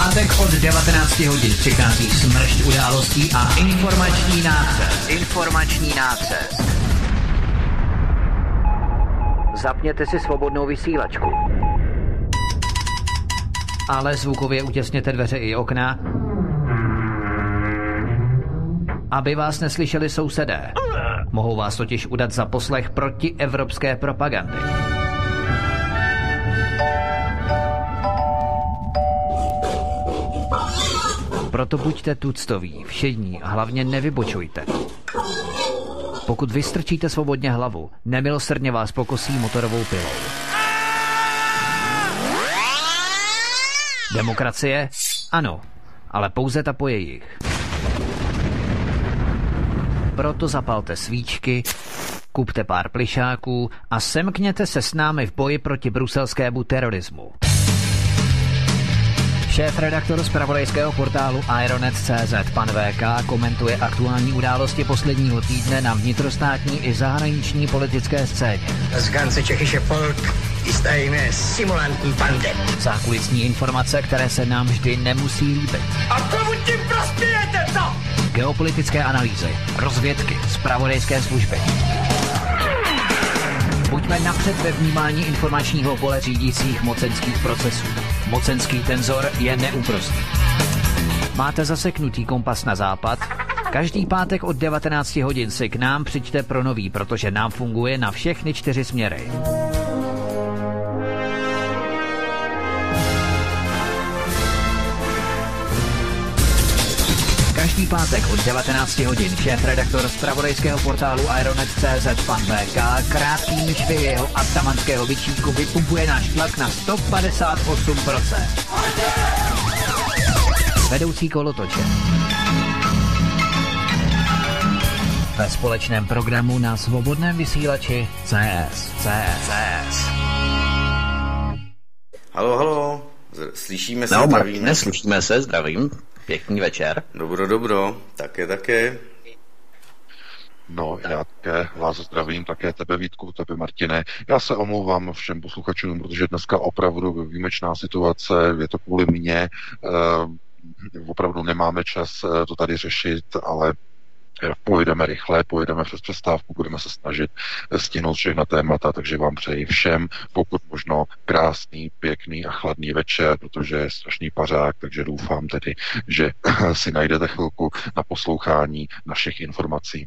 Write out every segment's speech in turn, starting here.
pátek od 19 hodin přichází smršť událostí a informační nácest. Zapněte si svobodnou vysílačku. Ale zvukově utěsněte dveře i okna, aby vás neslyšeli sousedé. Mohou vás totiž udat za poslech protievropské propagandy. Proto buďte tuctoví, všední a hlavně nevybočujte. Pokud vystrčíte svobodně hlavu, nemilosrdně vás pokosí motorovou pilou. Demokracie? Ano, ale pouze ta po jejich. Proto zapalte svíčky, kupte pár plišáků a semkněte se s námi v boji proti bruselskému terorismu. Šéf-redaktor zpravodajského portálu Ironet.cz pan VK komentuje aktuální události posledního týdne na vnitrostátní i zahraniční politické scéně. Das ganze tschechische Volk ist eine Simulantenbande. Zákulisní informace, které se nám vždy nemusí líbit. A komu tím prospějete, co? Geopolitické analýzy, rozvědky, zpravodajské služby. Buďme napřed ve vnímání informačního pole řídících mocenských procesů. Mocenský tenzor je neúprostný. Máte zaseknutý kompas na západ? Každý pátek od 19 hodin si k nám přijďte pro nový, protože nám funguje na všechny 4 směry. Každý pátek od 19 hodin šéf-redaktor zpravodajského portálu Ironet.cz pan VK krátkým myšvy jeho atamanského bičíku vypumpuje náš tlak na 158%. Vedoucí kolotoče. Ve společném programu na svobodném vysílači CS. Halo, slyšíme se, no, zdravíme. Neslyšíme se, zdravím. Pěkný večer. Dobro, také. No, já také vás zdravím, také tebe Vítku, tebe Martine. Já se omlouvám všem posluchačům, protože dneska opravdu výjimečná situace, je to kvůli mně, opravdu nemáme čas to tady řešit, ale pojedeme rychle, pojedeme přes přestávku, budeme se snažit stihnout všechna témata, takže vám přeji všem, pokud možno krásný, pěkný a chladný večer, protože je strašný pařák, takže doufám tedy, že si najdete chvilku na poslouchání našich informací.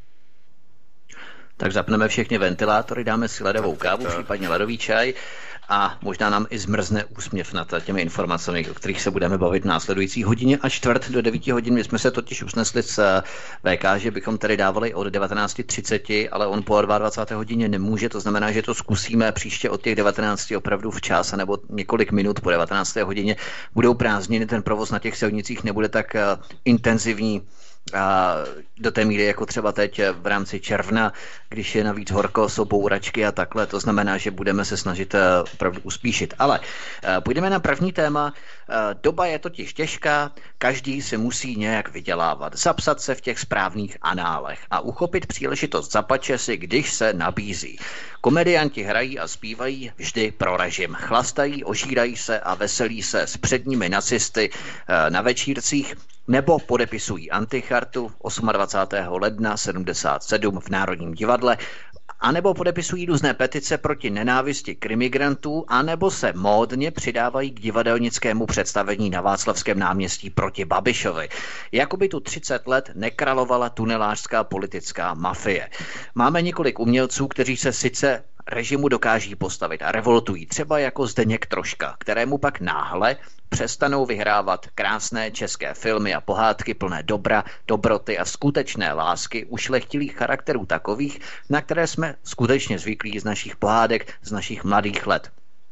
Tak zapneme všechny ventilátory, dáme si ledovou kávu, případně ledový čaj a možná nám i zmrzne úsměv nad těmi informacemi, o kterých se budeme bavit v následující hodině a čtvrt do 9 hodin. My jsme se totiž usnesli s VK, že bychom tady dávali od 19:30, ale on po 22. hodině nemůže, to znamená, že to zkusíme příště od těch 19 opravdu včas, nebo několik minut po 19. hodině. Budou prázdniny, ten provoz na těch silnicích nebude tak intenzivní a do té míry jako třeba teď v rámci června, když je navíc horko, jsou bouračky a takhle, to znamená, že budeme se snažit opravdu uspíšit. Ale půjdeme na první téma. Doba je totiž těžká, každý si musí nějak vydělávat, zapsat se v těch správných análech a uchopit příležitost zapače si, když se nabízí. Komedianti hrají a zpívají vždy pro režim. Chlastají, ožírají se a veselí se s předními nacisty na večírcích, nebo podepisují antichartu 28. ledna 77 v Národním divadle, anebo podepisují různé petice proti nenávisti k imigrantů, anebo se módně přidávají k divadelnickému představení na Václavském náměstí proti Babišovi. Jakoby tu 30 let nekralovala tunelářská politická mafie. Máme několik umělců, kteří se sice režimu dokáží postavit a revoltují, třeba jako Zdeněk Troška, kterému pak náhle přestanou vyhrávat krásné české filmy a pohádky plné dobra, dobroty a skutečné lásky ušlechtilých charakterů takových, na které jsme skutečně zvyklí z našich pohádek, z našich mladých let.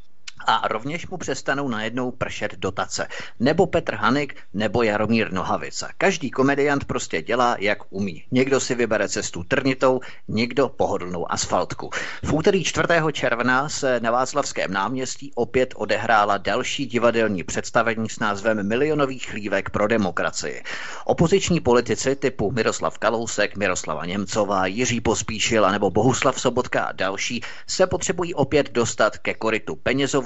A rovněž mu přestanou najednou pršet dotace. Nebo Petr Hanik, nebo Jaromír Nohavica. Každý komediant prostě dělá, jak umí. Někdo si vybere cestu trnitou, někdo pohodlnou asfaltku. V úterý 4. června se na Václavském náměstí opět odehrála další divadelní představení s názvem Milionový chlívek pro demokracii. Opoziční politici typu Miroslav Kalousek, Miroslava Němcová, Jiří Pospíšil nebo Bohuslav Sobotka a další se potřebují opět dostat ke korytu penězovodu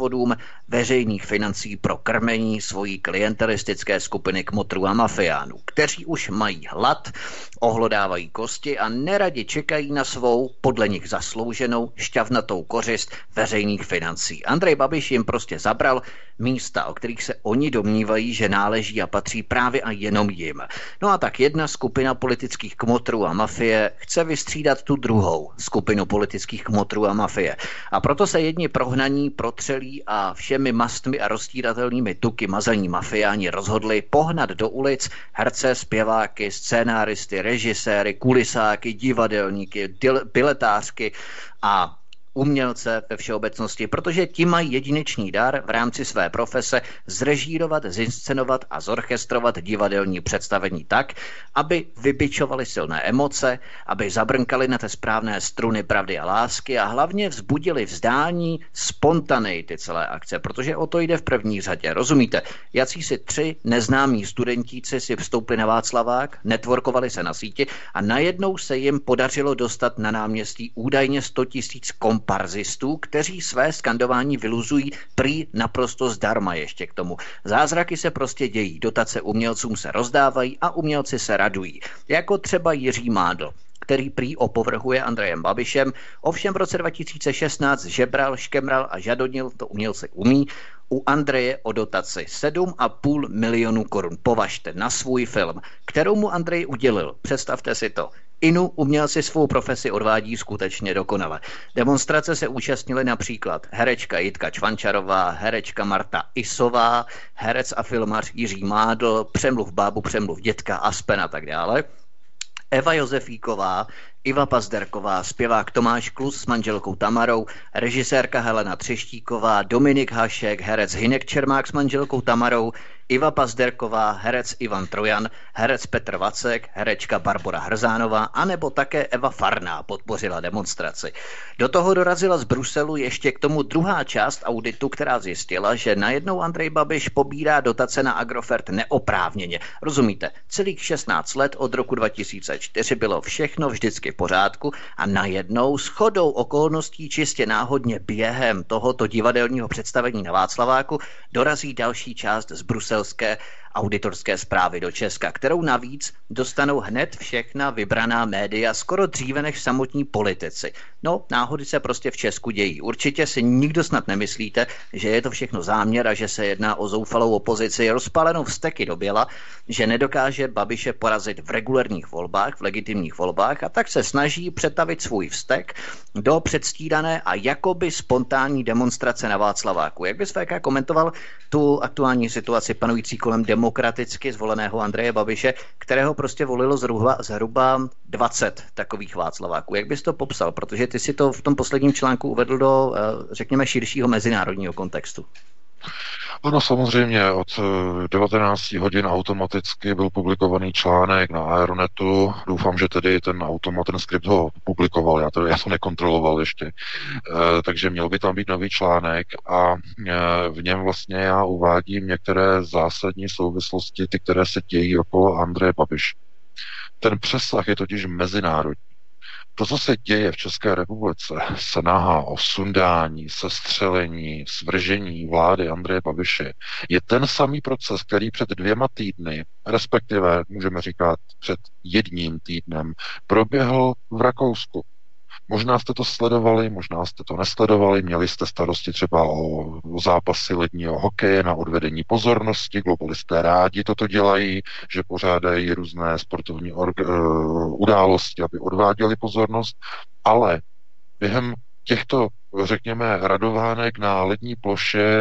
rozvodům veřejných financí pro krmení svojí klientelistické skupiny kmotrů a mafiánů, kteří už mají hlad, ohlodávají kosti a neradi čekají na svou, podle nich zaslouženou, šťavnatou kořist veřejných financí. Andrej Babiš jim prostě zabral místa, o kterých se oni domnívají, že náleží a patří právě a jenom jim. No a tak jedna skupina politických kmotrů a mafie chce vystřídat tu druhou skupinu politických kmotrů a mafie. A proto se jedni prohnaní, protřelí a všemi mastmi a rozstíratelnými tuky mazaní mafiáni rozhodli pohnat do ulic herce, zpěváky, scénáristy, režiséry, kulisáky, divadelníky, biletářky a umělce ve všeobecnosti, protože ti mají jedinečný dar v rámci své profese zrežírovat, zinscenovat a zorchestrovat divadelní představení tak, aby vybičovali silné emoce, aby zabrnkali na té správné struny pravdy a lásky a hlavně vzbudili vzdání spontaneity celé akce, protože o to jde v první řadě. Rozumíte? Jacísi 3 neznámí studentíci si vstoupili na Václavák, networkovali se na síti a najednou se jim podařilo dostat na náměstí údajně 100 000 komparzistů, kteří své skandování vyluzují prý naprosto zdarma ještě k tomu. Zázraky se prostě dějí, dotace umělcům se rozdávají a umělci se radují. Jako třeba Jiří Mádl, který prý opovrhuje Andrejem Babišem, ovšem v roce 2016 žebral, škemral a žadonil, to umělce umí, u Andreje o dotaci 7,5 milionu korun. Považte na svůj film, kterou mu Andrej udělil. Představte si to. Umělci svou profesi odvádí skutečně dokonale. Demonstrace se účastnili například herečka Jitka Čvančarová, herečka Marta Isová, herec a filmař Jiří Mádl, přemluv bábu, přemluv dětka, Aspen a tak dále. Eva Josefíková, Iva Pazderková, zpěvák Tomáš Klus s manželkou Tamarou, režisérka Helena Třeštíková, Dominik Hašek, herec Hynek Čermák s manželkou Tamarou, Iva Pazderková, herec Ivan Trojan, herec Petr Vacek, herečka Barbora Hrzánová anebo také Eva Farná podpořila demonstraci. Do toho dorazila z Bruselu ještě k tomu druhá část auditu, která zjistila, že najednou Andrej Babiš pobírá dotace na Agrofert neoprávněně. Rozumíte, celých 16 let od roku 2004 bylo všechno vždycky v pořádku a najednou shodou okolností čistě náhodně během tohoto divadelního představení na Václaváku dorazí další část z bruselské auditorské zprávy do Česka, kterou navíc dostanou hned všechna vybraná média skoro dříve než samotní politici. No, náhody se prostě v Česku dějí. Určitě si nikdo snad nemyslíte, že je to všechno záměr a že se jedná o zoufalou opozici rozpálenou vzteky do běla, že nedokáže Babiše porazit v regulérních volbách, v legitimních volbách a tak se snaží přetavit svůj vztek do předstírané a jakoby spontánní demonstrace na Václaváku. Jak bys VK komentoval tu aktuální situaci panující kolem demokraticky zvoleného Andreje Babiše, kterého prostě volilo zhruba 20 takových Václaváků. Jak bys to popsal? Protože ty si to v tom posledním článku uvedl do, řekněme, širšího mezinárodního kontextu. Ano, samozřejmě, od 19 hodin automaticky byl publikovaný článek na Aeronetu. Doufám, že tedy ten skript ho publikoval, já to nekontroloval ještě. Takže měl by tam být nový článek a v něm vlastně já uvádím některé zásadní souvislosti, ty, které se dějí okolo Andreje Babiše. Ten přesah je totiž mezinárodní. To, co se děje v České republice, snaha o sundání, sestřelení, svržení vlády Andreje Babiše, je ten samý proces, který před 2 týdny, respektive můžeme říkat před 1 týdnem, proběhl v Rakousku. Možná jste to sledovali, možná jste to nesledovali, měli jste starosti třeba o zápasy ledního hokeje na odvedení pozornosti, globalisté rádi toto dělají, že pořádají různé sportovní události, aby odváděli pozornost, ale během těchto, řekněme, radovánek na lední ploše,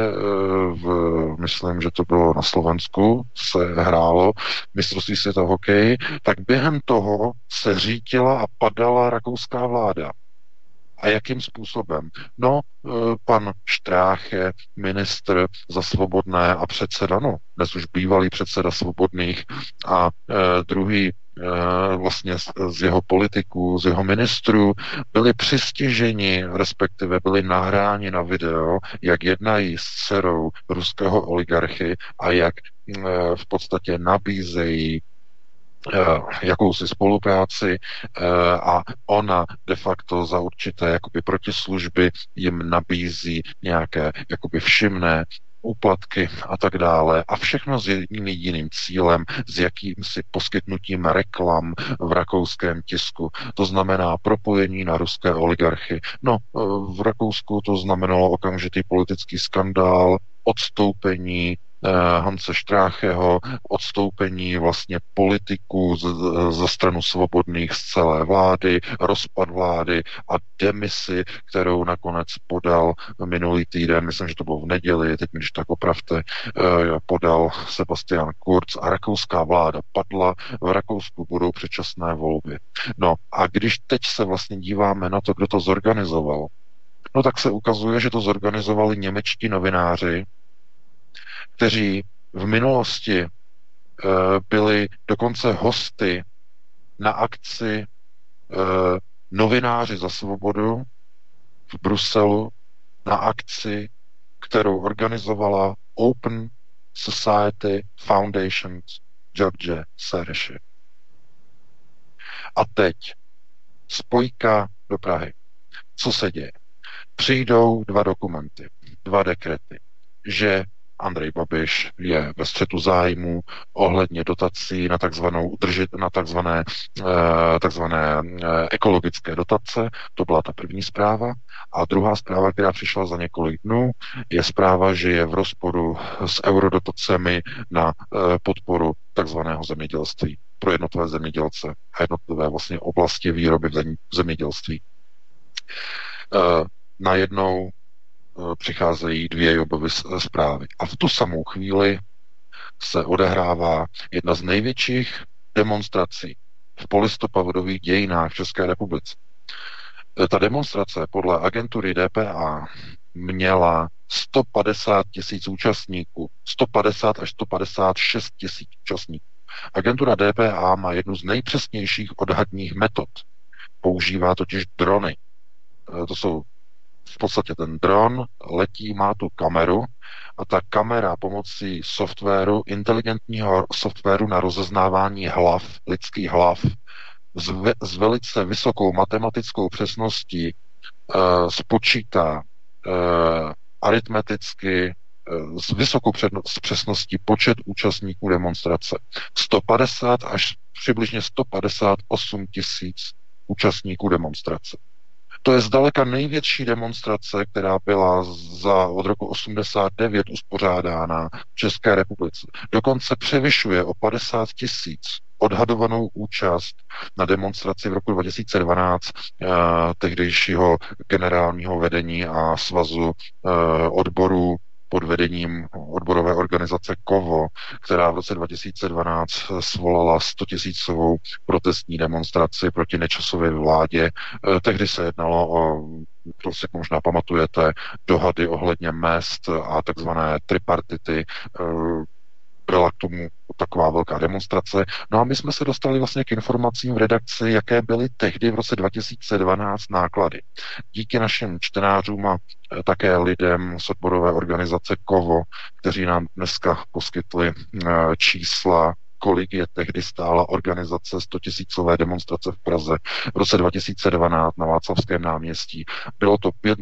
myslím, že to bylo na Slovensku, se hrálo mistrovství světa v hokeji, tak během toho se řítila a padala rakouská vláda. A jakým způsobem? No, pan Štráche, ministr za Svobodné a předseda, dnes už bývalý předseda Svobodných a druhý vlastně z jeho politiků, z jeho ministrů, byli přistiženi, respektive byli nahráni na video, jak jednají s dcerou ruského oligarchy a jak v podstatě nabízejí jakousi spolupráci a ona de facto za určité jakoby protislužby jim nabízí nějaké jakoby všimné úplatky a tak dále. A všechno s jedním jediným cílem, s jakýmsi poskytnutím reklam v rakouském tisku. To znamená propojení na ruské oligarchy. No, v Rakousku to znamenalo okamžitý politický skandál, odstoupení Hanse Strácheho, odstoupení vlastně politiků ze stranu svobodných z celé vlády, rozpad vlády a demisi, kterou nakonec podal minulý týden, myslím, že to bylo v neděli, teď mi když tak opravte, podal Sebastian Kurz a rakouská vláda padla, v Rakousku budou předčasné volby. No a když teď se vlastně díváme na to, kdo to zorganizoval, no tak se ukazuje, že to zorganizovali němečtí novináři, kteří v minulosti byli dokonce hosty na akci Novináři za svobodu v Bruselu, na akci, kterou organizovala Open Society Foundation George Soreše. A teď spojka do Prahy. Co se děje? Přijdou dva dokumenty, dva dekrety, že Andrej Babiš je ve střetu zájmu ohledně dotací na takzvané ekologické dotace. To byla ta první zpráva. A druhá zpráva, která přišla za několik dnů, je zpráva, že je v rozporu s eurodotacemi na podporu takzvaného zemědělství pro jednotlivé zemědělce a jednotlivé vlastně oblasti výroby v zemědělství. Najednou přicházejí dvě Jobovy zprávy. A v tu samou chvíli se odehrává jedna z největších demonstrací v polistopadových dějinách v České republice. Ta demonstrace podle agentury DPA měla 150 000 účastníků, 150 až 156 000 účastníků. Agentura DPA má jednu z nejpřesnějších odhadních metod. Používá totiž drony. To jsou v podstatě ten dron letí, má tu kameru a ta kamera pomocí softwaru, inteligentního softwaru na rozeznávání hlav, lidských hlav, s velice vysokou matematickou přesností spočítá aritmeticky s vysokou přesností počet účastníků demonstrace. 150 až přibližně 158 000 účastníků demonstrace. To je zdaleka největší demonstrace, která byla od roku 89 uspořádána v České republice. Dokonce převyšuje o 50 000 odhadovanou účast na demonstraci v roku 2012 tehdejšího generálního vedení a svazu odborů pod vedením odborové organizace KOVO, která v roce 2012 svolala 100 000 protestní demonstraci proti Nečasově vládě. Tehdy se jednalo o, to si možná pamatujete, dohady ohledně mezd a takzvané tripartity. Byla k tomu taková velká demonstrace. No a my jsme se dostali vlastně k informacím v redakci, jaké byly tehdy v roce 2012 náklady. Díky našim čtenářům a také lidem z odborové organizace KOVO, kteří nám dneska poskytli čísla, kolik je tehdy stála organizace 100 000 demonstrace v Praze v roce 2012 na Václavském náměstí. Bylo to 5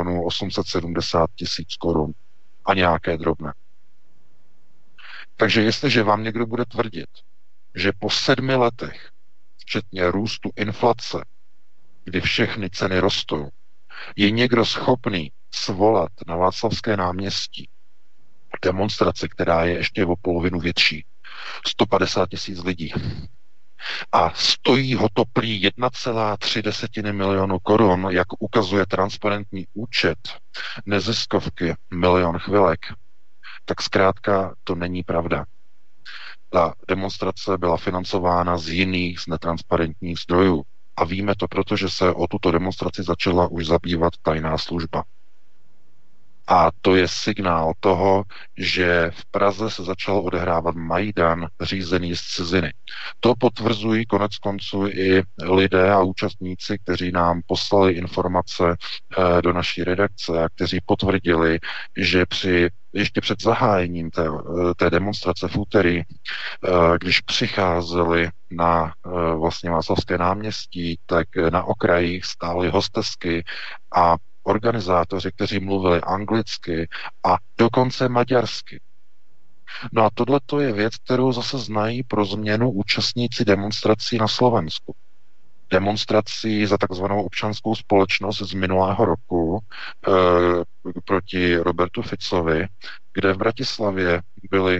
870 000 korun a nějaké drobné. Takže jestliže vám někdo bude tvrdit, že po 7 letech, včetně růstu inflace, kdy všechny ceny rostou, je někdo schopný svolat na Václavské náměstí demonstraci, která je ještě o polovinu větší, 150 000 lidí, a stojí ho to prý 1,3 milionu korun, jak ukazuje transparentní účet neziskovky Milion chvilek, tak zkrátka to není pravda. Ta demonstrace byla financována z jiných, z netransparentních zdrojů. A víme to, protože se o tuto demonstraci začala už zabývat tajná služba. A to je signál toho, že v Praze se začal odehrávat Majdan řízený z ciziny. To potvrzují konec konců i lidé a účastníci, kteří nám poslali informace do naší redakce a kteří potvrdili, že ještě před zahájením té demonstrace v úterý, když přicházeli na vlastně Václavské náměstí, tak na okrajích stály hostesky a organizátoři, kteří mluvili anglicky a dokonce maďarsky. No a tohle je věc, kterou zase znají pro změnu účastníci demonstrací na Slovensku. Demonstrací za takzvanou občanskou společnost z minulého roku proti Robertu Ficovi, kde v Bratislavě byly,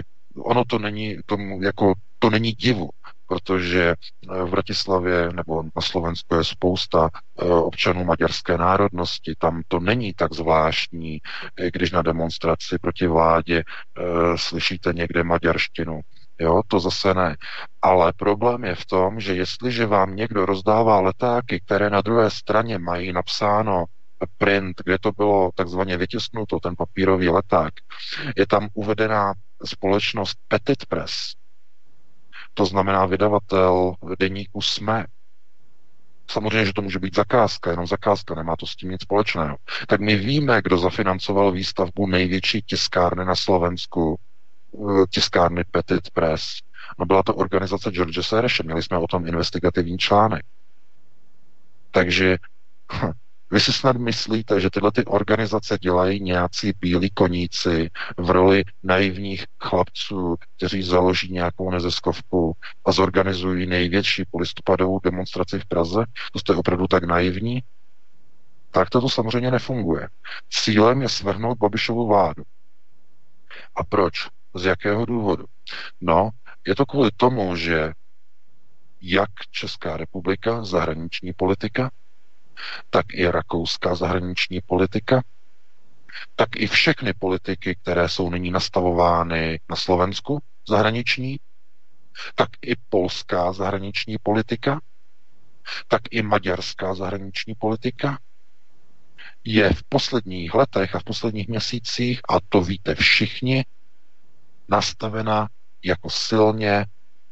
to není divu, protože v Bratislavě nebo na Slovensku je spousta občanů maďarské národnosti. Tam to není tak zvláštní, když na demonstraci proti vládě slyšíte někde maďarštinu. Jo, to zase ne. Ale problém je v tom, že jestliže vám někdo rozdává letáky, které na druhé straně mají napsáno print, kde to bylo takzvaně vytisknuto, ten papírový leták, je tam uvedená společnost Petit Press, to znamená vydavatel deníku SME. Samozřejmě, že to může být zakázka, jenom zakázka, nemá to s tím nic společného. Tak my víme, kdo zafinancoval výstavbu největší tiskárny na Slovensku, tiskárny Petit Press. No byla to organizace George Soreše, měli jsme o tom investigativní článek. Takže vy si snad myslíte, že tyhle ty organizace dělají nějací bílí koníci v roli naivních chlapců, kteří založí nějakou neziskovku a zorganizují největší polistopadovou demonstraci v Praze? To jste opravdu tak naivní? Tak to samozřejmě nefunguje. Cílem je svrhnout Babišovu vládu. A proč? Z jakého důvodu? No, je to kvůli tomu, že jak Česká republika, zahraniční politika, tak i rakouská zahraniční politika, tak i všechny politiky, které jsou nyní nastavovány na Slovensku zahraniční, tak i polská zahraniční politika, tak i maďarská zahraniční politika je v posledních letech a v posledních měsících, a to víte všichni, nastavena jako silně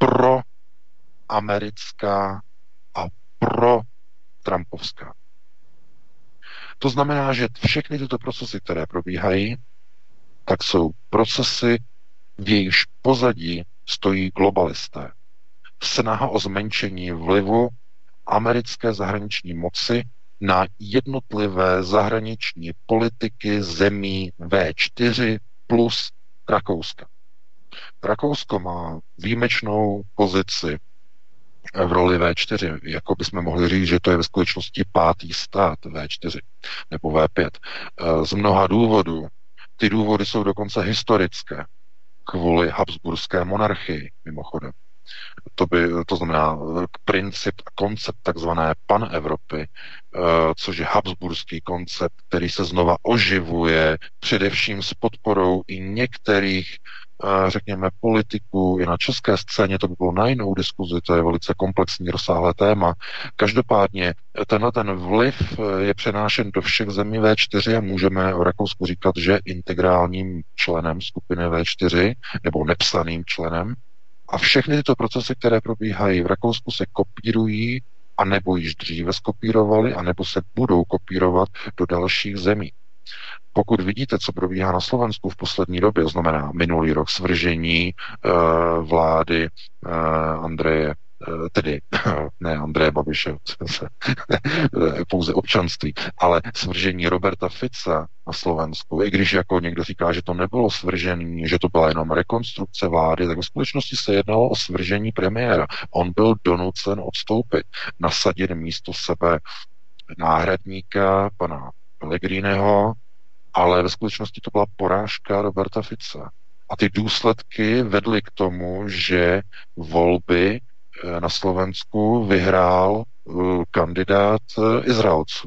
proamerická a pro-trumpovská. To znamená, že všechny tyto procesy, které probíhají, tak jsou procesy, v jejichž pozadí stojí globalisté. Snaha o zmenšení vlivu americké zahraniční moci na jednotlivé zahraniční politiky zemí V4 plus Rakouska. Rakousko má výjimečnou pozici v roli V4, jako bychom mohli říct, že to je ve skutečnosti pátý stát V4 nebo V5. Z mnoha důvodů. Ty důvody jsou dokonce historické, kvůli habsburské monarchii, mimochodem. To znamená koncept takzvané panevropy, což je habsburský koncept, který se znova oživuje především s podporou i některých, řekněme, politiků i na české scéně. To by bylo na jinou diskuzi, to je velice komplexní, rozsáhlé téma. Každopádně ten vliv je přenášen do všech zemí V4 a můžeme o Rakousku říkat, že integrálním členem skupiny V4 nebo nepsaným členem. A všechny tyto procesy, které probíhají v Rakousku, se kopírují, anebo již dříve skopírovali, anebo se budou kopírovat do dalších zemí. Pokud vidíte, co probíhá na Slovensku v poslední době, znamená minulý rok svržení vlády Andreje, tedy ne Andreje Babiše, pouze občanství, ale svržení Roberta Fica na Slovensku, i když jako někdo říká, že to nebylo svržení, že to byla jenom rekonstrukce vlády, tak v skutečnosti se jednalo o svržení premiéra. On byl donucen odstoupit, nasadit místo sebe náhradníka pana Pellegriniho, ale ve skutečnosti to byla porážka Roberta Fica. A ty důsledky vedly k tomu, že volby na Slovensku vyhrál kandidát Izraelců.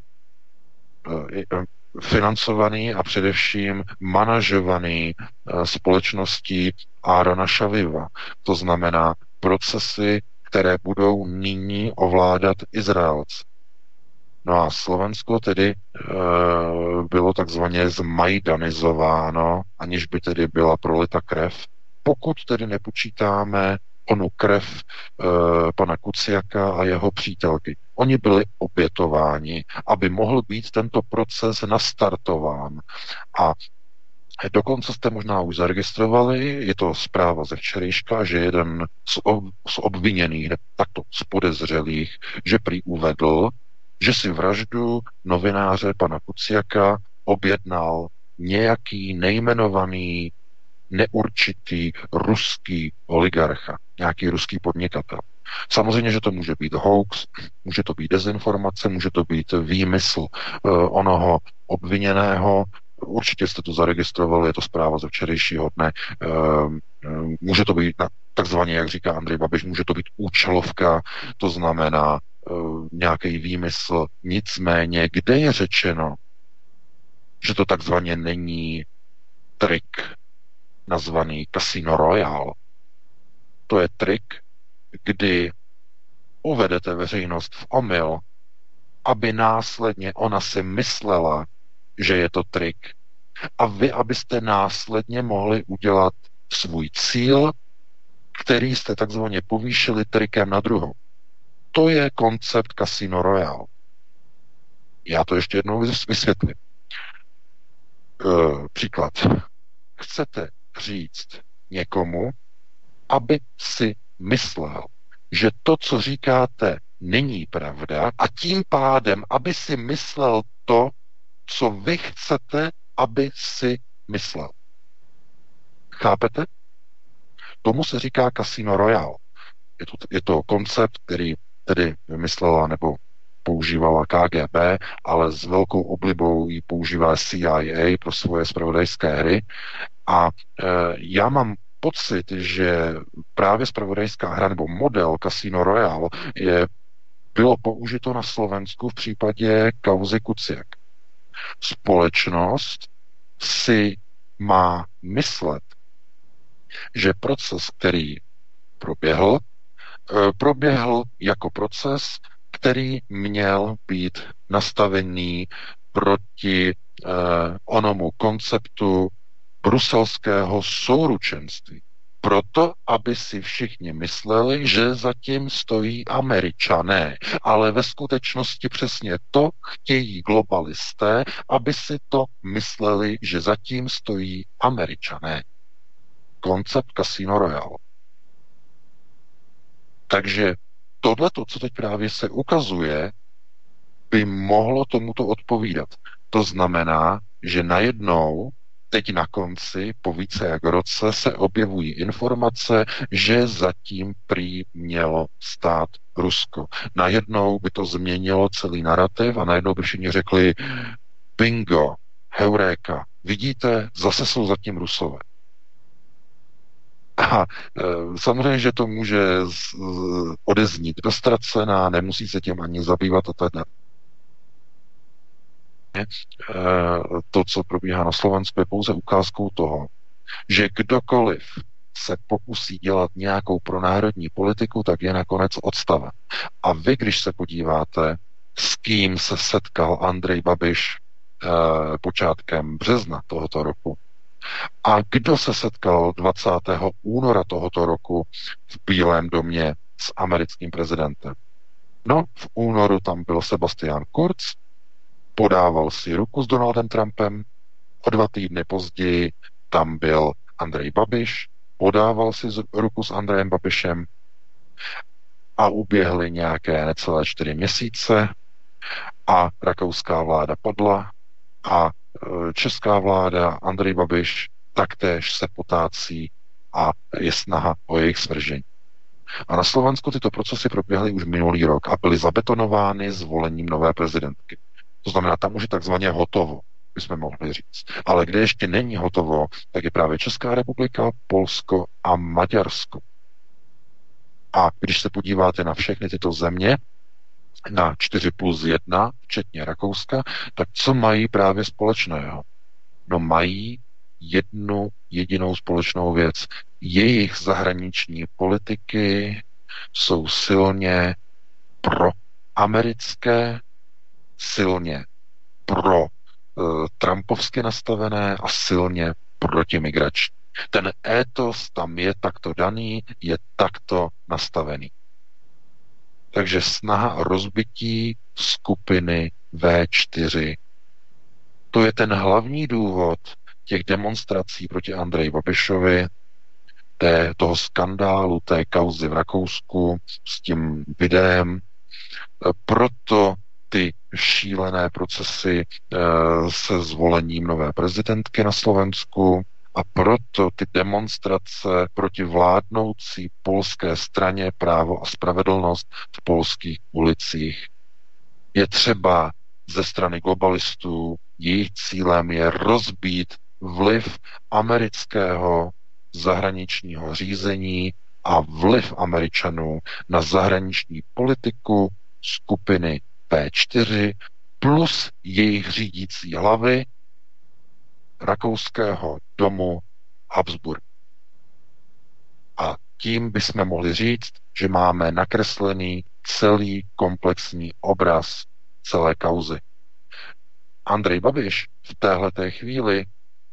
Financovaný a především manažovaný společností Arona Šaviva. To znamená procesy, které budou nyní ovládat Izraelci. No a Slovensko tedy bylo takzvaně zmajdanizováno, aniž by tedy byla prolita krev, pokud tedy nepočítáme onu krev pana Kuciaka a jeho přítelky. Oni byli obětováni, aby mohl být tento proces nastartován. A dokonce jste možná už zaregistrovali, je to zpráva ze včerejška, že jeden z obviněných, takto z podezřelých, že prý uvedl, že si vraždu novináře pana Kuciaka objednal nějaký nejmenovaný, neurčitý ruský oligarcha, nějaký ruský podnikatel. Samozřejmě, že to může být hoax, může to být dezinformace, může to být výmysl onoho obviněného. Určitě jste to zaregistrovali, je to zpráva ze včerejšího dne. Může to být takzvaně, jak říká Andrej Babiš, může to být účelovka, to znamená nějaký výmysl. Nicméně, kde je řečeno, že to takzvaně není trik nazvaný Casino Royale. To je trik, kdy uvedete veřejnost v omyl, aby následně ona si myslela, že je to trik. A vy, abyste následně mohli udělat svůj cíl, který jste takzvaně povýšili trikem na druhou. To je koncept Casino Royale. Já to ještě jednou vysvětlím. Příklad. Chcete říct někomu, aby si myslel, že to, co říkáte, není pravda a tím pádem, aby si myslel to, co vy chcete, aby si myslel. Chápete? Tomu se říká Casino Royale. Je to koncept, který tedy vymyslela nebo používala KGB, ale s velkou oblibou ji používá CIA pro svoje zpravodajské hry. A já mám pocit, že právě zpravodajská hra nebo model Casino Royale bylo použito na Slovensku v případě kauzy Kuciak. Společnost si má myslet, že proces, který proběhl jako proces, který měl být nastavený proti onomu konceptu bruselského souručenství. Proto, aby si všichni mysleli, že zatím stojí Američané. Ale ve skutečnosti přesně to chtějí globalisté, aby si to mysleli, že zatím stojí Američané. Koncept Casino Royale. Takže tohleto, co teď právě se ukazuje, by mohlo tomuto odpovídat. To znamená, že najednou teď na konci, po více jak roce, se objevují informace, že zatím prý mělo stát Rusko. Najednou by to změnilo celý narrativ a najednou by všichni řekli bingo, heuréka, vidíte, zase jsou zatím Rusové. A samozřejmě, že to může odeznít dostracená, nemusí se tím ani zabývat a teda. To, co probíhá na Slovensku, je pouze ukázkou toho, že kdokoliv se pokusí dělat nějakou pronárodní politiku, tak je nakonec odstaven. A vy, když se podíváte, s kým se setkal Andrej Babiš počátkem března tohoto roku, a kdo se setkal 20. února tohoto roku v Bílém domě s americkým prezidentem? No, v únoru tam byl Sebastian Kurz, podával si ruku s Donaldem Trumpem, o 2 týdny později tam byl Andrej Babiš, podával si ruku s Andrejem Babišem a uběhly nějaké necelé 4 měsíce a rakouská vláda padla a česká vláda Andrej Babiš taktéž se potácí a je snaha o jejich svržení. A na Slovensku tyto procesy proběhly už minulý rok a byly zabetonovány zvolením nové prezidentky. To znamená, tam už je takzvaně hotovo, bychom mohli říct. Ale kde ještě není hotovo, tak je právě Česká republika, Polsko a Maďarsko. A když se podíváte na všechny tyto země, na 4+1, včetně Rakouska, tak co mají právě společného? No mají jednu jedinou společnou věc. Jejich zahraniční politiky jsou silně proamerické silně pro trumpovsky nastavené a silně protimigrační. Ten étos tam je takto daný, je takto nastavený. Takže snaha o rozbití skupiny V4. To je ten hlavní důvod těch demonstrací proti Andreji Babišovi, toho skandálu, té kauzy v Rakousku s tím videem. Proto ty šílené procesy se zvolením nové prezidentky na Slovensku a proto ty demonstrace proti vládnoucí polské straně Právo a spravedlnost v polských ulicích. Je třeba ze strany globalistů, jejich cílem je rozbít vliv amerického zahraničního řízení a vliv Američanů na zahraniční politiku skupiny P4 plus jejich řídící hlavy rakouského domu Habsburg. A tím bychom mohli říct, že máme nakreslený celý komplexní obraz celé kauzy. Andrej Babiš v téhleté chvíli,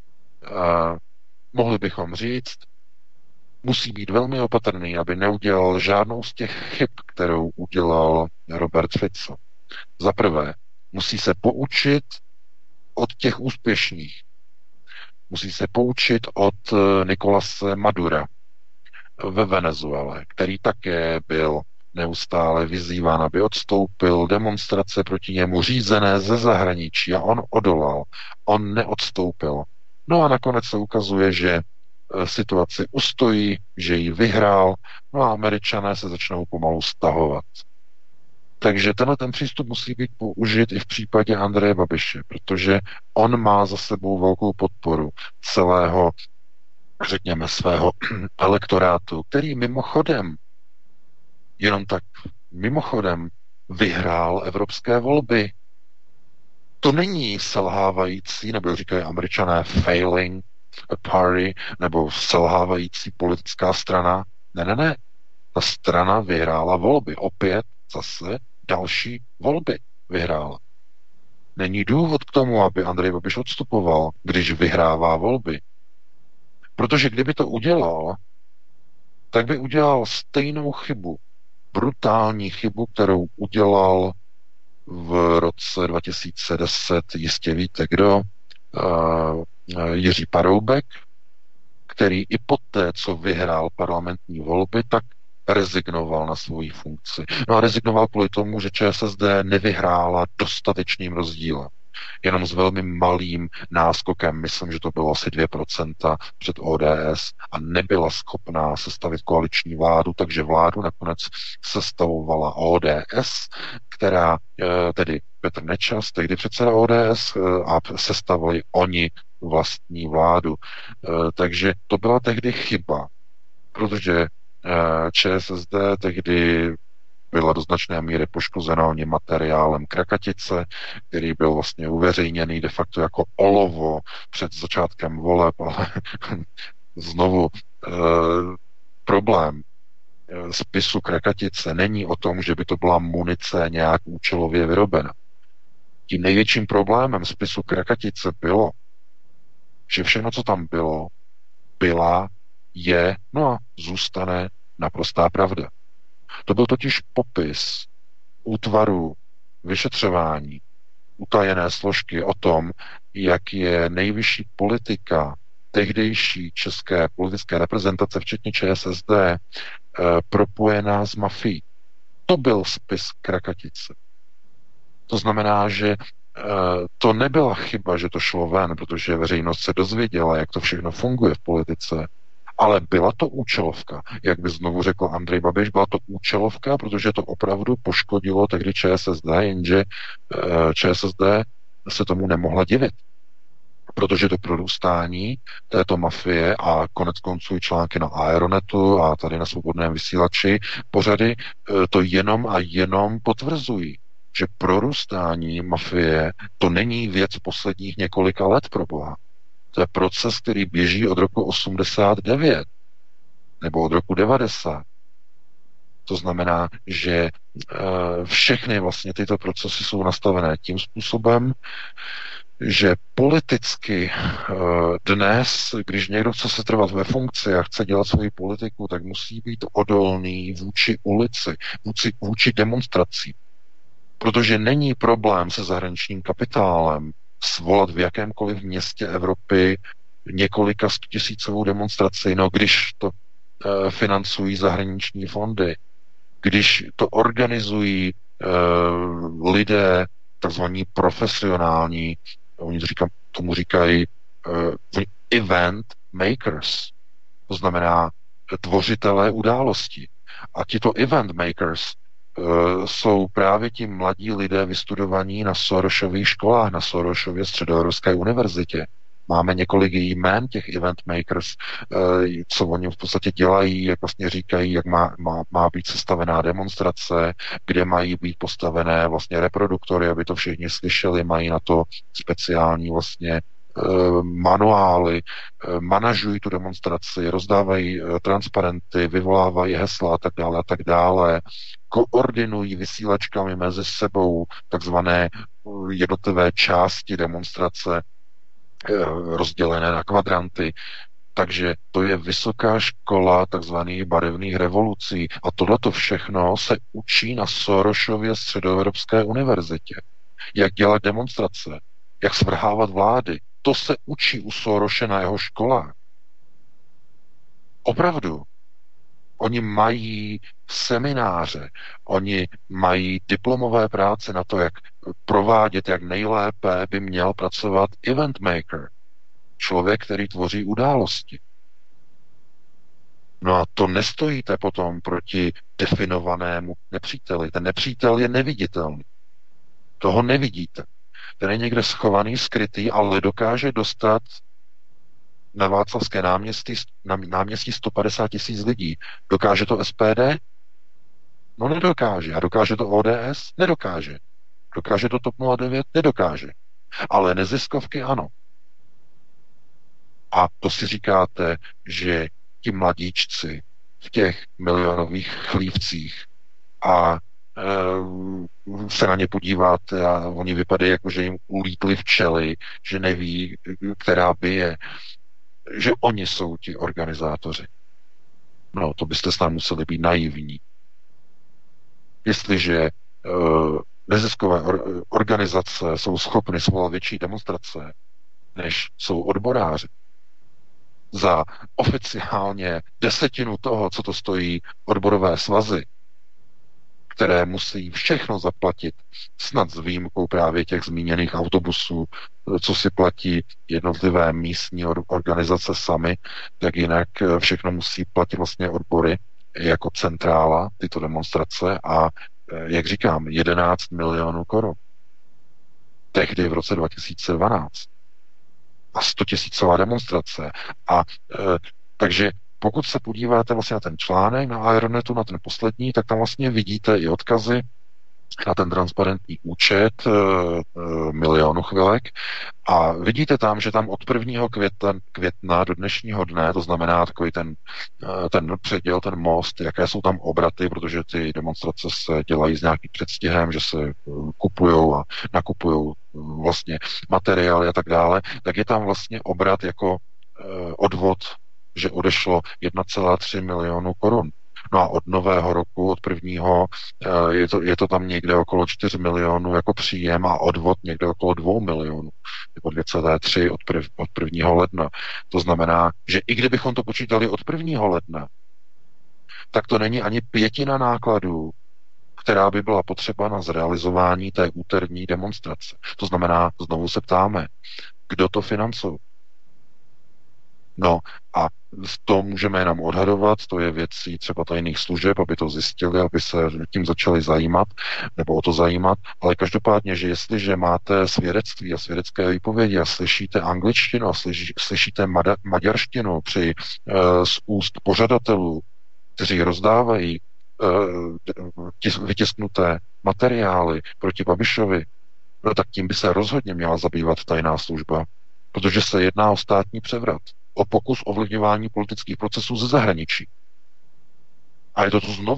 mohli bychom říct, musí být velmi opatrný, aby neudělal žádnou z těch chyb, kterou udělal Robert Fico. Za prvé, musí se poučit od těch úspěšných. Musí se poučit od Nicolase Madura ve Venezuele, který také byl neustále vyzýván, aby odstoupil, demonstrace proti němu řízené ze zahraničí a on odolal. On neodstoupil. No a nakonec se ukazuje, že situaci ustojí, že ji vyhrál, no a Američané se začnou pomalu stahovat. Takže tenhle ten přístup musí být použit i v případě Andreje Babiše, protože on má za sebou velkou podporu celého, řekněme, svého elektorátu, který mimochodem, jenom tak mimochodem, vyhrál evropské volby. To není selhávající, nebo říkají Američané failing party, nebo selhávající politická strana. Ne. Ta strana vyhrála volby. Opět zase další volby vyhrála. Není důvod k tomu, aby Andrej Babiš odstupoval, když vyhrává volby. Protože kdyby to udělal, tak by udělal stejnou chybu, brutální chybu, kterou udělal v roce 2010, jistě víte kdo, Jiří Paroubek, který i poté, co vyhrál parlamentní volby, tak rezignoval na svoji funkci. No a rezignoval kvůli tomu, že ČSSD nevyhrála dostatečným rozdílem. Jenom s velmi malým náskokem, myslím, že to bylo asi 2% před ODS a nebyla schopná sestavit koaliční vládu, takže vládu nakonec sestavovala ODS, která, tedy Petr Nečas, tehdy předseda ODS, a sestavili oni vlastní vládu. Takže to byla tehdy chyba, protože ČSSD tehdy byla do značné míry poškozena oním materiálem Krakatice, který byl vlastně uveřejněný de facto jako olovo před začátkem voleb, ale znovu problém spisu Krakatice není o tom, že by to byla munice nějak účelově vyrobena. Tím největším problémem spisu Krakatice bylo, že všechno, co tam bylo, je, no a zůstane naprostá pravda. To byl totiž popis útvaru vyšetřování utajené složky o tom, jak je nejvyšší politika tehdejší české politické reprezentace, včetně ČSSD, propojená s mafií. To byl spis Krakatice. To znamená, že to nebyla chyba, že to šlo ven, protože veřejnost se dozvěděla, jak to všechno funguje v politice, ale byla to účelovka. Jak by znovu řekl Andrej Babiš, byla to účelovka, protože to opravdu poškodilo tehdy ČSSD, jenže ČSSD se tomu nemohla divit. Protože to prorůstání této mafie a konec konců články na Aeronetu a tady na Svobodném vysílači pořady to jenom a jenom potvrzují, že prorůstání mafie to není věc posledních několika let, pro Boha. To je proces, který běží od roku 89 nebo od roku 90. To znamená, že všechny vlastně tyto procesy jsou nastavené tím způsobem, že politicky dnes, když někdo chce se trvat ve funkci a chce dělat svoji politiku, tak musí být odolný vůči ulici, vůči demonstracím. Protože není problém se zahraničním kapitálem svolat v jakémkoliv městě Evropy několika stotisícovou demonstraci, no když to financují zahraniční fondy, když to organizují lidé, takzvaní profesionální, oni tomu říkají event makers, to znamená tvořitelé událostí. A tito event makers jsou právě ti mladí lidé vystudovaní na Sorosových školách, na Sorosově středoevropské univerzitě. Máme několik jmén těch event makers, co oni v podstatě dělají, jak vlastně říkají, jak má být sestavená demonstrace, kde mají být postavené vlastně reproduktory, aby to všichni slyšeli, mají na to speciální vlastně manuály, manažují tu demonstraci, rozdávají transparenty, vyvolávají hesla a tak dále, koordinují vysílačkami mezi sebou takzvané jednotlivé části demonstrace, rozdělené na kvadranty. Takže to je vysoká škola takzvaných barevných revolucí. A tohleto všechno se učí na Sorosově středoevropské univerzitě. Jak dělat demonstrace, jak svrhávat vlády. To se učí u Sorose na jeho školách. Opravdu. Oni mají semináře, oni mají diplomové práce na to, jak provádět, jak nejlépe by měl pracovat event maker. Člověk, který tvoří události. No a to nestojíte potom proti definovanému nepříteli. Ten nepřítel je neviditelný. Toho nevidíte. Ten je někde schovaný, skrytý, ale dokáže dostat na Václavské náměstí 150 000 lidí. Dokáže to SPD? No nedokáže. A dokáže to ODS? Nedokáže. Dokáže to TOP 09? Nedokáže. Ale neziskovky ano. A to si říkáte, že ti mladíčci v těch milionových chlívcích a se na ně podíváte a oni vypadají jako, že jim ulítly včely, že neví, která bije, že oni jsou ti organizátoři. No, to byste snad museli být naivní. Jestliže neziskové organizace jsou schopny svolat větší demonstrace, než jsou odboráři, za oficiálně 10% toho, co to stojí odborové svazy, které musí všechno zaplatit, snad s výjimkou právě těch zmíněných autobusů, co si platí jednotlivé místní organizace sami, tak jinak všechno musí platit vlastně odbory jako centrála, tyto demonstrace a, jak říkám, 11 milionů korun. Tehdy v roce 2012. A 100 000 demonstrace. A takže pokud se podíváte vlastně na ten článek na Aeronetu, na ten poslední, tak tam vlastně vidíte i odkazy na ten transparentní účet milionu chvilek a vidíte tam, že tam od 1. května do dnešního dne, to znamená takový ten předěl, ten most, jaké jsou tam obraty, protože ty demonstrace se dělají s nějakým předstihem, že se kupujou a nakupujou vlastně materiály a tak dále, tak je tam vlastně obrat jako odvod, že odešlo 1,3 milionu korun. No a od nového roku, od prvního, je to tam někde okolo 4 milionů jako příjem a odvod někde okolo 2 milionů, jako 2,3 od 1. ledna. To znamená, že i kdybychom to počítali od 1. ledna, tak to není ani 1/5 nákladů, která by byla potřeba na zrealizování té úterní demonstrace. To znamená, znovu se ptáme, kdo to financuje? No a to můžeme jenom odhadovat, to je věcí třeba tajných služeb, aby to zjistili, aby se tím začali zajímat, nebo o to zajímat, ale každopádně, že jestliže máte svědectví a svědecké výpovědi a slyšíte angličtinu a slyšíte maďarštinu z úst pořadatelů, kteří rozdávají vytisknuté materiály proti Babišovi, no tak tím by se rozhodně měla zabývat tajná služba, protože se jedná o státní převrat, o pokus ovlivňování politických procesů ze zahraničí. A je to tu znovu.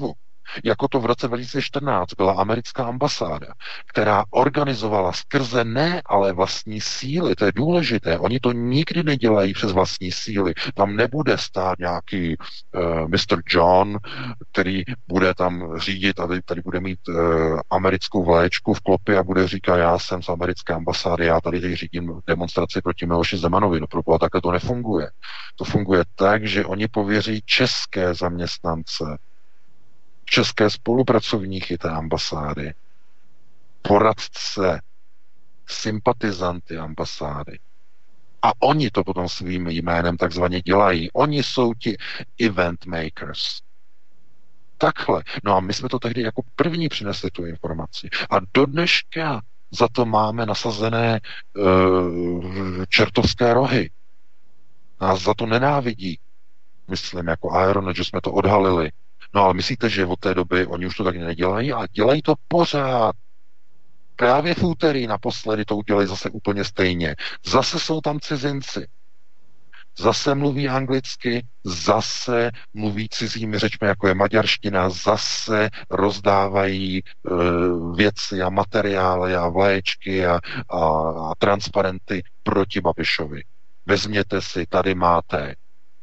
Jako to v roce 2014 byla americká ambasáda, která organizovala skrze ne, ale vlastní síly. To je důležité. Oni to nikdy nedělají přes vlastní síly. Tam nebude stát nějaký Mr. John, který bude tam řídit a tady bude mít americkou vlaječku v klopě a bude říkat, já jsem z americké ambasády, já tady řídím demonstraci proti Miloši Zemanovi. No proboha, takhle to nefunguje. To funguje tak, že oni pověří české zaměstnance, české spolupracovníky té ambasády, poradce, sympatizanty ambasády. A oni to potom svým jménem takzvaně dělají. Oni jsou ti event makers. Takhle. No a my jsme to tehdy jako první přinesli tu informaci. A do dneška za to máme nasazené čertovské rohy. Nás za to nenávidí. Myslím, jako Aeronet, že jsme to odhalili. No ale myslíte, že od té doby oni už to tak nedělají? A dělají to pořád. Právě v úterý naposledy to udělali zase úplně stejně. Zase jsou tam cizinci. Zase mluví anglicky, zase mluví cizími řečmi, jako je maďarština, zase rozdávají věci a materiály a vlaječky a transparenty proti Babišovi. Vezměte si, tady máte.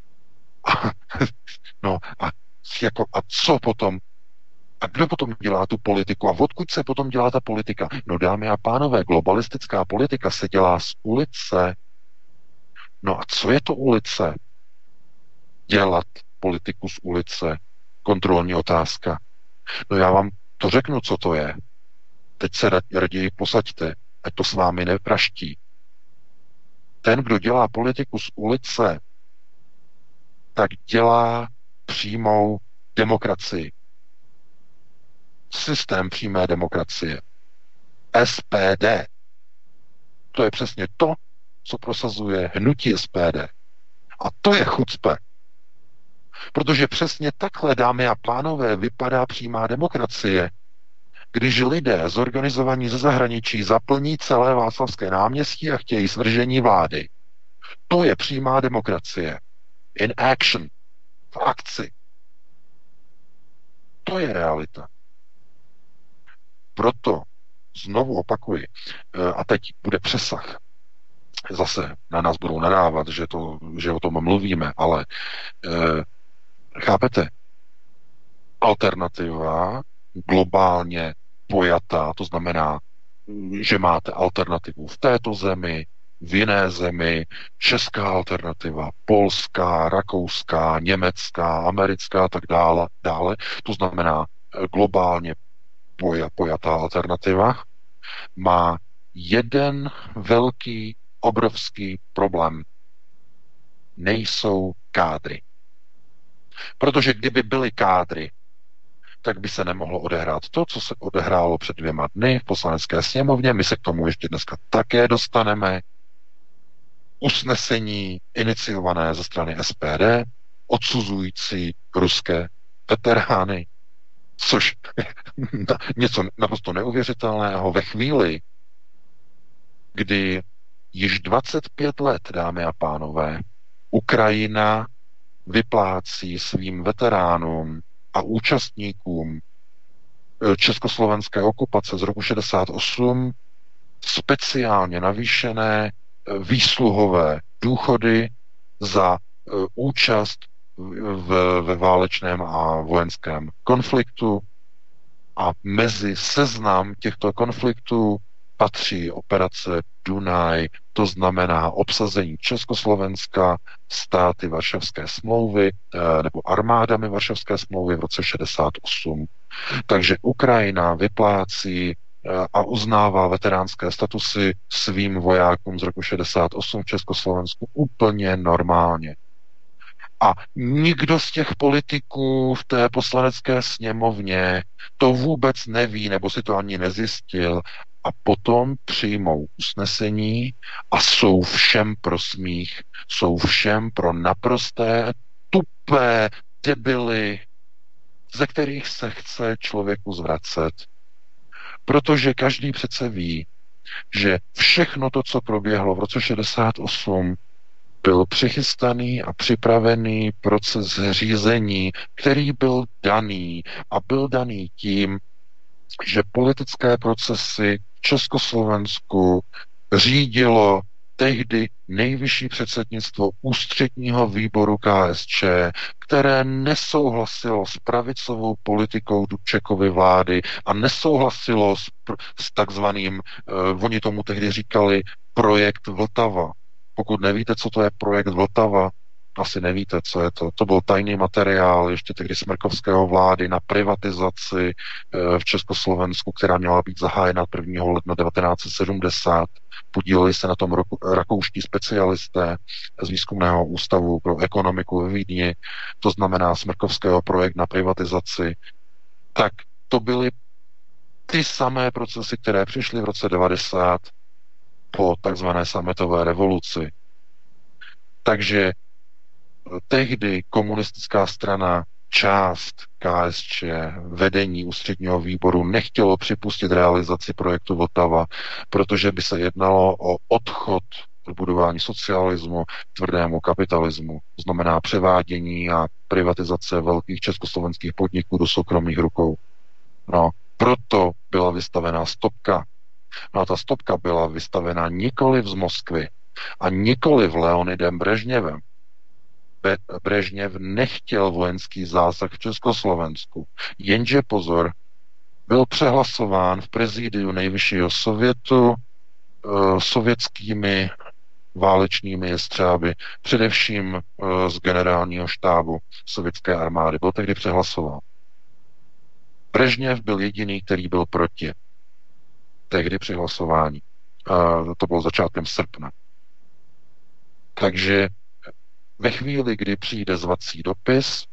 A co potom? A kdo potom dělá tu politiku? A odkud se potom dělá ta politika? No dámy a pánové, globalistická politika se dělá z ulice. No a co je to ulice? Dělat politiku z ulice. Kontrolní otázka. No já vám to řeknu, co to je. Teď se raději posaďte, ať to s vámi nepraští. Ten, kdo dělá politiku z ulice, tak dělá přímou demokracii. Systém přímé demokracie. SPD. To je přesně to, co prosazuje hnutí SPD. A to je chucpe. Protože přesně takhle, dámy a pánové, vypadá přímá demokracie. Když lidé zorganizovaní ze zahraničí zaplní celé Václavské náměstí a chtějí svržení vlády. To je přímá demokracie. In action. V akci. To je realita. Proto znovu opakuji, a teď bude přesah. Zase na nás budou nadávat, že o tom mluvíme, ale chápete? Alternativa globálně pojatá, to znamená, že máte alternativu v této zemi, v jiné zemi, česká alternativa, polská, rakouská, německá, americká a tak dále. To znamená globálně pojatá alternativa, má jeden velký, obrovský problém. Nejsou kádry. Protože kdyby byly kádry, tak by se nemohlo odehrát to, co se odehrálo před 2 dny v Poslanecké sněmovně. My se k tomu ještě dneska také dostaneme. Usnesení iniciované ze strany SPD, odsuzující ruské veterány, což něco naprosto neuvěřitelného ve chvíli, kdy již 25 let, dámy a pánové, Ukrajina vyplácí svým veteránům a účastníkům československé okupace z roku 68 speciálně navýšené výsluhové důchody za účast ve válečném a vojenském konfliktu a mezi seznam těchto konfliktů patří operace Dunaj, to znamená obsazení Československa, státy Varšavské smlouvy nebo armádami Varšavské smlouvy v roce 68. Takže Ukrajina vyplácí a uznává veteránské statusy svým vojákům z roku 68 v Československu úplně normálně. A nikdo z těch politiků v té poslanecké sněmovně to vůbec neví, nebo si to ani nezjistil, a potom přijmou usnesení a jsou všem pro smích, jsou všem pro naprosté, tupé debily, ze kterých se chce člověku zvracet. Protože každý přece ví, že všechno to, co proběhlo v roce 68, byl přichystaný a připravený proces řízení, který byl daný a byl daný tím, že politické procesy v Československu řídilo tehdy nejvyšší předsednictvo ústředního výboru KSČ, které nesouhlasilo s pravicovou politikou Dubčekovy vlády a nesouhlasilo s takzvaným, oni tomu tehdy říkali, projekt Vltava. Pokud nevíte, co to je projekt Vltava, asi nevíte, co je to. To byl tajný materiál ještě tehdy Smrkovského vlády na privatizaci v Československu, která měla být zahájena 1. ledna 1970. Podíleli se na tom rakouští specialisté z Výzkumného ústavu pro ekonomiku ve Vídni, to znamená Smrkovského projekt na privatizaci. Tak to byly ty samé procesy, které přišly v roce 90 po takzvané sametové revoluci. Takže tehdy komunistická strana, část KSČ, vedení ústředního výboru nechtělo připustit realizaci projektu Vltava, protože by se jednalo o odchod od budování socialismu k tvrdému kapitalismu. To znamená převádění a privatizace velkých československých podniků do soukromých rukou. No, proto byla vystavená stopka. No a ta stopka byla vystavena nikoli z Moskvy a nikoli v Leonidem Brežněvem. Brežněv nechtěl vojenský zásah v Československu. Jenže pozor, byl přehlasován v prezidiu nejvyššího sovětu sovětskými válečnými jestřáby, především z generálního štábu sovětské armády. Byl tehdy přehlasován. Brežněv byl jediný, který byl proti. Tehdy při hlasování. To bylo začátkem srpna. Takže ve chvíli, kdy přijde zvací dopis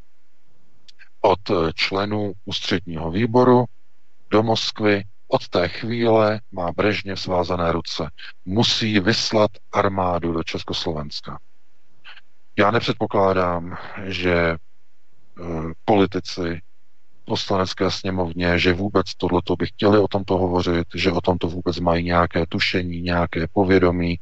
od členů ústředního výboru do Moskvy, od té chvíle má Brežněv svázané ruce. Musí vyslat armádu do Československa. Já nepředpokládám, že politici Poslanecké sněmovně, že vůbec tohleto by chtěli o tomto hovořit, že o tomto vůbec mají nějaké tušení, nějaké povědomí.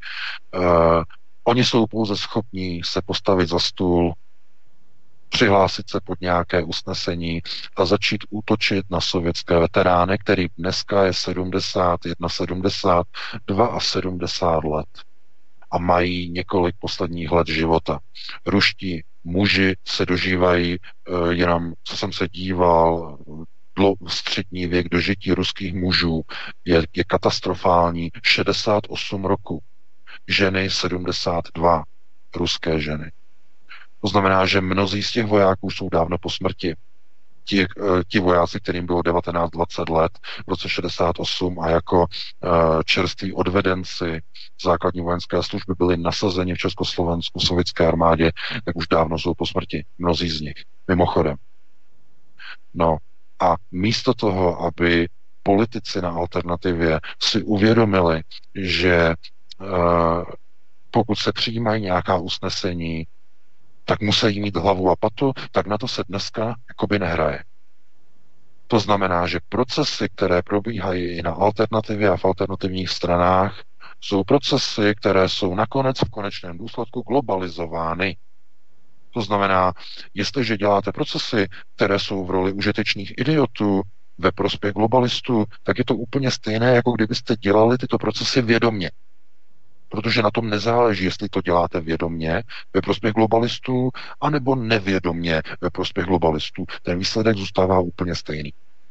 Oni jsou pouze schopní se postavit za stůl, přihlásit se pod nějaké usnesení a začít útočit na sovětské veterány, který dneska je 71, 72 a 70 let a mají několik posledních let života. Ruští muži se dožívají, jenom co jsem se díval, střední věk dožití ruských mužů je katastrofální, 68 roku. Ženy 72, ruské ženy. To znamená, že mnozí z těch vojáků jsou dávno po smrti. Ti vojáci, kterým bylo 19-20 let v roce 68 a jako čerství odvedenci základní vojenské služby byli nasazeni v Československu, v sovětské armádě, tak už dávno jsou po smrti. Mnozí z nich. Mimochodem. No a místo toho, aby politici na alternativě si uvědomili, že pokud se přijímají nějaká usnesení, tak musí mít hlavu a patu, tak na to se dneska jakoby nehraje. To znamená, že procesy, které probíhají i na alternativě a v alternativních stranách, jsou procesy, které jsou nakonec v konečném důsledku globalizovány. To znamená, jestliže děláte procesy, které jsou v roli užitečných idiotů ve prospěch globalistů, tak je to úplně stejné, jako kdybyste dělali tyto procesy vědomě. Protože na tom nezáleží, jestli to děláte vědomě ve prospěch globalistů, anebo nevědomě ve prospěch globalistů. Ten výsledek zůstává úplně stejný.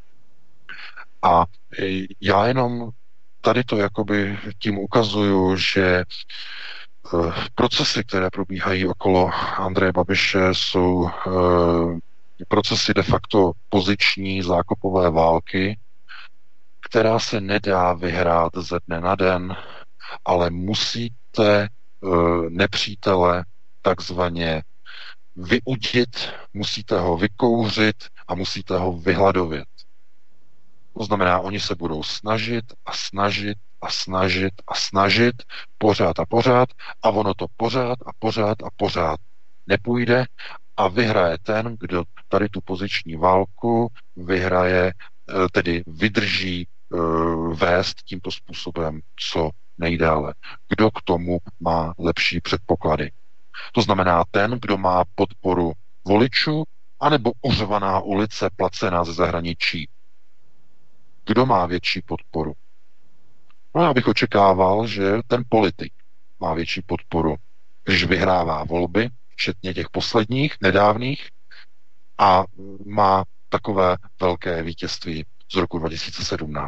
A já jenom tady to jakoby tím ukazuju, že procesy, které probíhají okolo Andreje Babiše, jsou procesy de facto poziční zákopové války, která se nedá vyhrát ze dne na den, ale musíte nepřítele takzvaně vyudit, musíte ho vykouřit a musíte ho vyhladovět. To znamená, oni se budou snažit a snažit a snažit a snažit pořád a pořád a ono to pořád a pořád a pořád nepůjde a vyhraje ten, kdo tady tu poziční válku vyhraje, tedy vydrží vést tímto způsobem co nejdále. Kdo k tomu má lepší předpoklady. To znamená ten, kdo má podporu voličů, anebo uřvaná ulice placená ze zahraničí. Kdo má větší podporu? No já bych očekával, že ten politik má větší podporu, když vyhrává volby, včetně těch posledních, nedávných, a má takové velké vítězství z roku 2017.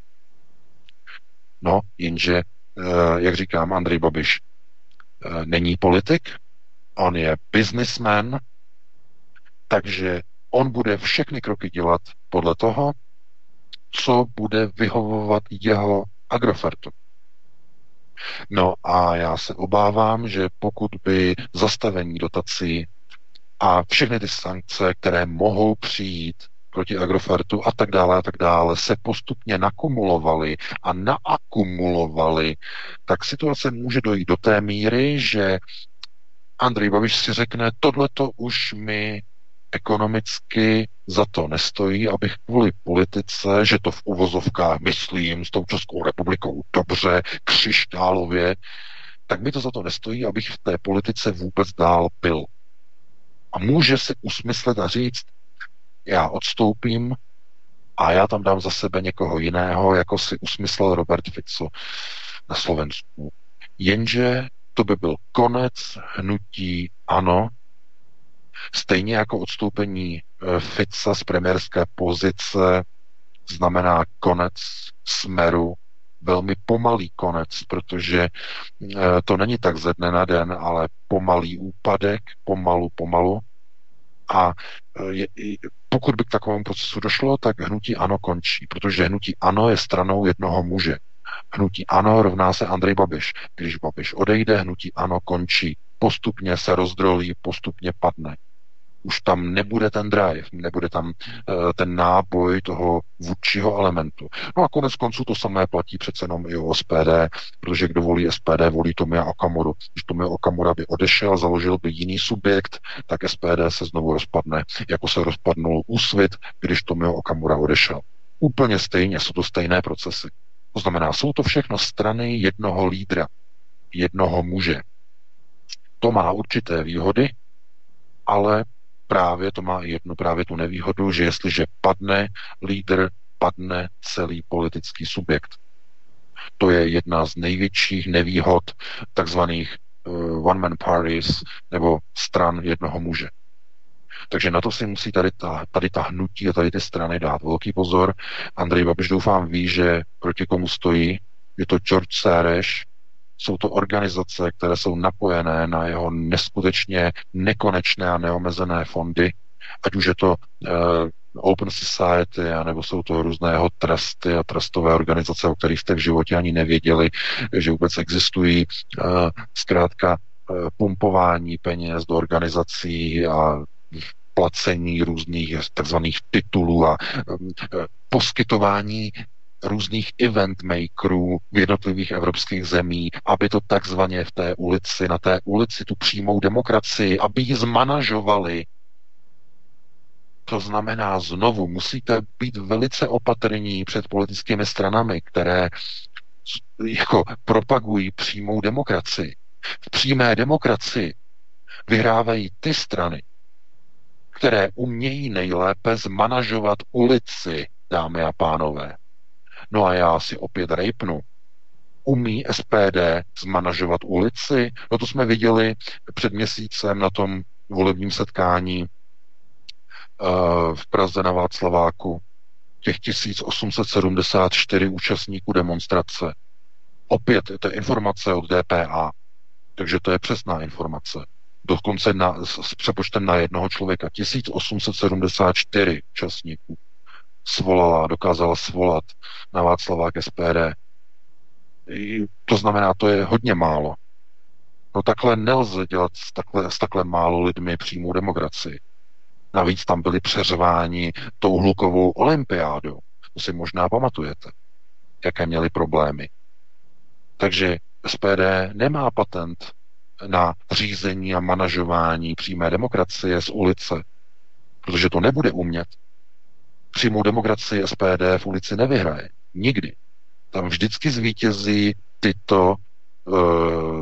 No, jenže, jak říkám, Andrej Babiš není politik, on je businessman, takže on bude všechny kroky dělat podle toho, co bude vyhovovat jeho Agrofertu. No a já se obávám, že pokud by zastavení dotací a všechny ty sankce, které mohou přijít proti Agrofertu a tak dále, se postupně nakumulovaly a naakumulovaly, tak situace může dojít do té míry, že Andrej Babiš si řekne, tohleto už mi ekonomicky za to nestojí, abych kvůli politice, že to v uvozovkách myslím s tou Českou republikou dobře, křišťálově, tak mi to za to nestojí, abych v té politice vůbec dál byl. A může si usmyslet a říct, já odstoupím a já tam dám za sebe někoho jiného, jako si usmyslel Robert Fico na Slovensku. Jenže to by byl konec hnutí ANO, stejně jako odstoupení Fica z premiérské pozice znamená konec Smeru, velmi pomalý konec, protože to není tak ze dne na den, ale pomalý úpadek, pomalu. A pokud by k takovému procesu došlo, tak hnutí ANO končí, protože hnutí ANO je stranou jednoho muže. Hnutí ANO rovná se Andrej Babiš. Když Babiš odejde, hnutí ANO končí. Postupně se rozdrolí, postupně padne. Už tam nebude ten drive, nebude tam ten náboj toho vůdčího elementu. No a konec konců to samé platí přece jenom i o SPD, protože kdo volí SPD, volí Tomia Okamuru. Když Tomio Okamura by odešel, založil by jiný subjekt, tak SPD se znovu rozpadne, jako se rozpadnul Úsvit, když Tomio Okamura odešel. Úplně stejně, jsou to stejné procesy. To znamená, jsou to všechno strany jednoho lídra, jednoho muže. To má určité výhody, ale právě to má i právě tu nevýhodu, že jestliže padne lídr, padne celý politický subjekt. To je jedna z největších nevýhod takzvaných one-man parties nebo stran jednoho muže. Takže na to si musí tady ta hnutí a tady ty strany dát velký pozor. Andrej Babiš doufám ví, že proti komu stojí. Je to George Soros. Jsou to organizace, které jsou napojené na jeho neskutečně nekonečné a neomezené fondy, ať už je to Open Society, nebo jsou to různé jeho trusty a trustové organizace, o kterých jste v životě ani nevěděli, že vůbec existují. Zkrátka pumpování peněz do organizací a placení různých takzvaných titulů a poskytování různých event makerů v jednotlivých evropských zemí, aby to takzvaně v té ulici, na té ulici tu přímou demokracii, aby ji zmanažovali. To znamená znovu, musíte být velice opatrní před politickými stranami, které jako propagují přímou demokracii. V přímé demokracii vyhrávají ty strany, které umějí nejlépe zmanažovat ulici, dámy a pánové. No a já si opět rejpnu. Umí SPD zmanažovat ulici? No to jsme viděli před měsícem na tom volebním setkání v Praze na Václaváku. Těch 1874 účastníků demonstrace. Opět to je informace od DPA. Takže to je přesná informace. Dokonce s přepočtem na jednoho člověka. 1874 účastníků dokázala svolat na Václavák SPD. To znamená, to je hodně málo. No takhle nelze dělat s takhle málo lidmi přímou demokracii. Navíc tam byli přeřváni tou hlukovou olympiádou. To si možná pamatujete, jaké měli problémy. Takže SPD nemá patent na řízení a manažování přímé demokracie z ulice, protože to nebude umět. Přímou demokracii SPD v ulici nevyhraje. Nikdy. Tam vždycky zvítězí tyto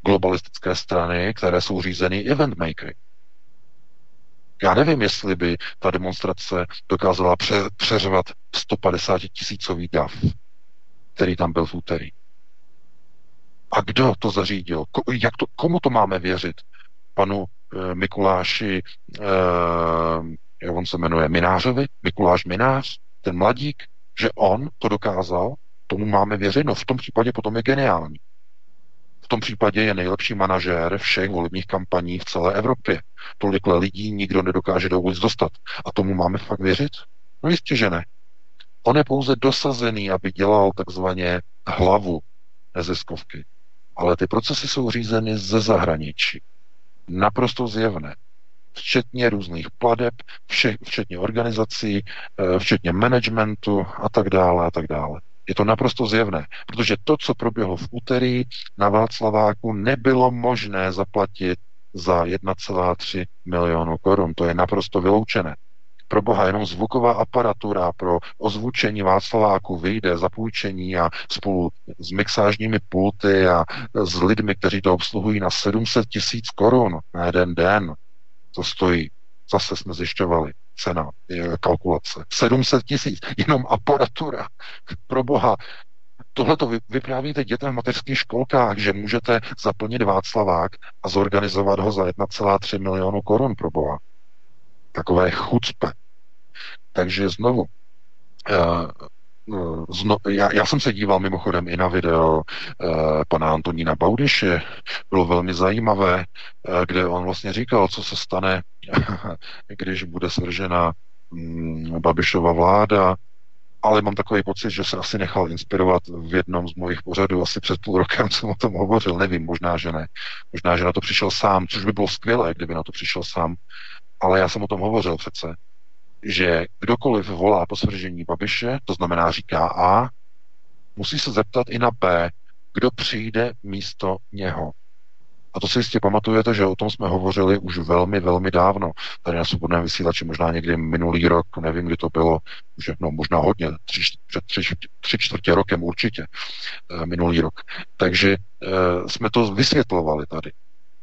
globalistické strany, které jsou řízeny event makery. Já nevím, jestli by ta demonstrace dokázala přeřvat 150 000 dav, který tam byl v úterý. A kdo to zařídil? Komu to máme věřit? Panu Mikuláši, jak on se jmenuje, Minářovi? Mikuláš Minář? Ten mladík? Že on to dokázal? Tomu máme věřit? No v tom případě potom je geniální. V tom případě je nejlepší manažér všech volebních kampaní v celé Evropě. Tolikle lidí nikdo nedokáže do ulic dostat. A tomu máme fakt věřit? No jistě, že ne. On je pouze dosazený, aby dělal takzvaně hlavu neziskovky. Ale ty procesy jsou řízeny ze zahraničí. Naprosto zjevné. Včetně různých plateb, včetně organizací, včetně managementu a tak dále a tak dále. Je to naprosto zjevné, protože to, co proběhlo v úterý na Václaváku, nebylo možné zaplatit za 1,3 milionu korun. To je naprosto vyloučené. Pro boha, jenom zvuková aparatura pro ozvučení Václaváku vyjde za půjčení a spolu s mixážními pulty a s lidmi, kteří to obsluhují, na 700 000 korun na jeden den. To stojí. Zase jsme zjišťovali cena, kalkulace. 700 000, jenom aparatura. Pro boha, tohle to vyprávíte dětem v mateřských školkách, že můžete zaplnit Václavák a zorganizovat ho za 1,3 milionu korun, pro boha. Takové chucpe. Takže znovu, já jsem se díval mimochodem i na video pana Antonína Baudyše, bylo velmi zajímavé, kde on vlastně říkal, co se stane, když bude svržena Babišova vláda, ale mám takový pocit, že se asi nechal inspirovat v jednom z mojich pořadů, asi před půl rokem jsem o tom hovořil, nevím, možná, že ne. Možná, že na to přišel sám, což by bylo skvělé, kdyby na to přišel sám, ale já jsem o tom hovořil přece, že kdokoliv volá po svržení Babiše, to znamená říká A, musí se zeptat i na B, kdo přijde místo něho. A to si jistě pamatujete, že o tom jsme hovořili už velmi, velmi dávno. Tady na Svobodném vysílači možná někdy minulý rok, nevím, kdy to bylo, že, no možná hodně, před 3/4 rokem určitě, minulý rok. Takže jsme to vysvětlovali tady.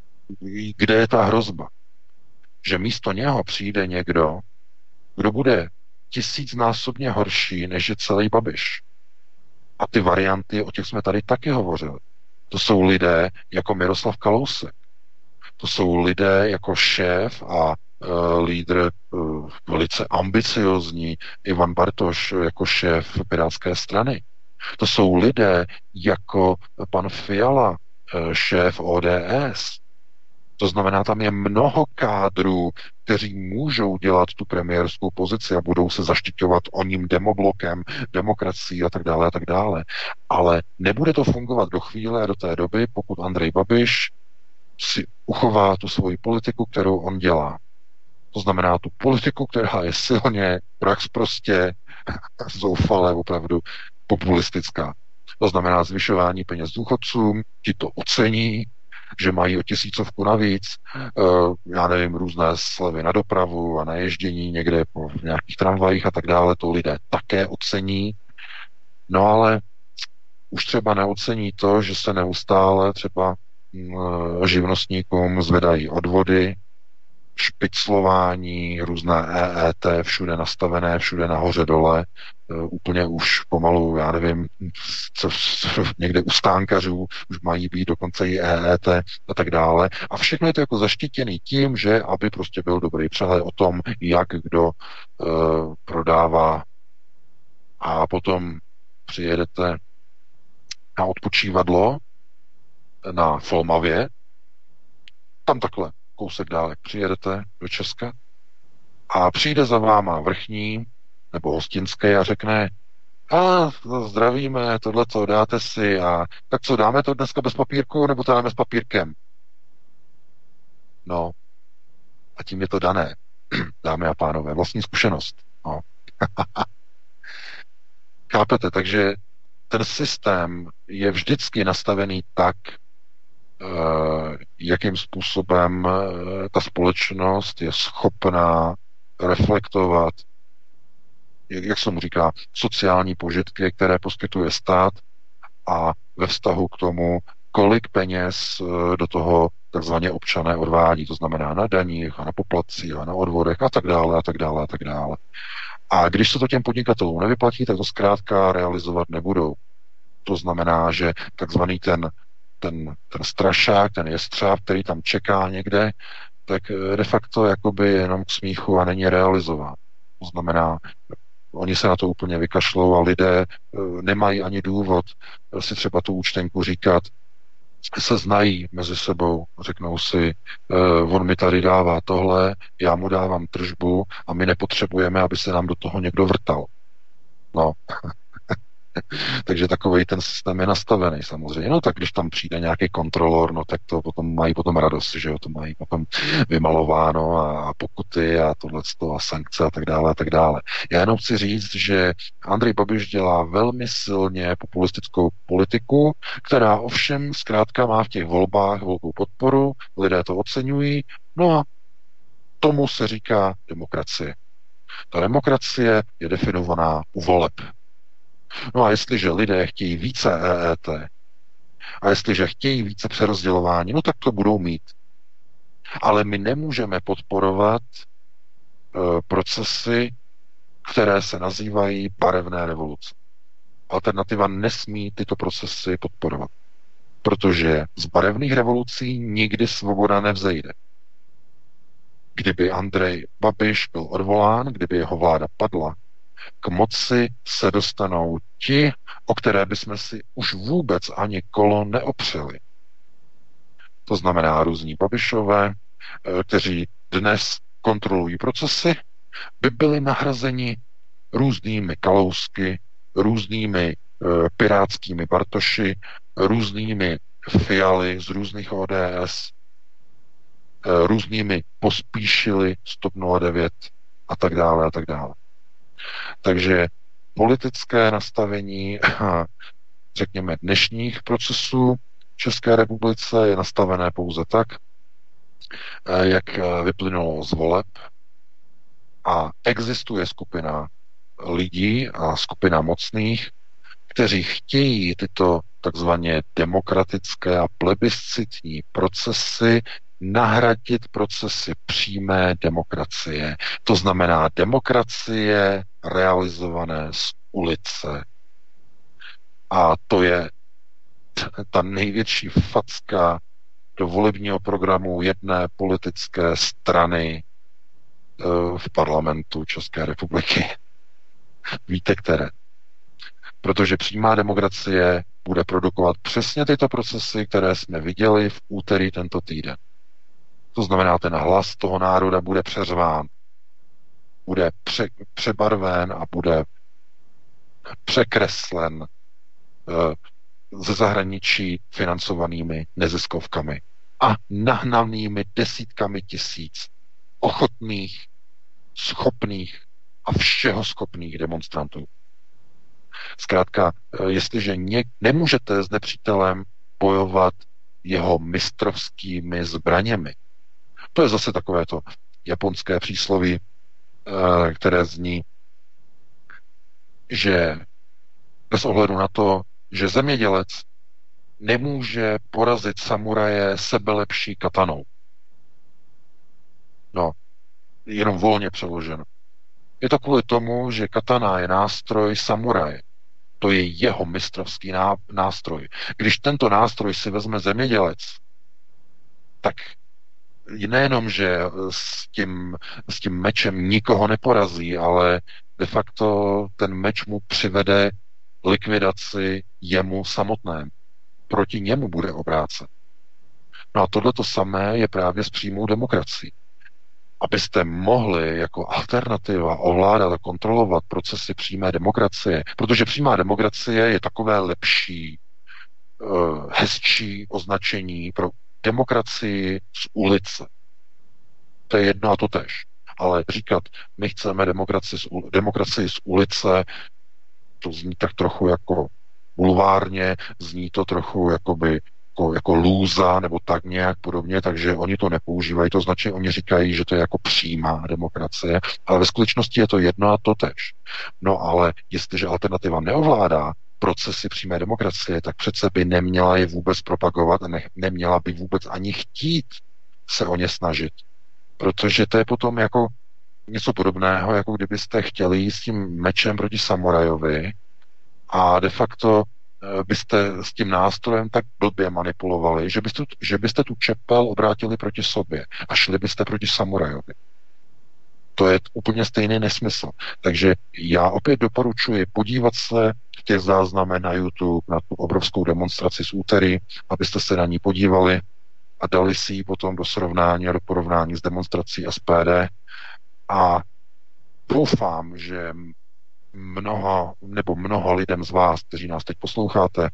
Kde je ta hrozba? Že místo něho přijde někdo, kdo bude 1000násobně horší, než je celý Babiš. A ty varianty, o těch jsme tady taky hovořili. To jsou lidé jako Miroslav Kalousek. To jsou lidé jako šéf a lídr velice ambiciozní Ivan Bartoš jako šéf Pirátské strany. To jsou lidé jako pan Fiala, šéf ODS. To znamená, tam je mnoho kádrů, kteří můžou dělat tu premiérskou pozici a budou se zaštiťovat o ním demoblokem, demokracií a tak dále a tak dále. Ale nebude to fungovat do chvíle a do té doby, pokud Andrej Babiš si uchová tu svoji politiku, kterou on dělá. To znamená tu politiku, která je silně, prostě zoufale, opravdu populistická. To znamená zvyšování peněz důchodcům, ti to ocení, že mají o 1000 navíc, já nevím, různé slevy na dopravu a na ježdění někde po nějakých tramvajích a tak dále, to lidé také ocení. No ale už třeba neocení to, že se neustále třeba živnostníkům zvedají odvody, špiclování, různé EET, všude nastavené, všude nahoře dole, úplně už pomalu, já nevím, někde u stánkařů už mají být dokonce i EET a tak dále. A všechno je to jako zaštítěný tím, že aby prostě byl dobrý přehled o tom, jak kdo prodává, a potom přijedete na odpočívadlo na Folmavě, tam takhle kousek dále přijedete do Česka a přijde za váma vrchní nebo hostinské a řekne: zdravíme, tohleto dáte si, a tak co, dáme to dneska bez papírku, nebo to dáme s papírkem? No, a tím je to dané, dámy a pánové, vlastní zkušenost. No. Chápete, takže ten systém je vždycky nastavený tak, jakým způsobem ta společnost je schopná reflektovat, jak se mu říká, sociální požitky, které poskytuje stát, a ve vztahu k tomu kolik peněz do toho takzvaně občané odvádí, to znamená na daních a na poplatcích a na odvodech a tak dále a tak dále a tak dále. A když se to těm podnikatelům nevyplatí, tak to zkrátka realizovat nebudou. To znamená, že takzvaný ten strašák, ten jestřáb, který tam čeká někde, tak de facto jakoby jenom k smíchu a není realizován. To znamená, oni se na to úplně vykašlou a lidé nemají ani důvod si třeba tu účtenku říkat, se znají mezi sebou, řeknou si, on mi tady dává tohle, já mu dávám tržbu a my nepotřebujeme, aby se nám do toho někdo vrtal. No, takže takový ten systém je nastavený samozřejmě. No tak když tam přijde nějaký kontrolor, no tak to potom mají radost, že jo, to mají potom vymalováno a pokuty a tohleto a sankce a tak dále a tak dále. Já jenom chci říct, že Andrej Babiš dělá velmi silně populistickou politiku, která ovšem zkrátka má v těch volbách velkou podporu, lidé to oceňují, no a tomu se říká demokracie. Ta demokracie je definovaná u voleb. No a jestliže lidé chtějí více EET a jestliže chtějí více přerozdělování, no tak to budou mít. Ale my nemůžeme podporovat procesy, které se nazývají barevné revoluce. Alternativa nesmí tyto procesy podporovat, protože z barevných revolucí nikdy svoboda nevzejde. Kdyby Andrej Babiš byl odvolán, kdyby jeho vláda padla, k moci se dostanou ti, o které bychom si už vůbec ani kolo neopřeli. To znamená různí Babišové, kteří dnes kontrolují procesy, by byli nahrazeni různými Kalousky, různými pirátskými Bartoši, různými Fialy z různých ODS, různými Pospíšily z TOP 09 a tak dále a tak dále. Takže politické nastavení, řekněme, dnešních procesů v České republice je nastavené pouze tak, jak vyplynulo z voleb, a existuje skupina lidí a skupina mocných, kteří chtějí tyto takzvaně demokratické a plebiscitní procesy nahradit procesy přímé demokracie. To znamená demokracie realizované z ulice. A to je ta největší facka do volebního programu jedné politické strany v parlamentu České republiky. Víte, které? Protože přímá demokracie bude produkovat přesně tyto procesy, které jsme viděli v úterý tento týden. To znamená, ten hlas toho národa bude přeřván, bude přebarven a bude překreslen ze zahraničí financovanými neziskovkami a nahnanými desítkami tisíc ochotných, schopných a všeho schopných demonstrantů. Zkrátka, jestliže nemůžete s nepřítelem bojovat jeho mistrovskými zbraněmi, to je zase takové to japonské přísloví, které zní, že bez ohledu na to, že zemědělec nemůže porazit samuraje sebelepší katanou. No, jenom volně přeloženo. Je to kvůli tomu, že katana je nástroj samuraje. To je jeho mistrovský nástroj. Když tento nástroj si vezme zemědělec, tak nejenom, že s tím mečem nikoho neporazí, ale de facto ten meč mu přivede likvidaci jemu samotnému. Proti němu bude obrácen. No a tohleto samé je právě s přímou demokracií. Abyste mohli jako alternativa ovládat a kontrolovat procesy přímé demokracie, protože přímá demokracie je takové lepší, hezčí označení pro demokracii z ulice. To je jedno a to též. Ale říkat, my chceme demokracii z ulice, to zní tak trochu jako bulvárně, zní to trochu jako lůza nebo tak nějak podobně, takže oni to nepoužívají, to značí, oni říkají, že to je jako přímá demokracie, ale ve skutečnosti je to jedno a to též. No ale jestliže alternativa neovládá procesy přímé demokracie, tak přece by neměla je vůbec propagovat a neměla by vůbec ani chtít se o ně snažit. Protože to je potom jako něco podobného, jako kdybyste chtěli jít s tím mečem proti samurajovi a de facto byste s tím nástrojem tak blbě manipulovali, že byste tu čepel obrátili proti sobě a šli byste proti samurajovi. To je úplně stejný nesmysl. Takže já opět doporučuji podívat se v těch záznamech na YouTube na tu obrovskou demonstraci z úterý, abyste se na ní podívali a dali si ji potom do srovnání a do porovnání s demonstrací SPD. A doufám, že mnoho lidem z vás, kteří nás teď posloucháte,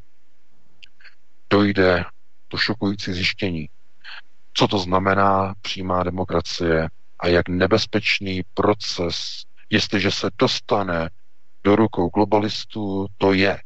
dojde to šokující zjištění, co to znamená přímá demokracie a jak nebezpečný proces, jestliže se dostane do rukou globalistů, to je.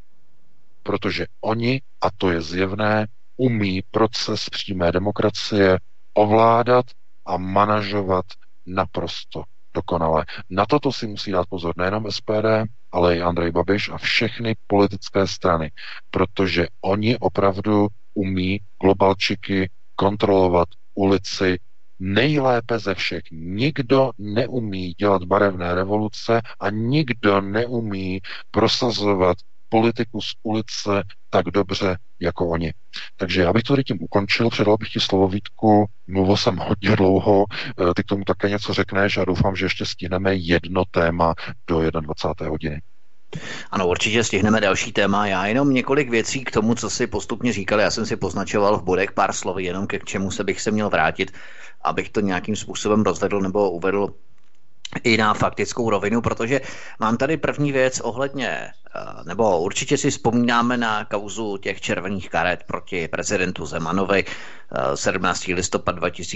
Protože oni, a to je zjevné, umí proces přímé demokracie ovládat a manažovat naprosto dokonale. Na toto si musí dát pozor nejenom SPD, ale i Andrej Babiš a všechny politické strany, protože oni opravdu umí globalčiky kontrolovat ulici nejlépe ze všech. Nikdo neumí dělat barevné revoluce a nikdo neumí prosazovat politiku z ulice tak dobře jako oni. Takže já bych to tím ukončil, předal bych ti slovo, Vítku, mluvil jsem hodně dlouho, ty k tomu také něco řekneš a doufám, že ještě stihneme jedno téma do 21. hodiny. Ano, určitě stihneme další téma. Já jenom několik věcí k tomu, co si postupně říkal. Já jsem si poznačoval v bodech pár slov, jenom k čemu bych se měl vrátit, abych to nějakým způsobem rozvedl nebo uvedl i na faktickou rovinu, protože mám tady první věc ohledně, nebo určitě si vzpomínáme na kauzu těch červených karet proti prezidentu Zemanovi 17. listopad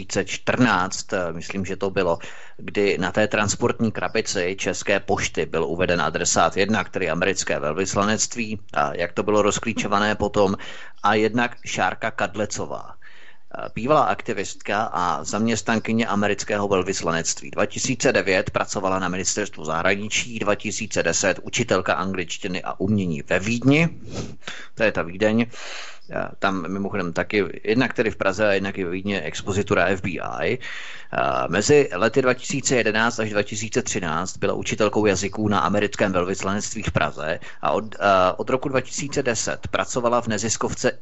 2014, myslím, že to bylo, kdy na té transportní krabici České pošty byl uveden adresát jednak, tedy americké velvyslanectví, a jak to bylo rozklíčované potom, a jednak Šárka Kadlecová, bývalá aktivistka a zaměstnankyně amerického velvyslanectví. 2009 pracovala na ministerstvu zahraničí, 2010 učitelka angličtiny a umění ve Vídni, to je ta Vídeň, tam mimochodem taky jednak tedy v Praze a jednak i ve Vídni expozitura FBI. Mezi lety 2011 až 2013 byla učitelkou jazyků na americkém velvyslanectví v Praze a od roku 2010 pracovala v neziskovce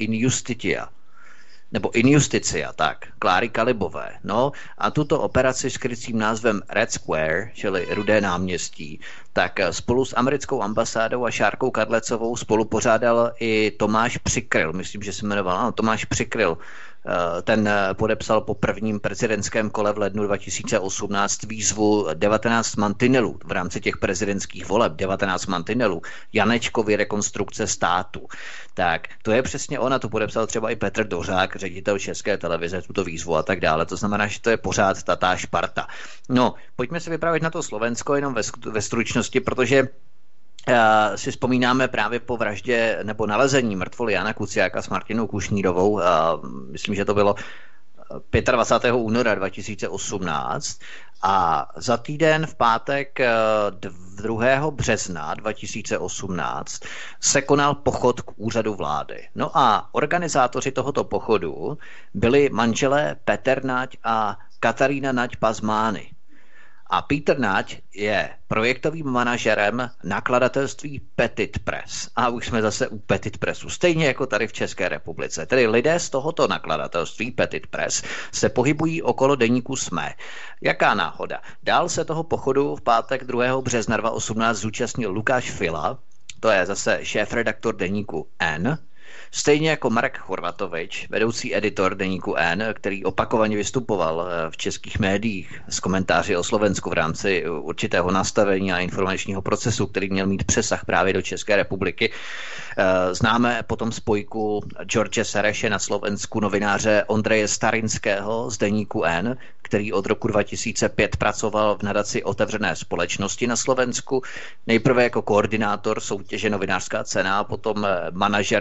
Injusticia, tak, Kláry Kalibové. No a tuto operaci s krycím názvem Red Square, čili Rudé náměstí, tak spolu s americkou ambasádou a Šárkou Kadlecovou spolu pořádal i Tomáš Přikryl, myslím, že se jmenoval, Tomáš Přikryl. Ten podepsal po prvním prezidentském kole v lednu 2018 výzvu 19 mantinelů v rámci těch prezidentských voleb, 19 mantinelů, Janečkovy rekonstrukce státu. Tak to je přesně ona, to podepsal třeba i Petr Dořák, ředitel České televize, tuto výzvu a tak dále. To znamená, že to je pořád tatáž parta. No, pojďme se vypravit na to Slovensko jenom ve stručnosti, protože si vzpomínáme právě po vraždě nebo nalezení mrtvoly Jana Kuciaka s Martinou Kušnírovou, myslím, že to bylo 25. února 2018 a za týden v pátek 2. března 2018 se konal pochod k úřadu vlády. No a organizátoři tohoto pochodu byli manželé Petr Nať a Katarína Nať Pazmány. A Peter Nať je projektovým manažerem nakladatelství Petit Press. A už jsme zase u Petit Pressu, stejně jako tady v České republice. Tedy lidé z tohoto nakladatelství Petit Press se pohybují okolo deníku SME. Jaká náhoda? Dál se toho pochodu v pátek 2. března 2018 zúčastnil Lukáš Fila, to je zase šéfredaktor deníku N, stejně jako Marek Chorvatovič, vedoucí editor deníku N, který opakovaně vystupoval v českých médiích s komentáři o Slovensku v rámci určitého nastavení a informačního procesu, který měl mít přesah právě do České republiky. Známe potom spojku George Sereše na Slovensku, novináře Ondreje Starinského z deníku N, který od roku 2005 pracoval v nadaci Otevřené společnosti na Slovensku. Nejprve jako koordinátor soutěže Novinářská cena a potom manažer mediální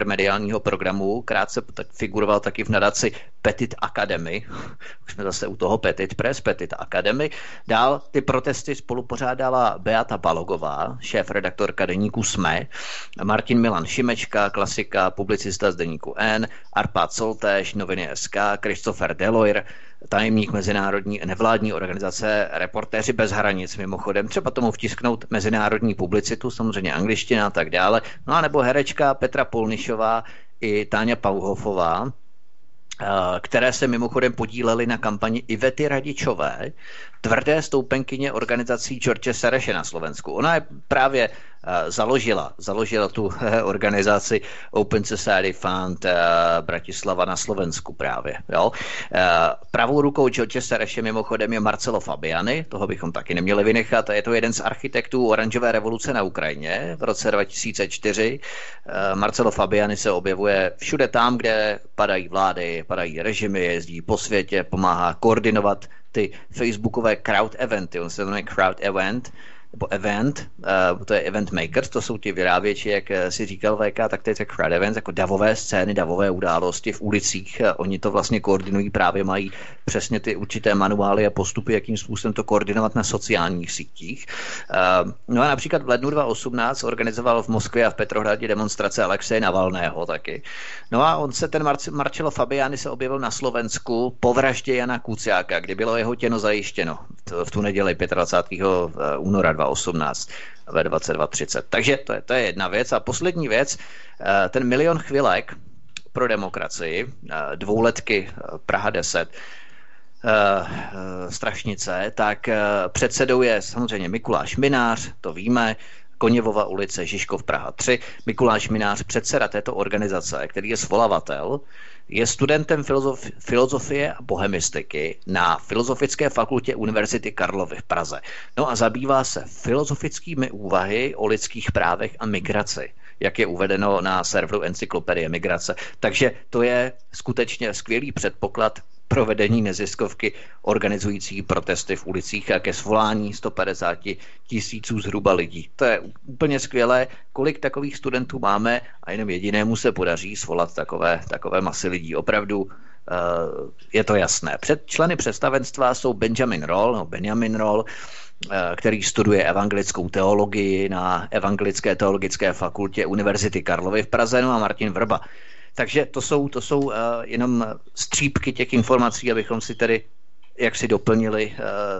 sociálního programu, krátce figuroval taky v nadaci Petit Academy, už jsme zase u toho Petit Press, Petit Academy. Dál ty protesty spolupořádala Beata Balogová, šéf-redaktorka deníku SME, Martin Milan Šimečka, klasika, publicista z deníku N, Arpád Soltéš, noviny SK, Christopher Deloyer, tajemník mezinárodní nevládní organizace Reportéři bez hranic, mimochodem, třeba tomu vtisknout mezinárodní publicitu, samozřejmě angličtina a tak dále, no a nebo herečka Petra Polnišová i Táňa Pauhofová, které se mimochodem podílely na kampani Ivety Radičové, tvrdé stoupenkyně organizací George Sereše na Slovensku. Ona je právě založila tu organizaci Open Society Fund Bratislava na Slovensku právě. Jo? Pravou rukou George Sereše mimochodem je Marcelo Fabiani, toho bychom taky neměli vynechat, a je to jeden z architektů oranžové revoluce na Ukrajině v roce 2004. Marcelo Fabiani se objevuje všude tam, kde padají vlády, padají režimy, jezdí po světě, pomáhá koordinovat ty facebookové crowd eventy, on se jmenuje crowd event, nebo event, to je event makers, to jsou ti vyráběči, jak si říkal VK, tak to je crowd events, jako davové scény, davové události v ulicích. Oni to vlastně koordinují, právě mají přesně ty určité manuály a postupy, jakým způsobem to koordinovat na sociálních sítích. No a například v lednu 2018 organizoval v Moskvě a v Petrohradě demonstrace Alexeje Navalného taky. No a on se, ten Marcelo Fabiani se objevil na Slovensku po vraždě Jana Kuciáka, kdy bylo jeho tělo zajištěno v tu neděli 25. února 2018 ve 22:30. Takže to je jedna věc. A poslední věc, ten milion chvilek pro demokracii, dvouletky Praha 10, Strašnice, tak předsedou je samozřejmě Mikuláš Minář, to víme, Koněvova ulice, Žižkov, Praha 3. Mikuláš Minář, předseda této organizace, který je svolavatel, je studentem filozofie a bohemistiky na Filozofické fakultě Univerzity Karlovy v Praze. No a zabývá se filozofickými úvahy o lidských právech a migraci, jak je uvedeno na serveru Encyklopedie migrace. Takže to je skutečně skvělý předpoklad pro vedení neziskovky organizující protesty v ulicích a ke svolání 150 000 zhruba lidí. To je úplně skvělé, kolik takových studentů máme a jenom jedinému se podaří svolat takové masy lidí. Opravdu je to jasné. Členy představenstva jsou Benjamin Roll, který studuje evangelickou teologii na Evangelické teologické fakultě Univerzity Karlovy v Praze, no a Martin Vrba. Takže to jsou jenom střípky těch informací, abychom si tedy jaksi doplnili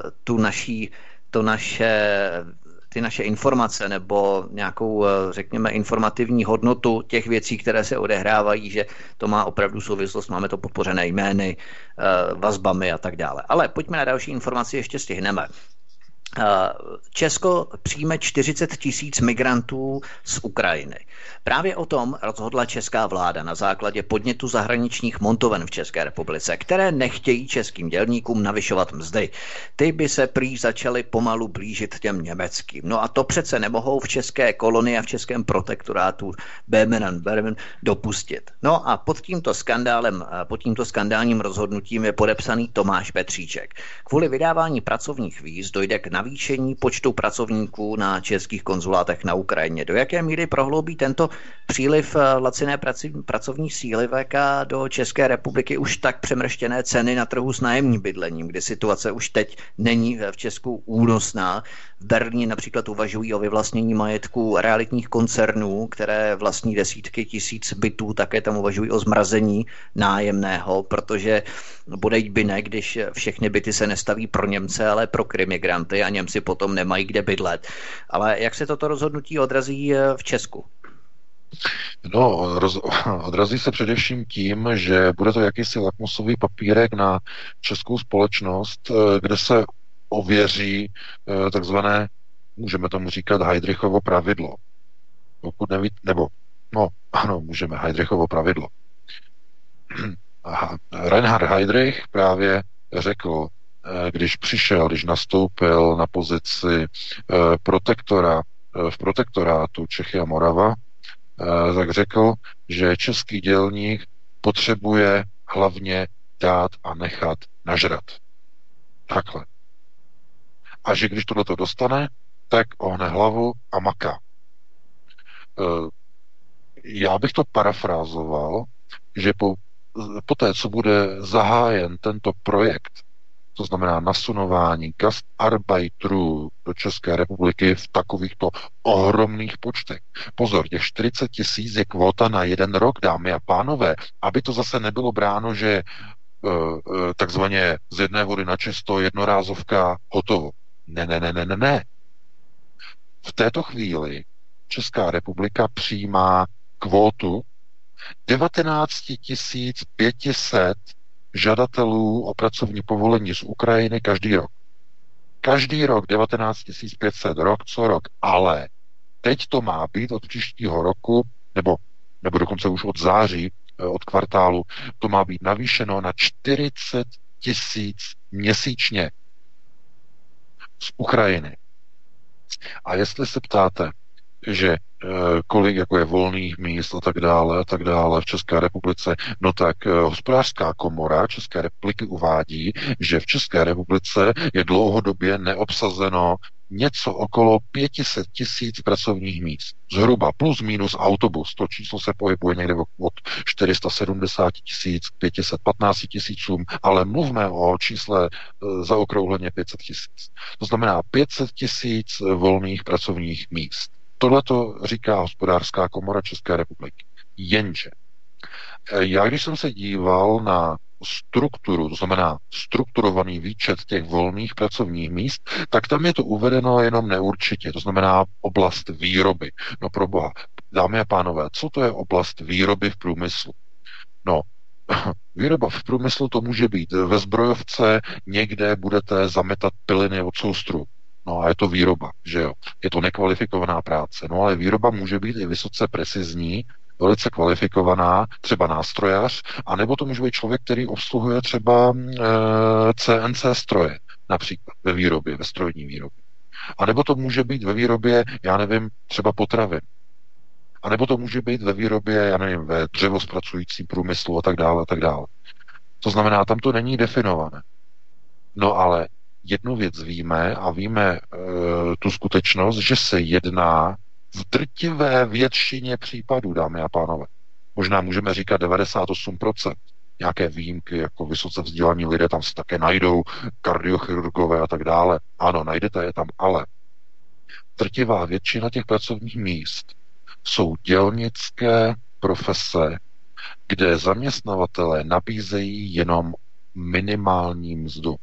ty naše informace nebo nějakou, řekněme, informativní hodnotu těch věcí, které se odehrávají, že to má opravdu souvislost, máme to podpořené jmény, vazbami a tak dále. Ale pojďme na další informaci, ještě stihneme. Česko přijme 40 000 migrantů z Ukrajiny. Právě o tom rozhodla česká vláda na základě podnětu zahraničních montoven v České republice, které nechtějí českým dělníkům navyšovat mzdy. Ty by se prý začaly pomalu blížit těm německým. No a to přece nemohou v české kolonii a v českém protektorátu Böhmen dopustit. No a pod tímto skandálním rozhodnutím je podepsaný Tomáš Petříček. Kvůli vydávání pracovních víz dojde k navýšení počtu pracovníků na českých konzulátech na Ukrajině. Do jaké míry prohloubí tento příliv laciné pracovní síly VK do České republiky už tak přemrštěné ceny na trhu s nájemním bydlením, kdy situace už teď není v Česku únosná. V Berlíně například uvažují o vyvlastnění majetku realitních koncernů, které vlastní desítky tisíc bytů, také tam uvažují o zmrazení nájemného, protože bodejť by ne, když všechny byty se nestaví pro Němce, ale pro imigranty a Němci potom nemají kde bydlet. Ale jak se toto rozhodnutí odrazí v Česku? No, odrazí se především tím, že bude to jakýsi lakmusový papírek na českou společnost, kde se ověří takzvané, můžeme tomu říkat, Heydrichovo pravidlo. Pokud nevíte, můžeme, Heydrichovo pravidlo. Reinhard Heydrich právě řekl, když nastoupil na pozici protektora v protektorátu Čechy a Morava, tak řekl, že český dělník potřebuje hlavně dát a nechat nažrat. Takhle. A že když tohleto dostane, tak ohne hlavu a maká. Já bych to parafrázoval, že po té, co bude zahájen tento projekt, to znamená nasunování gastarbeiterů do České republiky v takovýchto ohromných počtech. Pozor, těch 40 000 je kvóta na 1 rok, dámy a pánové, aby to zase nebylo bráno, že takzvaně z jedné vody na čisto, jednorázovka, hotovo. Ne. V této chvíli Česká republika přijímá kvótu 19 500 žadatelů o pracovní povolení z Ukrajiny každý rok. Každý rok 19 500, rok co rok. Ale teď to má být od příštího roku, nebo dokonce už od září, od kvartálu, to má být navýšeno na 40 000 měsíčně z Ukrajiny. A jestli se ptáte, že kolik jako je volných míst a tak dále v České republice, no tak Hospodářská komora České republiky uvádí, že v České republice je dlouhodobě neobsazeno něco okolo 500 000 pracovních míst. Zhruba plus minus autobus. To číslo se pohybuje někde od 470 000 k 515 000, ale mluvme o čísle zaokrouhleně 500 000. To znamená 500 000 volných pracovních míst. Tohle to říká Hospodářská komora České republiky. Jenže já, když jsem se díval na strukturu, to znamená strukturovaný výčet těch volných pracovních míst, tak tam je to uvedeno jenom neurčitě, to znamená oblast výroby. No pro boha, dámy a pánové, co to je oblast výroby v průmyslu? No, výroba v průmyslu to může být ve zbrojovce, někde budete zametat piliny od soustru. No a je to výroba, že jo? Je to nekvalifikovaná práce. No ale výroba může být i vysoce precizní, velice kvalifikovaná, třeba nástrojař, anebo to může být člověk, který obsluhuje třeba CNC stroje, například ve výrobě, ve strojní výrobě. A nebo to může být ve výrobě, já nevím, třeba potravin. A nebo to může být ve výrobě, já nevím, ve dřevospracujícím průmyslu a tak dále, a tak dále. To znamená, tam to není definované. No ale jednu věc víme a víme tu skutečnost, že se jedná v drtivé většině případů, dámy a pánové. Možná můžeme říkat 98%. Nějaké výjimky, jako vysoce vzdělaní lidé, tam se také najdou, kardiochirurgové a tak dále. Ano, najdete je tam, ale drtivá většina těch pracovních míst jsou dělnické profese, kde zaměstnavatelé nabízejí jenom minimální mzdu.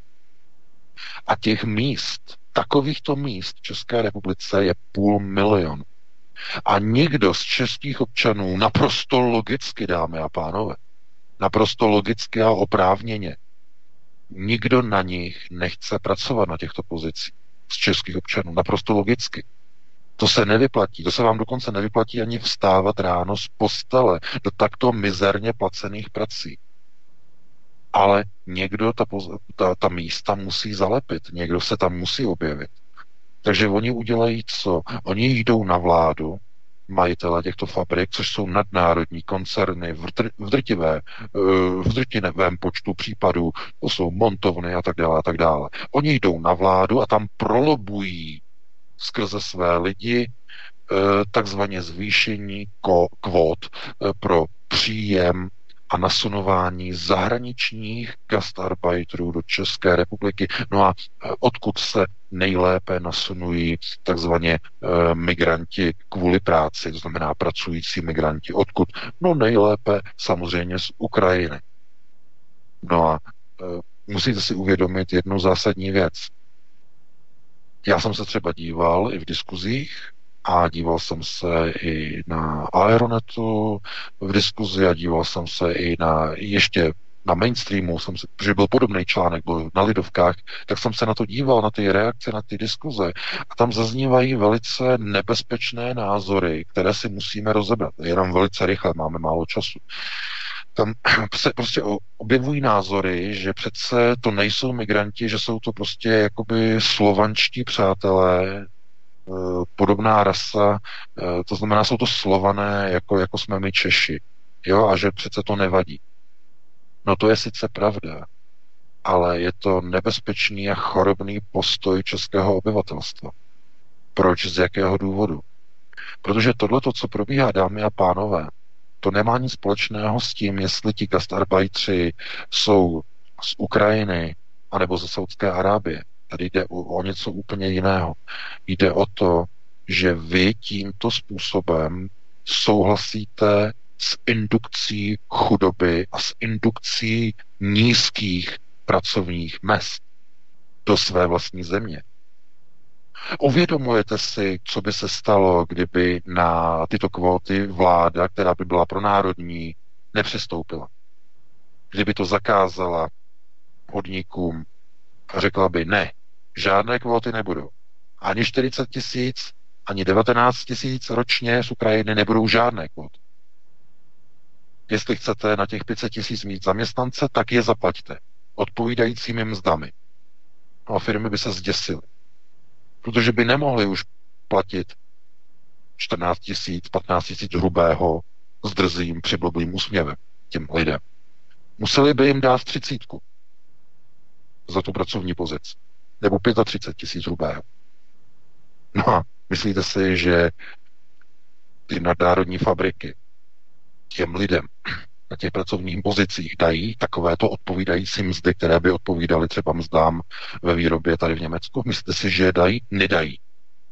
A těch míst, takovýchto míst v České republice je 500 000. A nikdo z českých občanů naprosto logicky, dámy a pánové, naprosto logicky a oprávněně, nikdo na nich nechce pracovat na těchto pozicích z českých občanů, naprosto logicky. To se nevyplatí, to se vám dokonce nevyplatí ani vstávat ráno z postele do takto mizerně placených prací. Ale někdo ta místa musí zalepit, někdo se tam musí objevit. Takže oni udělají co? Oni jdou na vládu, majitele těchto fabrik, což jsou nadnárodní koncerny v drtivém počtu případů, to jsou montovny a tak dále, a tak dále. Oni jdou na vládu a tam prolobují skrze své lidi takzvaně zvýšení kvót pro příjem a nasunování zahraničních gastarbeiterů do České republiky. No a odkud se nejlépe nasunují takzvaně migranti kvůli práci, to znamená pracující migranti. Odkud? No nejlépe samozřejmě z Ukrajiny. No a musíte si uvědomit jednu zásadní věc. Já jsem se třeba díval i v diskuzích a díval jsem se i na Aeronetu v diskuzi a díval jsem se i ještě na mainstreamu, protože byl podobný článek, byl na Lidovkách, tak jsem se na to díval, na ty reakce, na ty diskuze a tam zaznívají velice nebezpečné názory, které si musíme rozebrat. Jenom velice rychle, máme málo času. Tam se prostě objevují názory, že přece to nejsou migranti, že jsou to prostě jakoby slovanští přátelé, podobná rasa, to znamená, jsou to Slované, jako jsme my Češi. Jo, a že přece to nevadí. No to je sice pravda, ale je to nebezpečný a chorobný postoj českého obyvatelstva. Proč? Z jakého důvodu? Protože tohleto, co probíhá, dámy a pánové, to nemá nic společného s tím, jestli ti gastarbajtři jsou z Ukrajiny anebo ze Saudské Arábie. Tady jde o něco úplně jiného. Jde o to, že vy tímto způsobem souhlasíte s indukcí chudoby a s indukcí nízkých pracovních mezd do své vlastní země. Uvědomujete si, co by se stalo, kdyby na tyto kvóty vláda, která by byla pronárodní, nepřistoupila? Kdyby to zakázala podnikům a řekla by ne, žádné kvóty nebudou. Ani 40 000, ani 19 000 ročně z Ukrajiny nebudou žádné kvóty. Jestli chcete na těch 500 000 mít zaměstnance, tak je zaplaťte odpovídajícími mzdami. A firmy by se zděsily. Protože by nemohli už platit 14 000, 15 000 hrubého s drzým, přibloblým úsměvem těm lidem. Museli by jim dát 30 za tu pracovní pozici. Nebo 35 000 hrubého. No a myslíte si, že ty nadnárodní fabriky těm lidem na těch pracovních pozicích dají takovéto odpovídající mzdy, které by odpovídaly třeba mzdám ve výrobě tady v Německu? Myslíte si, že je dají? Nedají.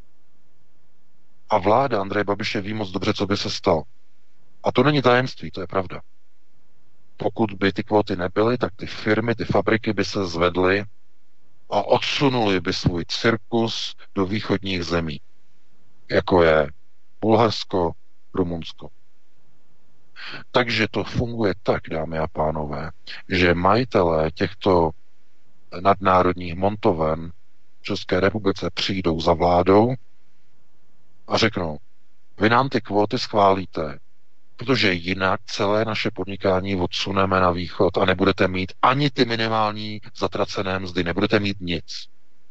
A vláda Andreje Babiše ví moc dobře, co by se stalo. A to není tajemství, to je pravda. Pokud by ty kvóty nebyly, tak ty firmy, ty fabriky by se zvedly a odsunuli by svůj cirkus do východních zemí, jako je Bulharsko, Rumunsko. Takže to funguje tak, dámy a pánové, že majitelé těchto nadnárodních montoven v České republice přijdou za vládou a řeknou, vy nám ty kvóty schválíte, protože jinak celé naše podnikání odsuneme na východ a nebudete mít ani ty minimální zatracené mzdy, nebudete mít nic.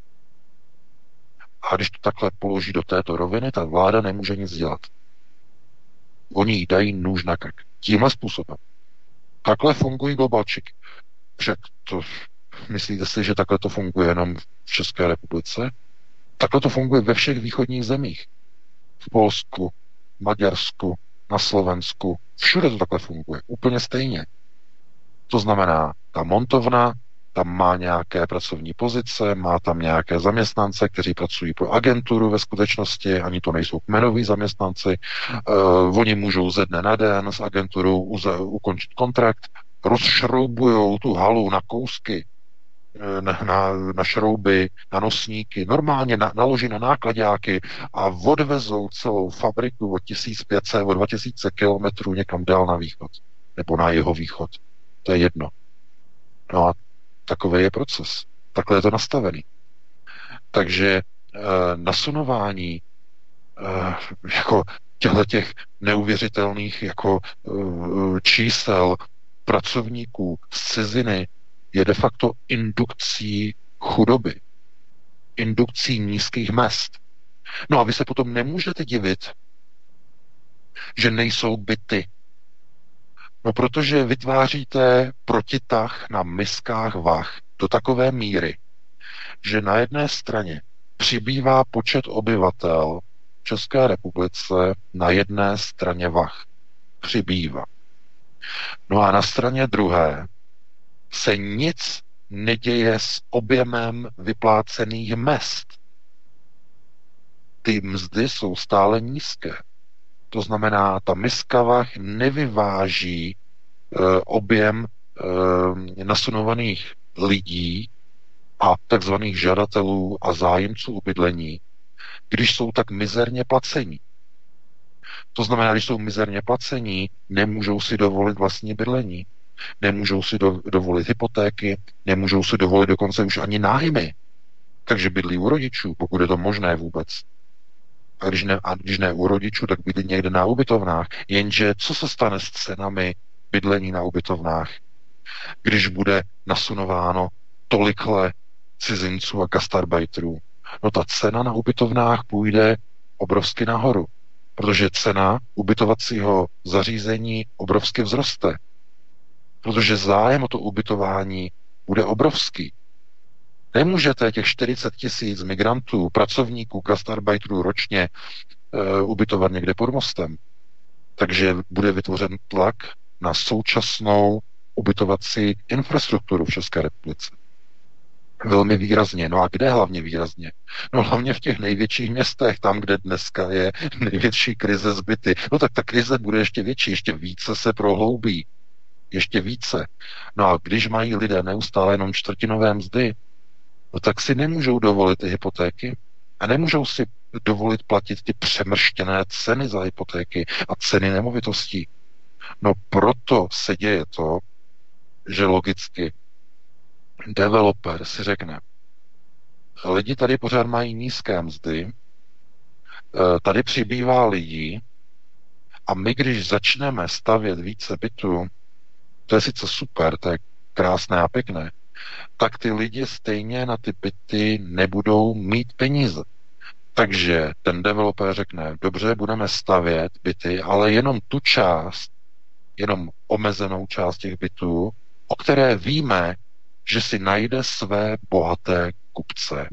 A když to takhle položí do této roviny, ta vláda nemůže nic dělat. Oni jí dají nůž na krk. Tímhle způsobem. Takhle fungují globalčiky. Však to, myslíte si, že takhle to funguje jenom v České republice? Takhle to funguje ve všech východních zemích. V Polsku, Maďarsku, na Slovensku. Všude to takhle funguje. Úplně stejně. To znamená, ta montovna tam má nějaké pracovní pozice, má tam nějaké zaměstnance, kteří pracují pro agenturu ve skutečnosti, ani to nejsou kmenoví zaměstnanci. Oni můžou ze dne na den s agenturou ukončit kontrakt, rozšroubujou tu halu na kousky, na šrouby, na nosníky, normálně naloží na nákladáky a odvezou celou fabriku o 1500, o 2000 kilometrů někam dál na východ. Nebo na jeho východ. To je jedno. No a takový je proces. Takhle je to nastavený. Takže nasunování jako těch neuvěřitelných jako čísel pracovníků z ciziny je de facto indukcí chudoby. Indukcí nízkých mezd. No a vy se potom nemůžete divit, že nejsou byty. No protože vytváříte protitah na miskách vah do takové míry, že na jedné straně přibývá počet obyvatel v České republice, na jedné straně vah. Přibývá. No a na straně druhé se nic neděje s objemem vyplácených mezd. Ty mzdy jsou stále nízké. To znamená, ta miska vah nevyváží objem nasunovaných lidí a takzvaných žadatelů a zájemců o bydlení, když jsou tak mizerně placení. To znamená, když jsou mizerně placení, nemůžou si dovolit vlastní bydlení, nemůžou si dovolit hypotéky, nemůžou si dovolit dokonce už ani nájmy. Takže bydlí u rodičů, pokud je to možné vůbec. A když ne u rodičů, tak bydlí někde na ubytovnách. Jenže co se stane s cenami bydlení na ubytovnách, když bude nasunováno tolikhle cizinců a gastarbajterů? No ta cena na ubytovnách půjde obrovsky nahoru, protože cena ubytovacího zařízení obrovsky vzroste, protože zájem o to ubytování bude obrovský. Nemůžete těch 40 000 migrantů, pracovníků, gastarbajterů ročně ubytovat někde pod mostem. Takže bude vytvořen tlak na současnou ubytovací infrastrukturu v České republice. Velmi výrazně. No a kde hlavně výrazně? No hlavně v těch největších městech, tam, kde dneska je největší krize s byty. No tak ta krize bude ještě větší, ještě více se prohloubí. Ještě více. No a když mají lidé neustále jenom čtvrtinové mzdy, no tak si nemůžou dovolit ty hypotéky a nemůžou si dovolit platit ty přemrštěné ceny za hypotéky a ceny nemovitostí. No proto se děje to, že logicky developer si řekne, lidi tady pořád mají nízké mzdy, tady přibývá lidí a my, když začneme stavět více bytů, to je sice super, to je krásné a pěkné, tak ty lidi stejně na ty byty nebudou mít peníze. Takže ten developer řekne, dobře, budeme stavět byty, ale jenom tu část, jenom omezenou část těch bytů, o které víme, že si najde své bohaté kupce.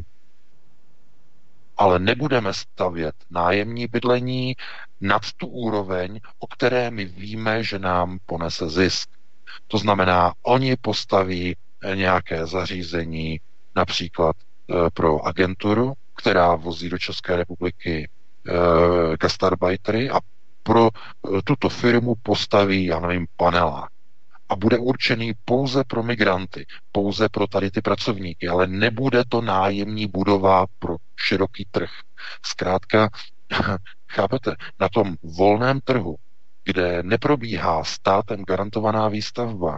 Ale nebudeme stavět nájemní bydlení nad tu úroveň, o které my víme, že nám ponese zisk. To znamená, oni postaví nějaké zařízení, například pro agenturu, která vozí do České republiky gastarbeitery a pro tuto firmu postaví, já nevím, panelák. A bude určený pouze pro migranty, pouze pro tady ty pracovníky, ale nebude to nájemní budova pro široký trh. Zkrátka, chápete, na tom volném trhu, kde neprobíhá státem garantovaná výstavba,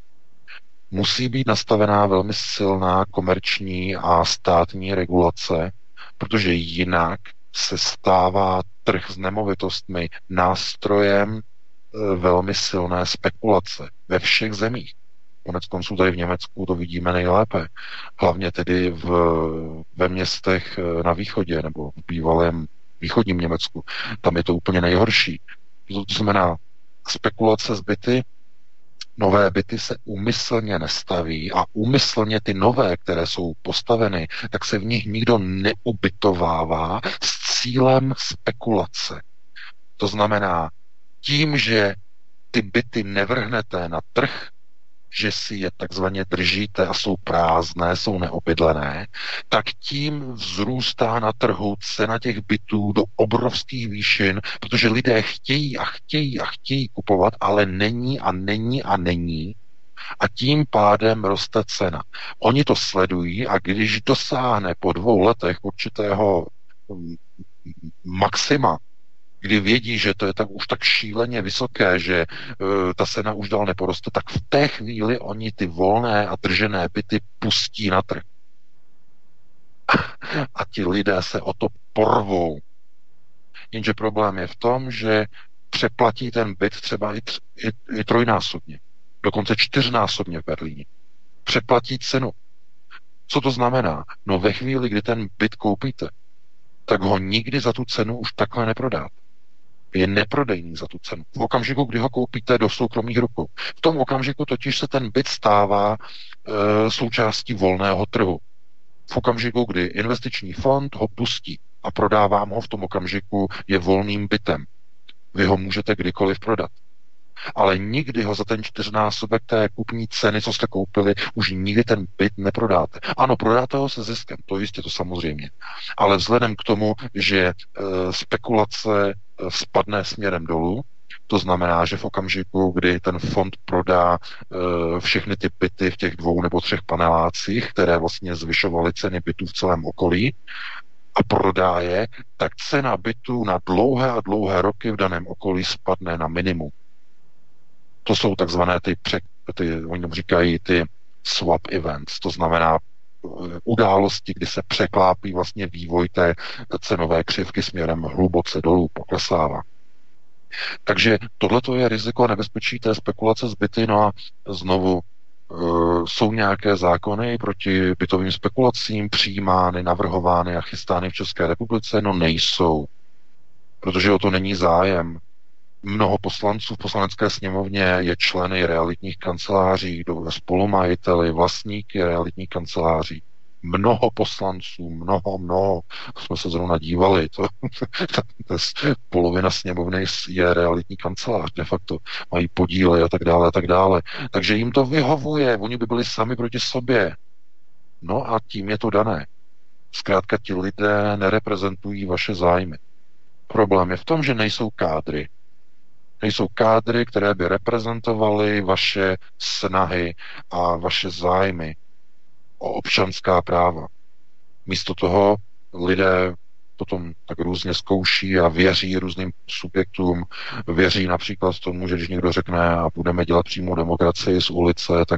musí být nastavená velmi silná komerční a státní regulace, protože jinak se stává trh s nemovitostmi nástrojem velmi silné spekulace ve všech zemích. Konec konců tady v Německu to vidíme nejlépe. Hlavně tedy ve městech na východě nebo v bývalém východním Německu. Tam je to úplně nejhorší. To znamená spekulace s byty, nové byty se úmyslně nestaví a úmyslně ty nové, které jsou postaveny, tak se v nich nikdo neubytovává s cílem spekulace. To znamená, tím, že ty byty nevrhnete na trh, že si je takzvaně držíte a jsou prázdné, jsou neobydlené, tak tím vzrůstá na trhu cena těch bytů do obrovských výšin, protože lidé chtějí a chtějí a chtějí kupovat, ale není a není a není. A tím pádem roste cena. Oni to sledují a když dosáhne po 2 letech určitého maxima, kdy vědí, že to je už tak šíleně vysoké, že ta cena už dál neporoste, tak v té chvíli oni ty volné a držené byty pustí na trh. A ti lidé se o to porvou. Jenže problém je v tom, že přeplatí ten byt třeba i trojnásobně. Dokonce 4násobně v Berlíně. Přeplatí cenu. Co to znamená? No ve chvíli, kdy ten byt koupíte, tak ho nikdy za tu cenu už takhle neprodáte. Je neprodejný za tu cenu. V okamžiku, kdy ho koupíte do soukromých rukou. V tom okamžiku totiž se ten byt stává součástí volného trhu. V okamžiku, kdy investiční fond ho pustí a prodávám ho, v tom okamžiku je volným bytem. Vy ho můžete kdykoliv prodat. Ale nikdy ho za ten 4násobek té kupní ceny, co jste koupili, už nikdy ten byt neprodáte. Ano, prodáte ho se ziskem, to jistě, to samozřejmě. Ale vzhledem k tomu, že spekulace spadne směrem dolů, to znamená, že v okamžiku, kdy ten fond prodá všechny ty byty v těch 2 nebo 3 panelácích, které vlastně zvyšovaly ceny bytů v celém okolí, a prodá je, tak cena bytů na dlouhé a dlouhé roky v daném okolí spadne na minimum. To jsou takzvané oni říkají ty swap events, to znamená události, kdy se překlápí vlastně vývoj té cenové křivky směrem hluboce dolů, poklesává. Takže tohleto je riziko nebezpečí té spekulace s byty, no a znovu jsou nějaké zákony proti bytovým spekulacím přijímány, navrhovány a chystány v České republice? No nejsou, protože o to není zájem. Mnoho poslanců v poslanecké sněmovně je členy realitních kanceláří, spolumajiteli, vlastníky realitních kanceláří. mnoho poslanců, mnoho, jsme se zrovna dívali, polovina sněmovny je realitní kancelář, de facto mají podíly a tak dále, a tak dále. Takže jim to vyhovuje, oni by byli sami proti sobě. No a tím je to dané. Zkrátka ti lidé nereprezentují vaše zájmy. Problém je v tom, že nejsou kádry. Nejsou kádry, které by reprezentovaly vaše snahy a vaše zájmy o občanská práva. Místo toho lidé potom tak různě zkouší a věří různým subjektům, věří například tomu, že když někdo řekne a budeme dělat přímou demokracii z ulice, tak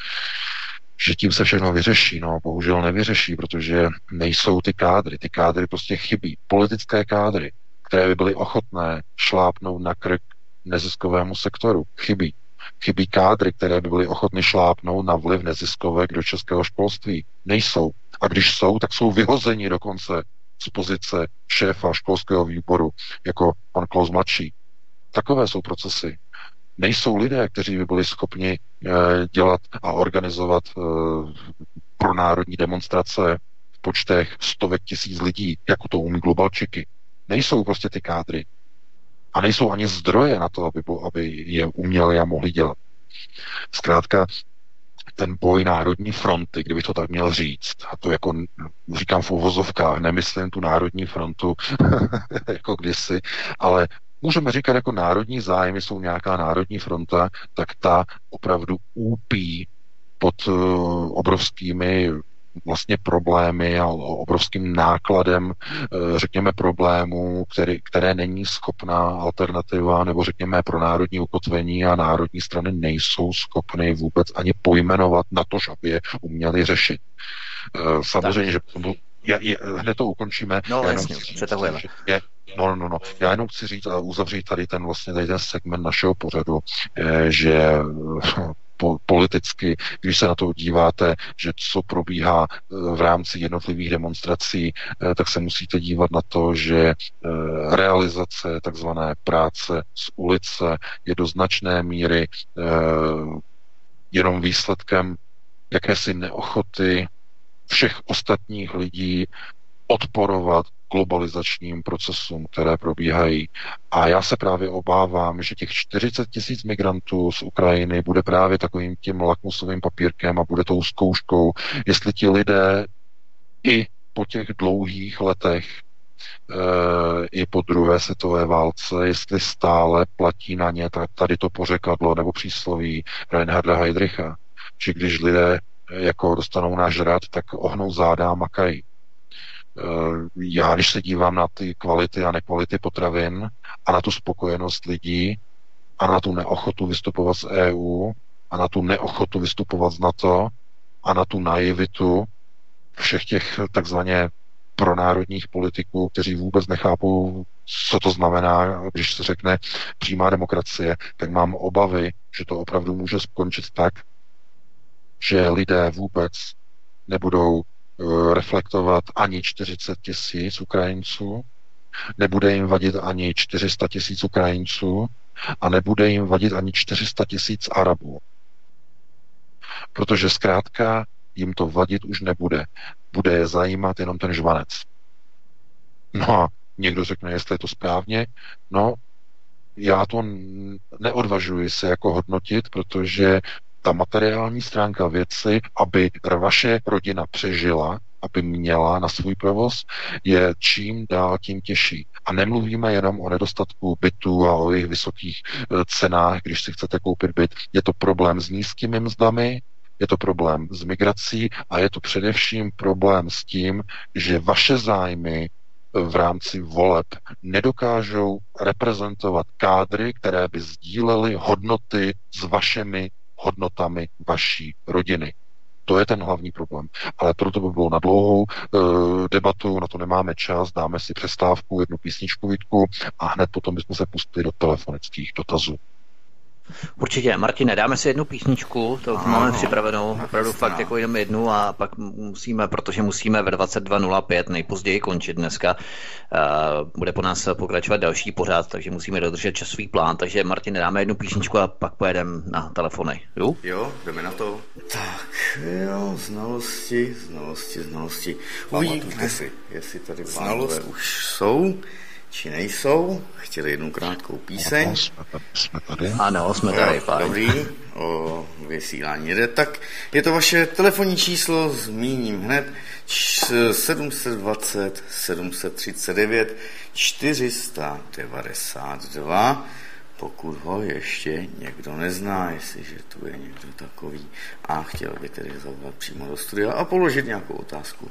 že tím se všechno vyřeší. No, bohužel nevyřeší, protože nejsou ty kádry. Ty kádry prostě chybí. Politické kádry, které by byly ochotné šlápnout na krk neziskovému sektoru. Chybí. Chybí kádry, které by byly ochotny šlápnout na vliv neziskovek do českého školství. Nejsou. A když jsou, tak jsou vyhozeni dokonce z pozice šéfa školského výboru, jako pan Klaus mladší. Takové jsou procesy. Nejsou lidé, kteří by byli schopni dělat a organizovat pronárodní demonstrace v počtech stovek tisíc lidí, jako to umí globalčiky. Nejsou prostě ty kádry. A nejsou ani zdroje na to, aby je uměli a mohli dělat. Zkrátka, ten boj Národní fronty, kdybych to tak měl říct, a to jako říkám v uvozovkách, nemyslím tu Národní frontu jako kdysi, ale můžeme říkat, jako národní zájmy jsou nějaká národní fronta, tak ta opravdu úpí pod obrovskými vlastně problémy a obrovským nákladem, řekněme, problémů, které není schopná alternativa, nebo řekněme pro národní ukotvení a národní strany nejsou schopny vůbec ani pojmenovat na to, aby je uměli řešit. Samozřejmě, že hned to ukončíme. No, jasně, přetahujeme. No. Já jenom chci říct a uzavřít tady ten segment našeho pořadu, že politicky, když se na to díváte, že co probíhá v rámci jednotlivých demonstrací, tak se musíte dívat na to, že realizace takzvané práce z ulice je do značné míry jenom výsledkem jakési neochoty všech ostatních lidí odporovat globalizačním procesům, které probíhají. A já se právě obávám, že těch 40 000 migrantů z Ukrajiny bude právě takovým tím lakmusovým papírkem a bude tou zkouškou, jestli ti lidé i po těch dlouhých letech, i po druhé světové válce, jestli stále platí na ně tady to pořekadlo nebo přísloví Reinharda Heydricha, že když lidé jako dostanou nažrat, tak ohnou záda a makají. Já, když se dívám na ty kvality a nekvality potravin a na tu spokojenost lidí a na tu neochotu vystupovat z EU a na tu neochotu vystupovat z NATO a na tu naivitu všech těch takzvaně pronárodních politiků, kteří vůbec nechápou, co to znamená, když se řekne přímá demokracie, tak mám obavy, že to opravdu může skončit tak, že lidé vůbec nebudou reflektovat ani 40 000 Ukrajinců, nebude jim vadit ani 400 000 Ukrajinců a nebude jim vadit ani 400 000 Arabů. Protože zkrátka jim to vadit už nebude. Bude je zajímat jenom ten žvanec. No a někdo řekne, jestli je to správně, no já to neodvažuji se jako hodnotit, protože ta materiální stránka věci, aby vaše rodina přežila, aby měla na svůj provoz, je čím dál tím těžší. A nemluvíme jenom o nedostatku bytů a o jejich vysokých cenách, když si chcete koupit byt. Je to problém s nízkými mzdami, je to problém s migrací a je to především problém s tím, že vaše zájmy v rámci voleb nedokážou reprezentovat kádry, které by sdílely hodnoty s vašimi hodnotami vaší rodiny. To je ten hlavní problém. Ale proto by bylo na dlouhou debatu, na to nemáme čas, dáme si přestávku, jednu písničku, Vítku, a hned potom bychom se pustili do telefonických dotazů. Určitě. Martine, dáme si jednu písničku, to máme připravenou, opravdu fakt jako jenom jednu a pak musíme, protože musíme ve 22:05 nejpozději končit dneska. Bude po nás pokračovat další pořád, takže musíme dodržet časový plán. Takže Martine, dáme jednu písničku a pak pojedeme na telefony. Jo, jdeme na to. Tak, jo, znalosti. Uvidíme si, jestli tady pánové už jsou, či nejsou. Chtěli jednu krátkou píseň. Jsme tady. Ano, jsme tady, fajn. Dobrý, o vysílání jde. Tak je to vaše telefonní číslo, zmíním hned, 720 739 492, pokud ho ještě někdo nezná, jestliže tu je někdo takový a chtěl by tedy zavolat přímo do studia a položit nějakou otázku.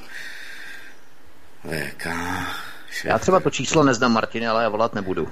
VK. Já třeba to číslo neznám, Martine, ale já volat nebudu.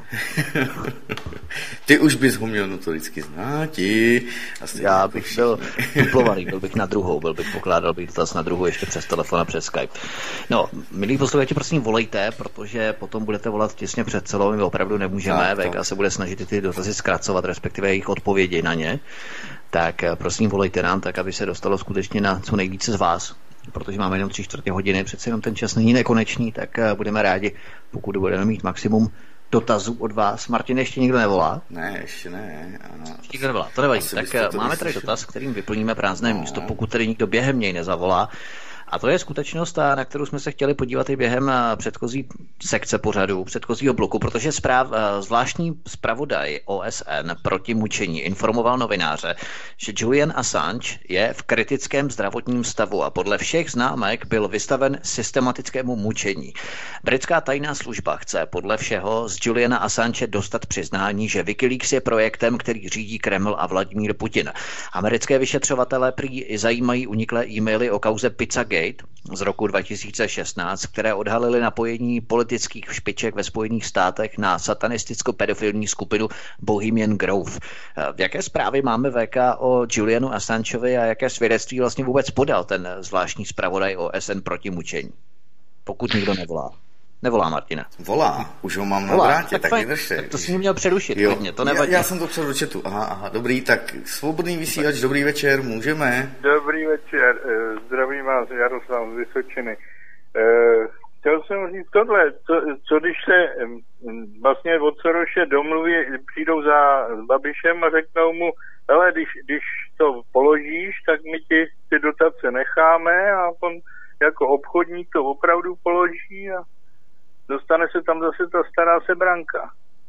Ty už bys ho měl notoricky znát. Já bych byl duplovaný, byl bych na druhou, pokládal bych dotaz na druhou ještě přes telefon a přes Skype. No, milí posluchači, prosím volejte, protože potom budete volat těsně před celou, my opravdu nemůžeme, VK se bude snažit ty dotazy zkracovat, respektive jejich odpovědi na ně. Tak prosím volejte nám tak, aby se dostalo skutečně na co nejvíce z vás. Protože máme jenom 3/4 hodiny, přece jenom ten čas není nekonečný, tak budeme rádi, pokud budeme mít maximum dotazů od vás. Martin, ještě někdo nevolá? Ne, ještě ne. Ještě někdo nevolá, to nevadí. Tak máme tady dotaz, kterým vyplníme prázdné místo, pokud tady nikdo během něj nezavolá. A to je skutečnost, na kterou jsme se chtěli podívat i během předchozí sekce pořadu, předchozího bloku, protože zvláštní zpravodaj OSN proti mučení informoval novináře, že Julian Assange je v kritickém zdravotním stavu a podle všech známek byl vystaven systematickému mučení. Britská tajná služba chce podle všeho z Juliana Assange dostat přiznání, že Wikileaks je projektem, který řídí Kreml a Vladimír Putin. Americké vyšetřovatelé prý zajímají uniklé e-maily o kauze Pizzagate z roku 2016, které odhalily napojení politických špiček ve Spojených státech na satanisticko-pedofilní skupinu Bohemian Grove. Jaké zprávy máme, VK, o Julianu Assangeovi a jaké svědectví vlastně vůbec podal ten zvláštní zpravodaj OSN proti mučení? Pokud nikdo nevolá. Nevolá, Martina. Volá, už ho mám na vrátě, tak vydržte. Tak to jsi měl přerušit, klidně, to nevadí. Já jsem to před do chatu, aha, dobrý, tak svobodný vysílač, dobrý večer, můžeme? Dobrý večer, zdravím vás, Jaroslav z Vysočiny. Chtěl jsem říct tohle, co když se vlastně od Soroše domluví, přijdou za Babišem a řeknou mu, hele, když to položíš, tak my ti ty dotace necháme a on jako obchodník to opravdu položí a dostane se tam zase ta stará sebranka.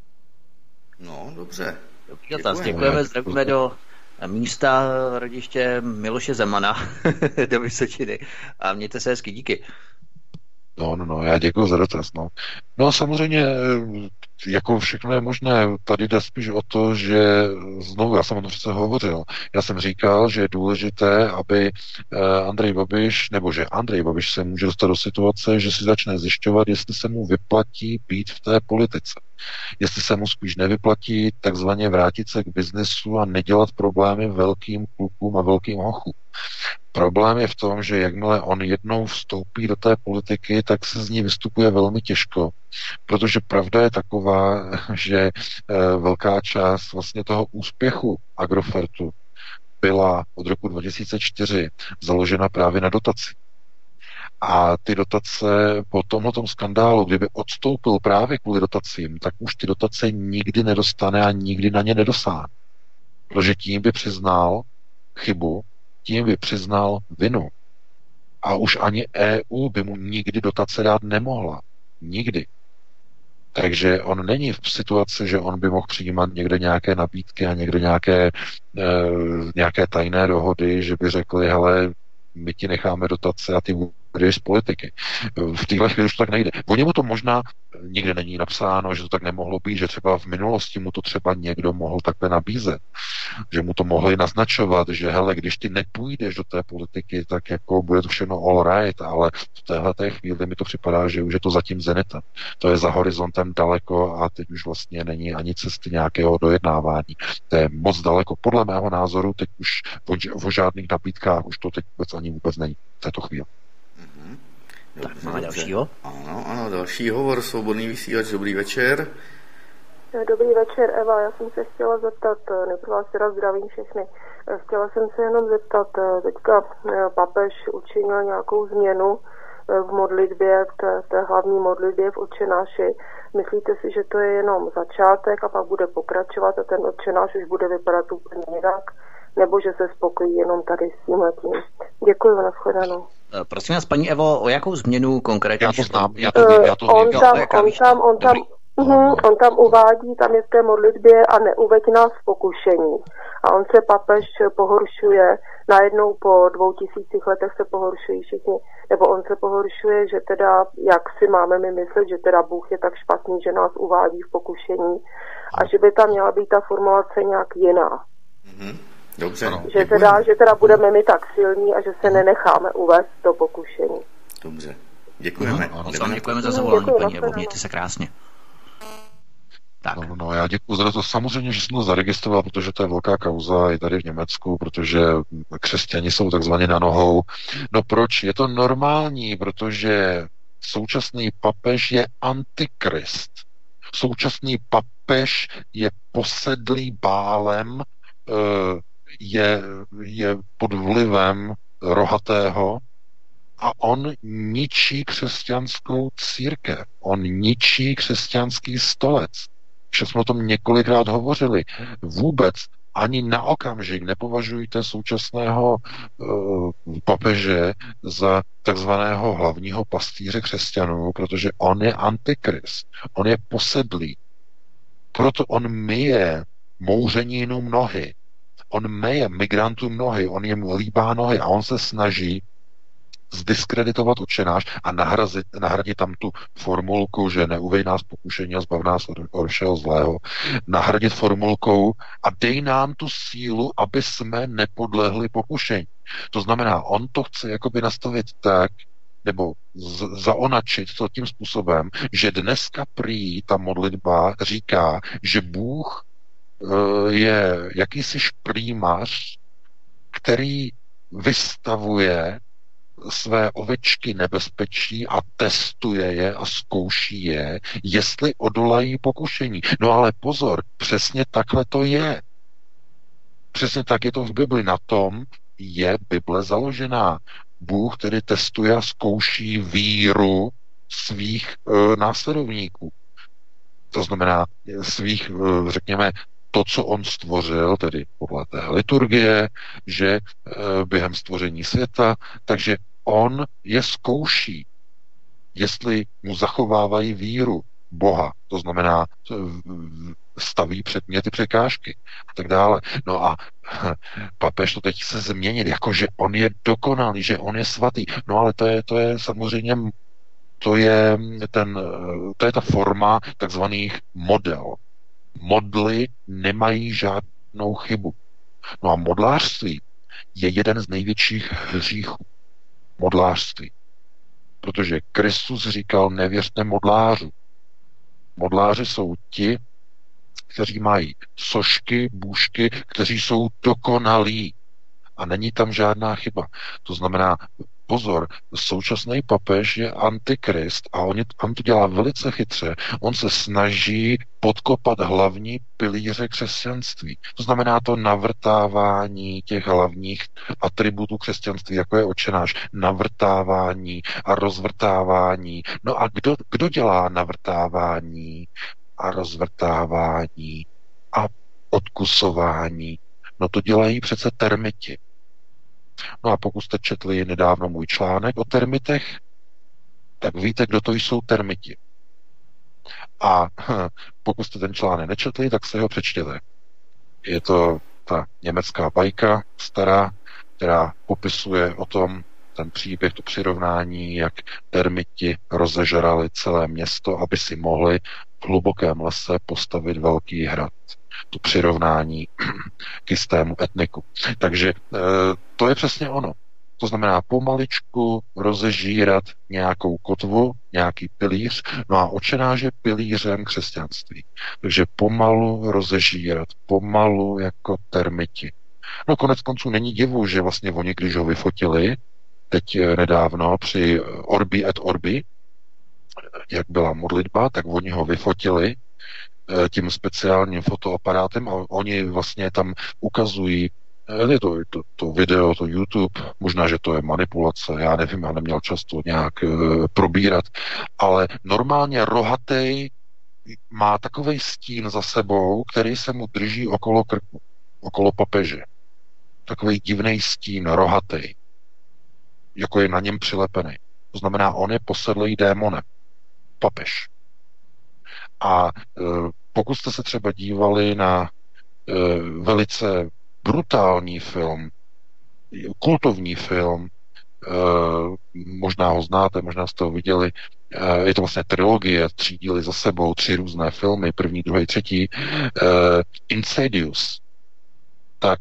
No, dobře. Děkujeme, zdravíme do místa rodiště Miloše Zemana do Vysočiny a mějte se hezky, díky. No, já děkuji za dotaz, No samozřejmě, jako všechno je možné, tady jde spíš o to, že znovu, já jsem o tom přece hovořil, já jsem říkal, že je důležité, aby Andrej Babiš se může dostat do situace, že si začne zjišťovat, jestli se mu vyplatí být v té politice. Jestli se mu spíš nevyplatí takzvaně vrátit se k biznesu a nedělat problémy velkým klukům a velkým hochům. Problém je v tom, že jakmile on jednou vstoupí do té politiky, tak se z ní vystupuje velmi těžko, protože pravda je taková, že velká část vlastně toho úspěchu Agrofertu byla od roku 2004 založena právě na dotaci. A ty dotace po tomhletom skandálu, kdyby odstoupil právě kvůli dotacím, tak už ty dotace nikdy nedostane a nikdy na ně nedosáhne. Protože tím by přiznal chybu, tím by přiznal vinu. A už ani EU by mu nikdy dotace dát nemohla. Nikdy. Takže on není v situaci, že on by mohl přijímat někde nějaké nabídky a někde nějaké tajné dohody, že by řekli, hele, my ti necháme dotace a ty budeš z politiky. V téhle chvíli už to tak nejde. O němu to možná nikde není napsáno, že to tak nemohlo být, že třeba v minulosti mu to třeba někdo mohl takhle nabízet. Že mu to mohli naznačovat, že hele, když ty nepůjdeš do té politiky, tak jako bude to všechno all right, ale v téhleté chvíli mi to připadá, že už je to zatím zenitem. To je za horizontem daleko a teď už vlastně není ani cesty nějakého dojednávání. To je moc daleko. Podle mého názoru teď už o žádných nabídkách už to teď vůbec není v této chvíli. Tak máme dalšího? Ano, další hovor, svobodný vysílač, dobrý večer. Dobrý večer, Eva. Já jsem se chtěla zeptat, nejprve vás teda zdravím všechny. Chtěla jsem se jenom zeptat, teďka papež učinil nějakou změnu v modlitbě, v té hlavní modlitbě v Otčenáši. Myslíte si, že to je jenom začátek a pak bude pokračovat a ten Otčenáš už bude vypadat úplně jinak? Nebo že se spokojí jenom tady s tímhletím? Děkuji, nashledanou. Prosím vás, paní Evo, o jakou změnu konkrétně? Já to znám, já to vím. On tam uvádí, tam je v té modlitbě a neuveď nás v pokušení. A on se papež pohoršuje, najednou po 2000 letech se pohoršují všichni, nebo on se pohoršuje, že teda, jak si máme my myslet, že teda Bůh je tak špatný, že nás uvádí v pokušení a že by tam měla být ta formulace nějak jiná. Dobře. Že teda budeme my tak silní a že se nenecháme uvést do pokušení. Dobře. Děkujeme. Děkujeme za zavolání, paní Evo, mějte se krásně. Tak. No, já děkuji za to. Samozřejmě, že jsem to zaregistroval, protože to je velká kauza i tady v Německu, protože křesťani jsou takzvaně na nohou. No proč? Je to normální, protože současný papež je antikrist. Současný papež je posedlý Bálem, je pod vlivem rohatého a on ničí křesťanskou církev. On ničí křesťanský stolec. Že jsme o tom několikrát hovořili. Vůbec ani na okamžik nepovažujte současného papeže za takzvaného hlavního pastýře křesťanů, protože on je antikrist. On je posedlý. Proto on myje mouřeninům nohy. On myje migrantům nohy. On jim líbá nohy a on se snaží zdiskreditovat Otčenáš a nahradit tam tu formulku, že neuvej nás pokušení a zbav nás od všeho zlého, nahradit formulkou a dej nám tu sílu, aby jsme nepodlehli pokušení. To znamená, on to chce jakoby nastavit tak, nebo zaonačit to tím způsobem, že dneska prý ta modlitba říká, že Bůh je jakýsi šprýmař, který vystavuje své ovečky nebezpečí a testuje je a zkouší je, jestli odolají pokušení. No ale pozor, přesně takhle to je. Přesně tak je to v Bibli. Na tom je Bible založená. Bůh tedy testuje a zkouší víru svých následovníků. To znamená svých, řekněme, to, co on stvořil, tedy podle té liturgie, že během stvoření světa, takže on je zkouší, jestli mu zachovávají víru Boha, to znamená staví před ně ty překážky a tak dále. No a papež to teď chce změnit, jakože on je dokonalý, že on je svatý. No ale to je samozřejmě to je ta forma takzvaných model. Modly nemají žádnou chybu. No a modlářství je jeden z největších hříchů. Modlářství. Protože Kristus říkal, nevěřte modlářů. Modláři jsou ti, kteří mají sošky, bůžky, kteří jsou dokonalí. A není tam žádná chyba. To znamená, pozor, současný papež je antikrist a on to dělá velice chytře. On se snaží podkopat hlavní pilíře křesťanství. To znamená to navrtávání těch hlavních atributů křesťanství, jako je Otčenáš, navrtávání a rozvrtávání. No a kdo dělá navrtávání a rozvrtávání a odkusování? No to dělají přece termiti. No a pokud jste četli nedávno můj článek o termitech, tak víte, kdo to jsou termiti. A pokud jste ten článek nečetli, tak se ho přečtěte. Je to ta německá bajka stará, která popisuje o tom, ten příběh, to přirovnání, jak termiti rozežrali celé město, aby si mohli v hlubokém lese postavit velký hrad. To přirovnání k jistému etniku. Takže to je přesně ono. To znamená pomaličku rozežírat nějakou kotvu, nějaký pilíř, no a Otčenáš je pilířem křesťanství. Takže pomalu rozežírat, pomalu jako termiti. No konec konců není divu, že vlastně oni, když ho vyfotili, teď nedávno při Orbi et Orbi, jak byla modlitba, tak oni ho vyfotili tím speciálním fotoaparátem a oni vlastně tam ukazují je to video, to YouTube, možná, že to je manipulace, já nevím, já neměl čas to nějak probírat, ale normálně rohatej má takovej stín za sebou, který se mu drží okolo krku, okolo papeže. Takovej divnej stín, rohatej, jako je na něm přilepený. To znamená, on je posedlý démonem. Papež. A pokud jste se třeba dívali na velice brutální film, kultovní film, možná ho znáte, možná jste ho viděli, je to vlastně trilogie, 3 díly za sebou, 3 různé filmy, první, druhý, třetí, Insidious, tak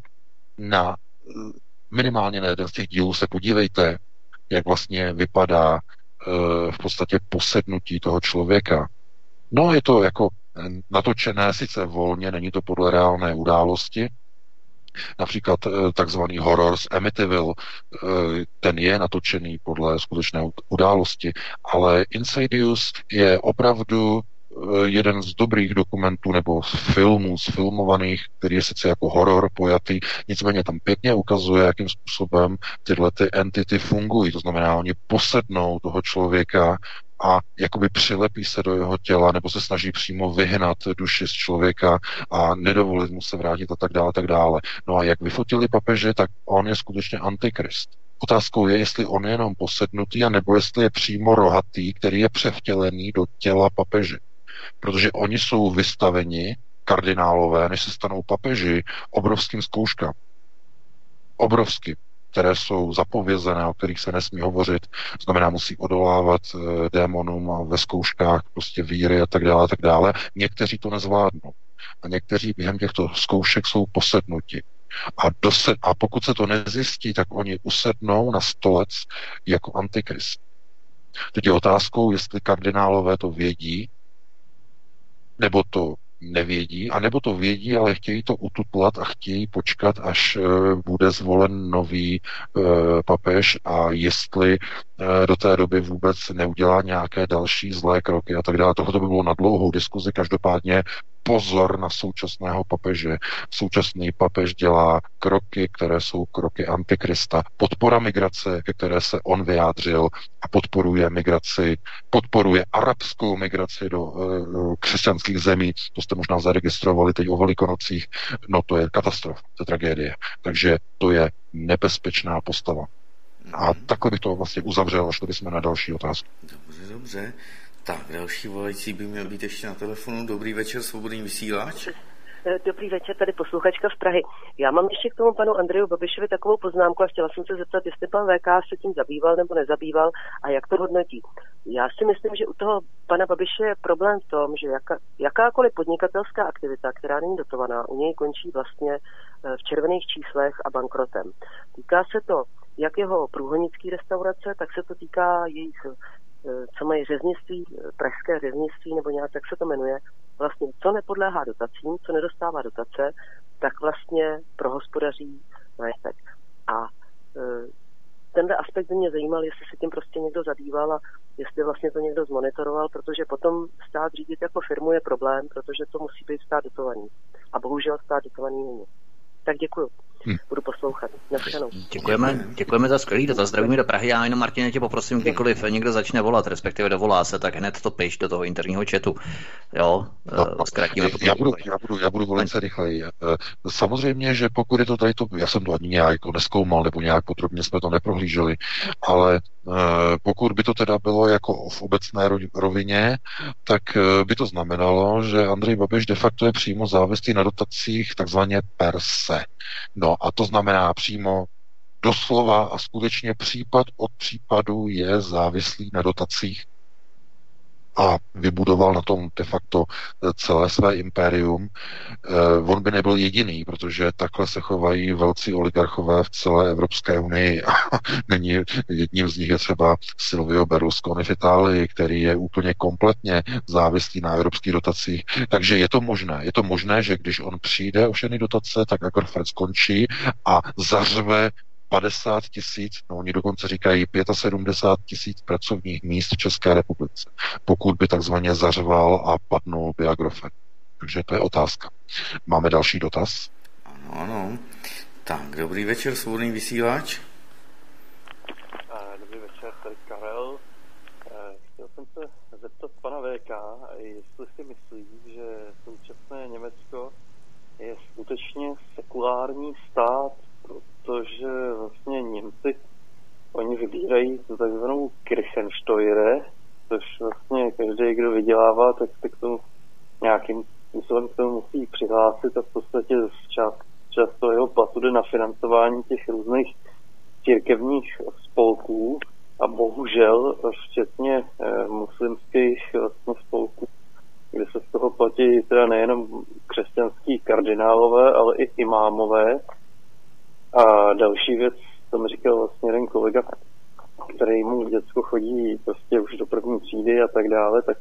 minimálně na jeden z těch dílů se podívejte, jak vlastně vypadá v podstatě posednutí toho člověka. No, je to jako natočené sice volně, není to podle reálné události. Například takzvaný horor z Amityville, ten je natočený podle skutečné události, ale Insidious je opravdu jeden z dobrých dokumentů nebo filmů sfilmovaných, který je sice jako horor pojatý, nicméně tam pěkně ukazuje, jakým způsobem tyhle ty entity fungují. To znamená, oni posednou toho člověka a jakoby přilepí se do jeho těla nebo se snaží přímo vyhnat duši z člověka a nedovolit mu se vrátit a tak dále, tak dále. No a jak vyfotili papeže, tak on je skutečně antikrist. Otázkou je, jestli on je jenom posednutý, anebo jestli je přímo rohatý, který je převtělený do těla papeže. Protože oni jsou vystaveni, kardinálové, než se stanou papeži, obrovským zkouškám. Obrovským, které jsou zapovězené, o kterých se nesmí hovořit. Znamená, musí odolávat démonům a ve zkouškách prostě víry a tak dále, a tak dále. Někteří to nezvládnou. A někteří během těchto zkoušek jsou posednuti. A pokud se to nezjistí, tak oni usednou na stolec jako antikrist. Teď je otázkou, jestli kardinálové to vědí, nebo to nevědí, anebo to vědí, ale chtějí to ututlat a chtějí počkat, až bude zvolen nový papež a jestli do té doby vůbec neudělá nějaké další zlé kroky a tak dále. Tohle by bylo na dlouhou diskuzi, každopádně pozor na současného papeže. Současný papež dělá kroky, které jsou kroky antikrista. Podpora migrace, ke které se on vyjádřil a podporuje migraci, podporuje arabskou migraci do křesťanských zemí. To jste možná zaregistrovali teď o Velikonocích. No to je katastrofa, to je tragédie. Takže to je nebezpečná postava. A takhle bych to vlastně uzavřel, až to bychom na další otázku. Dobře. Tak, další volající by měl být ještě na telefonu. Dobrý večer, svobodný vysílač. Dobrý večer, tady posluchačka z Prahy. Já mám ještě k tomu panu Andreju Babišovi takovou poznámku a chtěla jsem se zeptat, jestli pan VK se tím zabýval nebo nezabýval a jak to hodnotí. Já si myslím, že u toho pana Babiše je problém v tom, že jakákoliv podnikatelská aktivita, která není dotovaná, u něj končí vlastně v červených číslech a bankrotem. Týká se to jak jeho průhonické restaurace, tak se to týká jejich co mají řeznictví, pražské řeznictví, nebo nějak tak se to jmenuje, vlastně co nepodléhá dotacím, co nedostává dotace, tak vlastně prohospodaří majetek. A tenhle aspekt by mě zajímal, jestli se tím prostě někdo zabýval a jestli vlastně to někdo zmonitoroval, protože potom stát řídit jako firmu je problém, protože to musí být stát dotovaný. A bohužel stát dotovaný není. Tak děkuju. Budu poslouchat. Naschledanou. Děkujeme za skvělý dotaz. Zdravíme do Prahy. Já jenom, Martine, tě poprosím, kdykoliv někdo začne volat, respektive dovolá se, tak hned to piš do toho interního chatu. Jo, zkrátíme. Já budu velice rychleji. Samozřejmě, že pokud je to tady to, já jsem to ani nějak nezkoumal, nebo nějak podrobně jsme to neprohlíželi, ale pokud by to teda bylo jako v obecné rovině, tak by to znamenalo, že Andrej Babiš de facto je přímo závislý na dotacích takzvaně per se. No a to znamená přímo doslova a skutečně případ od případu je závislý na dotacích a vybudoval na tom de facto celé své impérium. On by nebyl jediný, protože takhle se chovají velcí oligarchové v celé Evropské unii. Není jedním z nich je třeba Silvio Berlusconi v Itálii, který je úplně kompletně závislý na evropských dotacích. Takže je to možné. Je to možné, že když on přijde o všechny dotace, tak Agrofert skončí a zařve 50 000, no oni dokonce říkají 75 000 pracovních míst v České republice, pokud by takzvaně zařval a padnul by Agrofert. Takže to je otázka. Máme další dotaz? Ano. Tak, dobrý večer, svobodný vysílač. Dobrý večer, tady Karel. Chtěl jsem se zeptat pana VK, jestli si myslí, že současné Německo je skutečně sekulární stát, protože vlastně Němci, oni vybírají tu takzvanou Kirchensteuere, což vlastně každý, kdo vydělává, tak se k tomu nějakým způsobem k tomu musí přihlásit a v podstatě část toho jeho platu jde na financování těch různých církevních spolků a bohužel včetně muslimských vlastně spolků, kde se z toho platí teda nejenom křesťanský kardinálové, ale i imámové. A další věc, to mi říkal vlastně jeden kolega, který mu děcko chodí prostě už do první třídy a tak dále, tak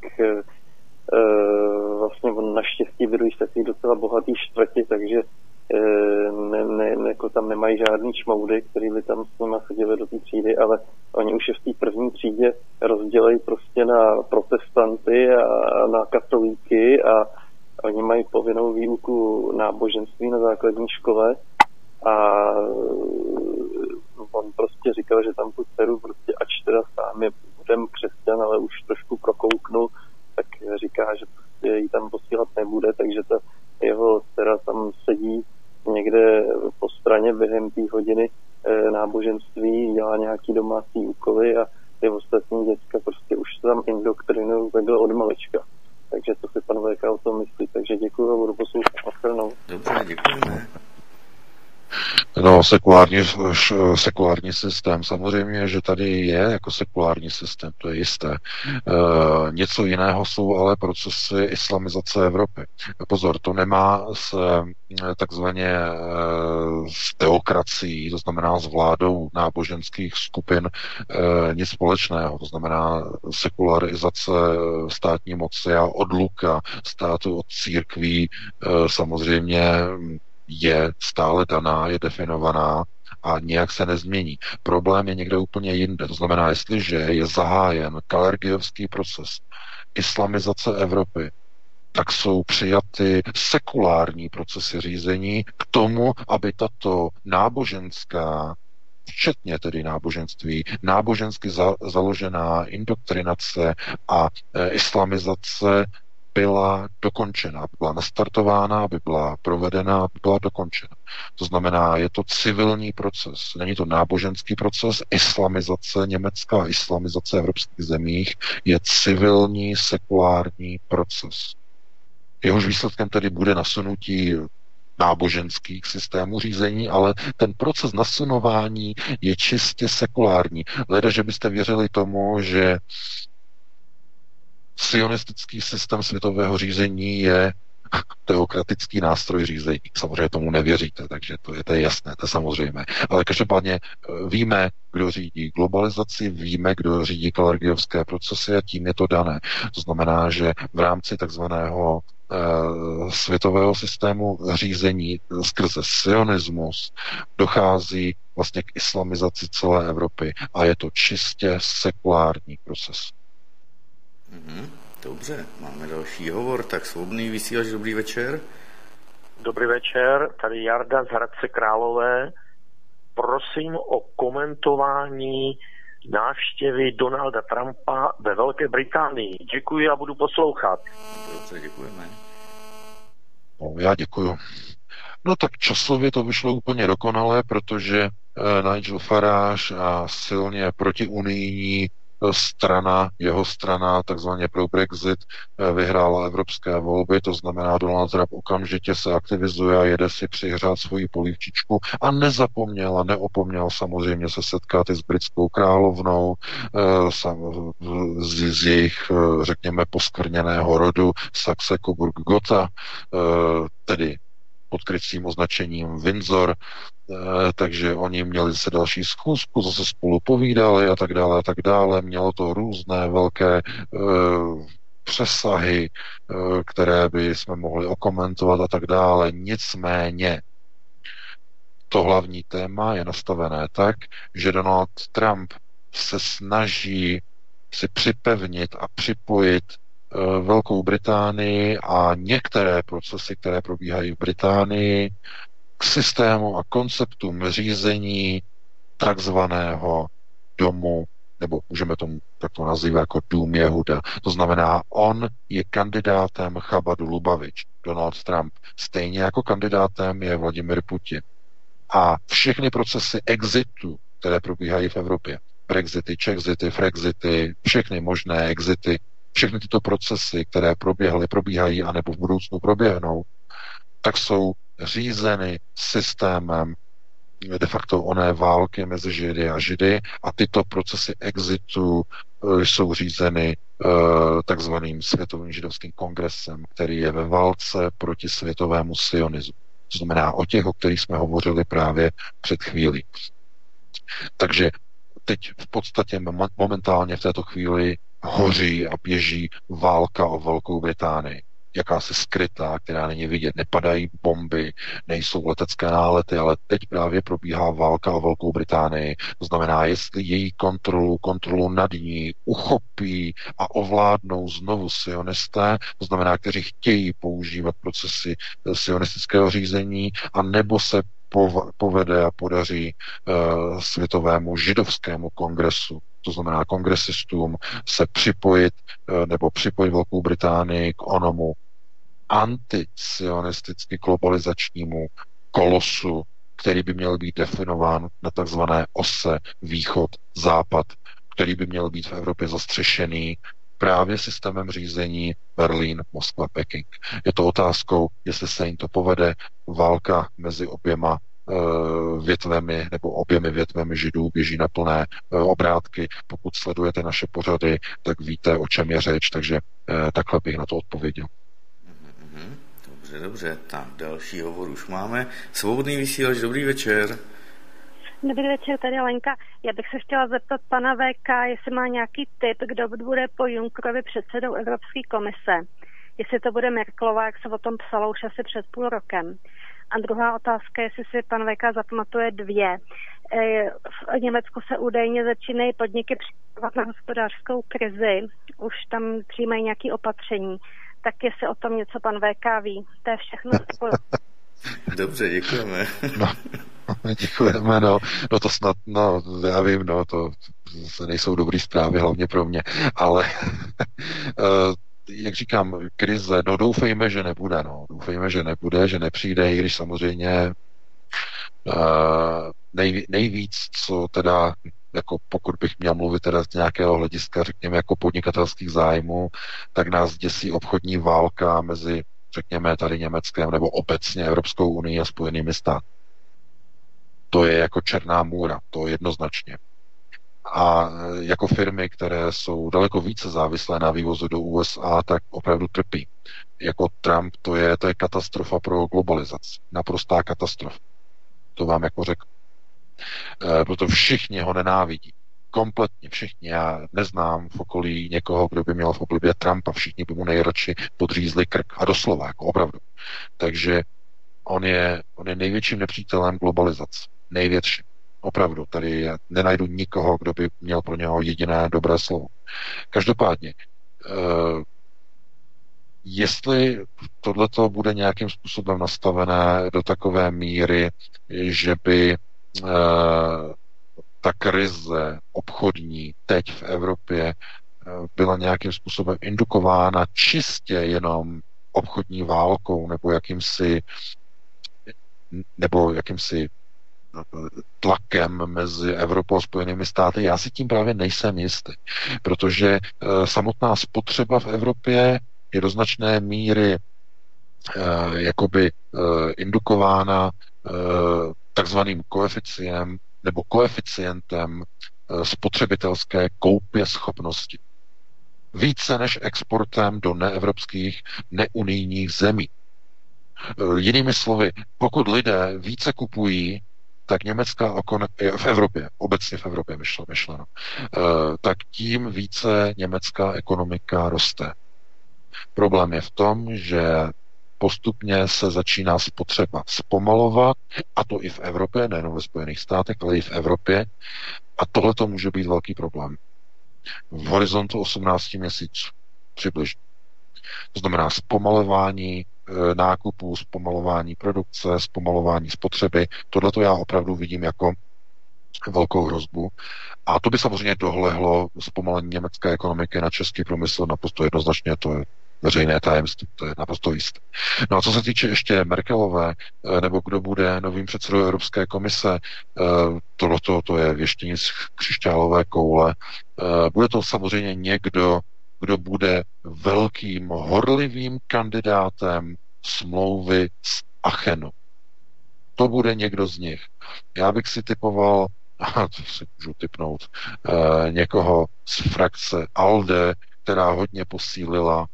vlastně on naštěstí bydlí v takový docela bohatý čtvrti, takže jako tam nemají žádný čmoudy, který by tam s nima chodili do té třídy, ale oni už je v té první třídě rozdělejí prostě na protestanty a na katolíky a oni mají povinnou výuku náboženství na základní škole a on prostě říkal, že tam tu dceru prostě ač teda sám je budem křesťan, ale už trošku prokouknul, tak říká, že prostě jí tam posílat nebude, takže ta jeho dcera tam sedí někde po straně během té hodiny náboženství, dělá nějaký domácí úkoly a ty ostatní děcka prostě už se tam indoktrinují takhle od malička. Takže to si pan VK o tom myslí. Takže děkuji a budu poslouchat. Dobře, děkujeme. No, sekulární systém. Samozřejmě, že tady je jako sekulární systém, to je jisté. Něco jiného jsou ale procesy islamizace Evropy. Pozor, to nemá s takzvaně s teokracií, to znamená s vládou náboženských skupin, nic společného. To znamená sekularizace státní moci a odluka státu od církví samozřejmě je stále daná, je definovaná a nijak se nezmění. Problém je někde úplně jinde. To znamená, jestliže je zahájen kalergiovský proces islamizace Evropy, tak jsou přijaty sekulární procesy řízení k tomu, aby tato náboženská, včetně tedy náboženství, nábožensky založená indoktrinace a islamizace byla dokončena, aby byla nastartována, aby byla provedena, aby byla dokončena. To znamená, je to civilní proces, není to náboženský proces. Islamizace Německa a islamizace evropských zemích je civilní, sekulární proces. Jehož výsledkem tedy bude nasunutí náboženských systémů řízení, ale ten proces nasunování je čistě sekulární. Leda, že byste věřili tomu, že sionistický systém světového řízení je teokratický nástroj řízení. Samozřejmě tomu nevěříte, takže to je jasné, to je samozřejmé. Ale každopádně víme, kdo řídí globalizaci, víme, kdo řídí kalergiovské procesy a tím je to dané. To znamená, že v rámci takzvaného světového systému řízení skrze sionismus dochází vlastně k islamizaci celé Evropy a je to čistě sekulární proces. Dobře, máme další hovor, tak svobodný vysílač, dobrý večer. Dobrý večer, tady Jarda z Hradce Králové. Prosím o komentování návštěvy Donalda Trumpa ve Velké Británii. Děkuji a budu poslouchat. Dobře, děkujeme. No, já děkuju. No tak časově to vyšlo úplně dokonale, protože Nigel Farage a silně protiunijní strana, jeho strana, takzvaně pro Brexit, vyhrála evropské volby, to znamená Donald Trump okamžitě se aktivizuje a jede si přihřát svoji polívčičku a neopomněl samozřejmě se setkat i s britskou královnou, z jejich, řekněme, poskvrněného rodu Saxe-Coburg-Gotha, tedy pod krycím označením Windsor, takže oni měli se další schůzku, zase spolu povídali a tak dále a tak dále. Mělo to různé velké přesahy, které by jsme mohli okomentovat a tak dále. Nicméně to hlavní téma je nastavené tak, že Donald Trump se snaží si připevnit a připojit Velkou Británii a některé procesy, které probíhají v Británii, k systému a konceptům řízení takzvaného domu, nebo můžeme tomu takto nazývat jako dům Jehuda. To znamená, on je kandidátem Chabadu Lubavič, Donald Trump, stejně jako kandidátem je Vladimir Putin. A všechny procesy exitu, které probíhají v Evropě, Brexity, Czexity, Frexity, všechny možné exity, všechny tyto procesy, které proběhly, probíhají, anebo v budoucnu proběhnou, tak jsou řízeny systémem de facto oné války mezi Židy a Židy a tyto procesy exitu jsou řízeny takzvaným Světovým židovským kongresem, který je ve válce proti světovému sionismu. To znamená o těch, o kterých jsme hovořili právě před chvílí. Takže teď v podstatě momentálně v této chvíli hoří a běží válka o Velkou Británii. Jakási skrytá, která není vidět. Nepadají bomby, nejsou letecké nálety, ale teď právě probíhá válka o Velkou Británii. To znamená, jestli její kontrolu nad ní uchopí a ovládnou znovu sionisté, to znamená, kteří chtějí používat procesy sionistického řízení, a nebo se povede a podaří Světovému židovskému kongresu, to znamená kongresistům, se připojit nebo připojit Velkou Británii k onomu antisionisticky globalizačnímu kolosu, který by měl být definován na takzvané ose východ-západ, který by měl být v Evropě zastřešený právě systémem řízení Berlín, Moskva, Peking. Je to otázkou, jestli se jim to povede. Válka mezi oběma větvemi nebo oběmi větvemi Židů běží na plné obrátky. Pokud sledujete naše pořady, tak víte, o čem je řeč, takže takhle bych na to odpověděl. Dobře, tak další hovor už máme. Svobodný vysílač, dobrý večer. Dobrý večer, tady Lenka. Já bych se chtěla zeptat pana VK, jestli má nějaký tip, kdo bude po Junckerovi předsedou Evropské komise. Jestli to bude Merkelová, jak se o tom psalo už asi před půl rokem. A druhá otázka, jestli si pan VK zapamatuje dvě. V Německu se údajně začínají podniky připravovat na hospodářskou krizi. Už tam přijímají nějaké opatření. Tak jestli o tom něco pan VK ví. To je všechno. Dobře, děkujeme. Děkujeme, no to snad, já vím, to nejsou dobré zprávy, hlavně pro mě, ale jak říkám, krize, doufejme, že nebude, doufejme, že nebude, že nepřijde, i když samozřejmě nejvíc, co teda, jako pokud bych měl mluvit teda z nějakého hlediska, řekněme, jako podnikatelských zájmů, tak nás děsí obchodní válka mezi, řekněme, tady Německem nebo obecně Evropskou unii a Spojenými státy. To je jako černá můra, to jednoznačně. A jako firmy, které jsou daleko více závislé na vývozu do USA, tak opravdu trpí. Jako Trump, to je katastrofa pro globalizaci. Naprostá katastrofa. To vám jako řekl. Proto všichni ho nenávidí. Kompletně všichni. Já neznám v okolí někoho, kdo by měl v oblibě Trumpa. Všichni by mu nejradši podřízli krk. A doslova, jako opravdu. Takže on je největším nepřítelem globalizace. Největším. Opravdu. Tady nenajdu nikoho, kdo by měl pro něho jediné dobré slovo. Každopádně, jestli tohleto bude nějakým způsobem nastavené do takové míry, že by ta krize obchodní teď v Evropě byla nějakým způsobem indukována čistě jenom obchodní válkou nebo jakýmsi tlakem mezi Evropou a Spojenými státy, já si tím právě nejsem jistý, protože samotná spotřeba v Evropě je do značné míry indukována takzvaným koeficientem spotřebitelské koupě schopnosti. Více než exportem do neevropských, neunijních zemí. Jinými slovy, pokud lidé více kupují, tak německá v Evropě, obecně v Evropě myšleno, tak tím více německá ekonomika roste. Problém je v tom, že postupně se začíná spotřeba zpomalovat, a to i v Evropě, nejen ve Spojených státech, ale i v Evropě, a tohle to může být velký problém. V horizontu 18 měsíců přibližně. To znamená zpomalování nákupů, zpomalování produkce, zpomalování spotřeby. Tohle to já opravdu vidím jako velkou hrozbu. A to by samozřejmě dohlehlo zpomalení německé ekonomiky na český průmysl naprosto jednoznačně, to je veřejné tajemství, to je naprosto jisté. No a co se týče ještě Merkelové, nebo kdo bude novým předsedou Evropské komise, to je věštění z křišťálové koule. Bude to samozřejmě někdo, kdo bude velkým, horlivým kandidátem smlouvy z Achenu. To bude někdo z nich. Já bych si typoval, to si můžu typnout, někoho z frakce ALDE, která hodně posílila,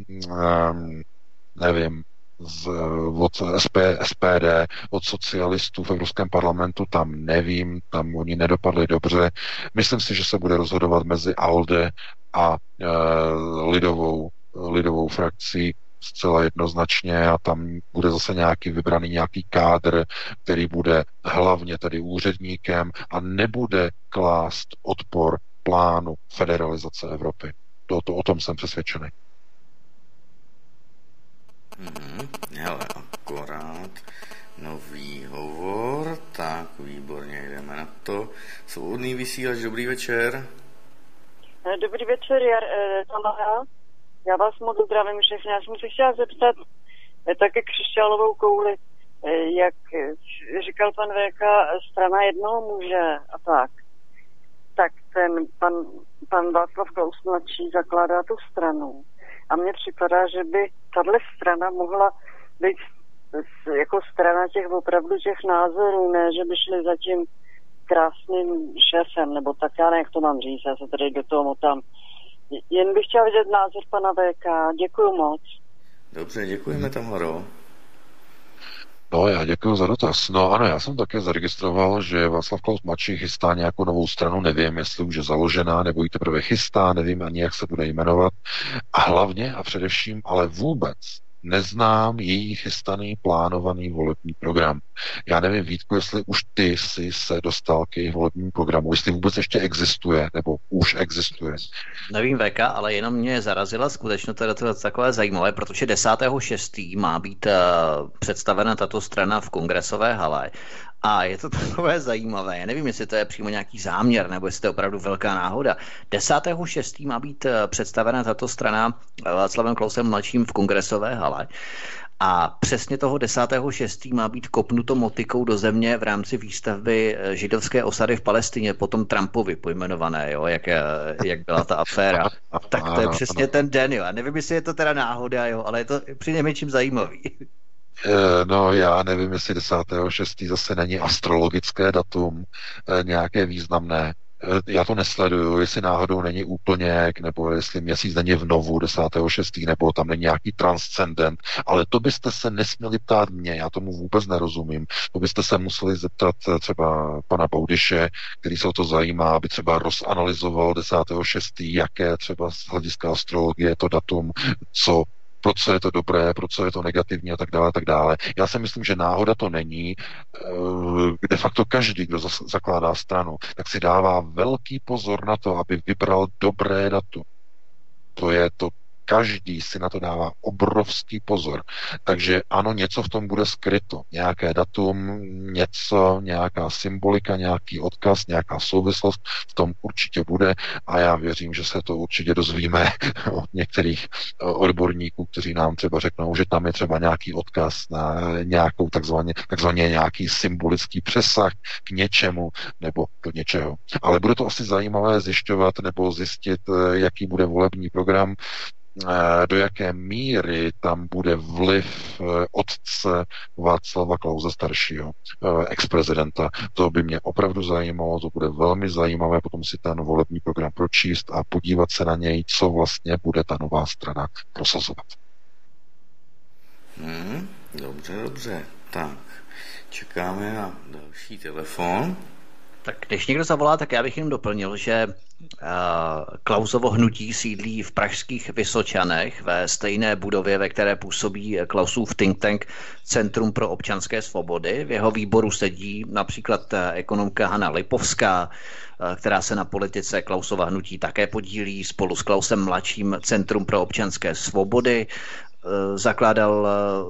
nevím, od SPD, od socialistů v Evropském parlamentu, tam nevím, tam oni nedopadli dobře. Myslím si, že se bude rozhodovat mezi ALDE a lidovou frakcí zcela jednoznačně a tam bude zase nějaký kádr, který bude hlavně tedy úředníkem a nebude klást odpor plánu federalizace Evropy. O tom jsem přesvědčený. Hele, akorát nový hovor, tak výborně, jdeme na to. Svobodný vysílač, dobrý večer. Dobrý večer, Tamara. Já vás moc zdravím všechny. Já jsem se chtěla zeptat také křišťálovou kouli, jak říkal pan VK, strana jednoho muže a tak ten pan Václav Klaus mladší zakládá tu stranu. A mně připadá, že by tahle strana mohla být jako strana těch opravdu těch názorů, ne, že by šli za tím krásným šéfem, nebo tak já ne, jak to mám říct, já se tady do toho motám. Jen bych chtěla vidět názor pana VK. Děkuju moc. Dobře, děkujeme, Tamaro. No, já děkuji za dotaz. No ano, já jsem také zaregistroval, že Václav Klaus mladší chystá nějakou novou stranu, nevím, jestli už je založená, nebo ji teprve chystá, nevím ani, jak se bude jmenovat. A hlavně a především, ale vůbec neznám její chystaný, plánovaný volební program. Já nevím, Vítku, jestli už ty jsi se dostal k jejich volebnímu programu, jestli vůbec ještě existuje, nebo už existuje. Nevím, VK, ale jenom mě zarazila skutečně to takové zajímavé, protože 10.6. má být představena tato strana v kongresové hale. A je to takové zajímavé. Já nevím, jestli to je přímo nějaký záměr, nebo jestli to je opravdu velká náhoda. 10.6. má být představena tato strana Václavem Klausem mladším v kongresové hale. A přesně toho 10.6. má být kopnuto motikou do země v rámci výstavby židovské osady v Palestině, potom Trumpovi pojmenované, jo, jak byla ta aféra. Tak to je přesně ten den, jo. A nevím, jestli je to teda náhoda, jo, ale je to přinejmenším zajímavý. No, já nevím, jestli 10.6. zase není astrologické datum nějaké významné. Já to nesleduju, jestli náhodou není úplněk, nebo jestli měsíc není v novu 10.6., nebo tam není nějaký transcendent, ale to byste se nesměli ptát mě, já tomu vůbec nerozumím. To byste se museli zeptat třeba pana Boudyše, který se o to zajímá, aby třeba rozanalyzoval 10.6., jaké třeba z hlediska astrologie to datum, pro co je to dobré, pro co je to negativní a tak dále, tak dále. Já si myslím, že náhoda to není. De facto každý, kdo zakládá stranu, tak si dává velký pozor na to, aby vybral dobré datum. Každý si na to dává obrovský pozor. Takže ano, něco v tom bude skryto. Nějaké datum, nějaká symbolika, nějaký odkaz, nějaká souvislost v tom určitě bude a já věřím, že se to určitě dozvíme od některých odborníků, kteří nám třeba řeknou, že tam je třeba nějaký odkaz na nějakou takzvaně nějaký symbolický přesah k něčemu nebo do něčeho. Ale bude to asi zajímavé zjišťovat nebo zjistit, jaký bude volební program, do jaké míry tam bude vliv otce Václava Klause staršího, ex-prezidenta. To by mě opravdu zajímalo, to bude velmi zajímavé potom si ten volební program pročíst a podívat se na něj, co vlastně bude ta nová strana prosazovat. Dobře. Tak, čekáme na další telefon. Tak když někdo zavolá, tak já bych jim doplnil, že Klausovo hnutí sídlí v pražských Vysočanech ve stejné budově, ve které působí Klausův think tank Centrum pro občanské svobody. V jeho výboru sedí například ekonomka Hana Lipovská, která se na politice Klausova hnutí také podílí. Spolu s Klausem mladším Centrum pro občanské svobody zakládal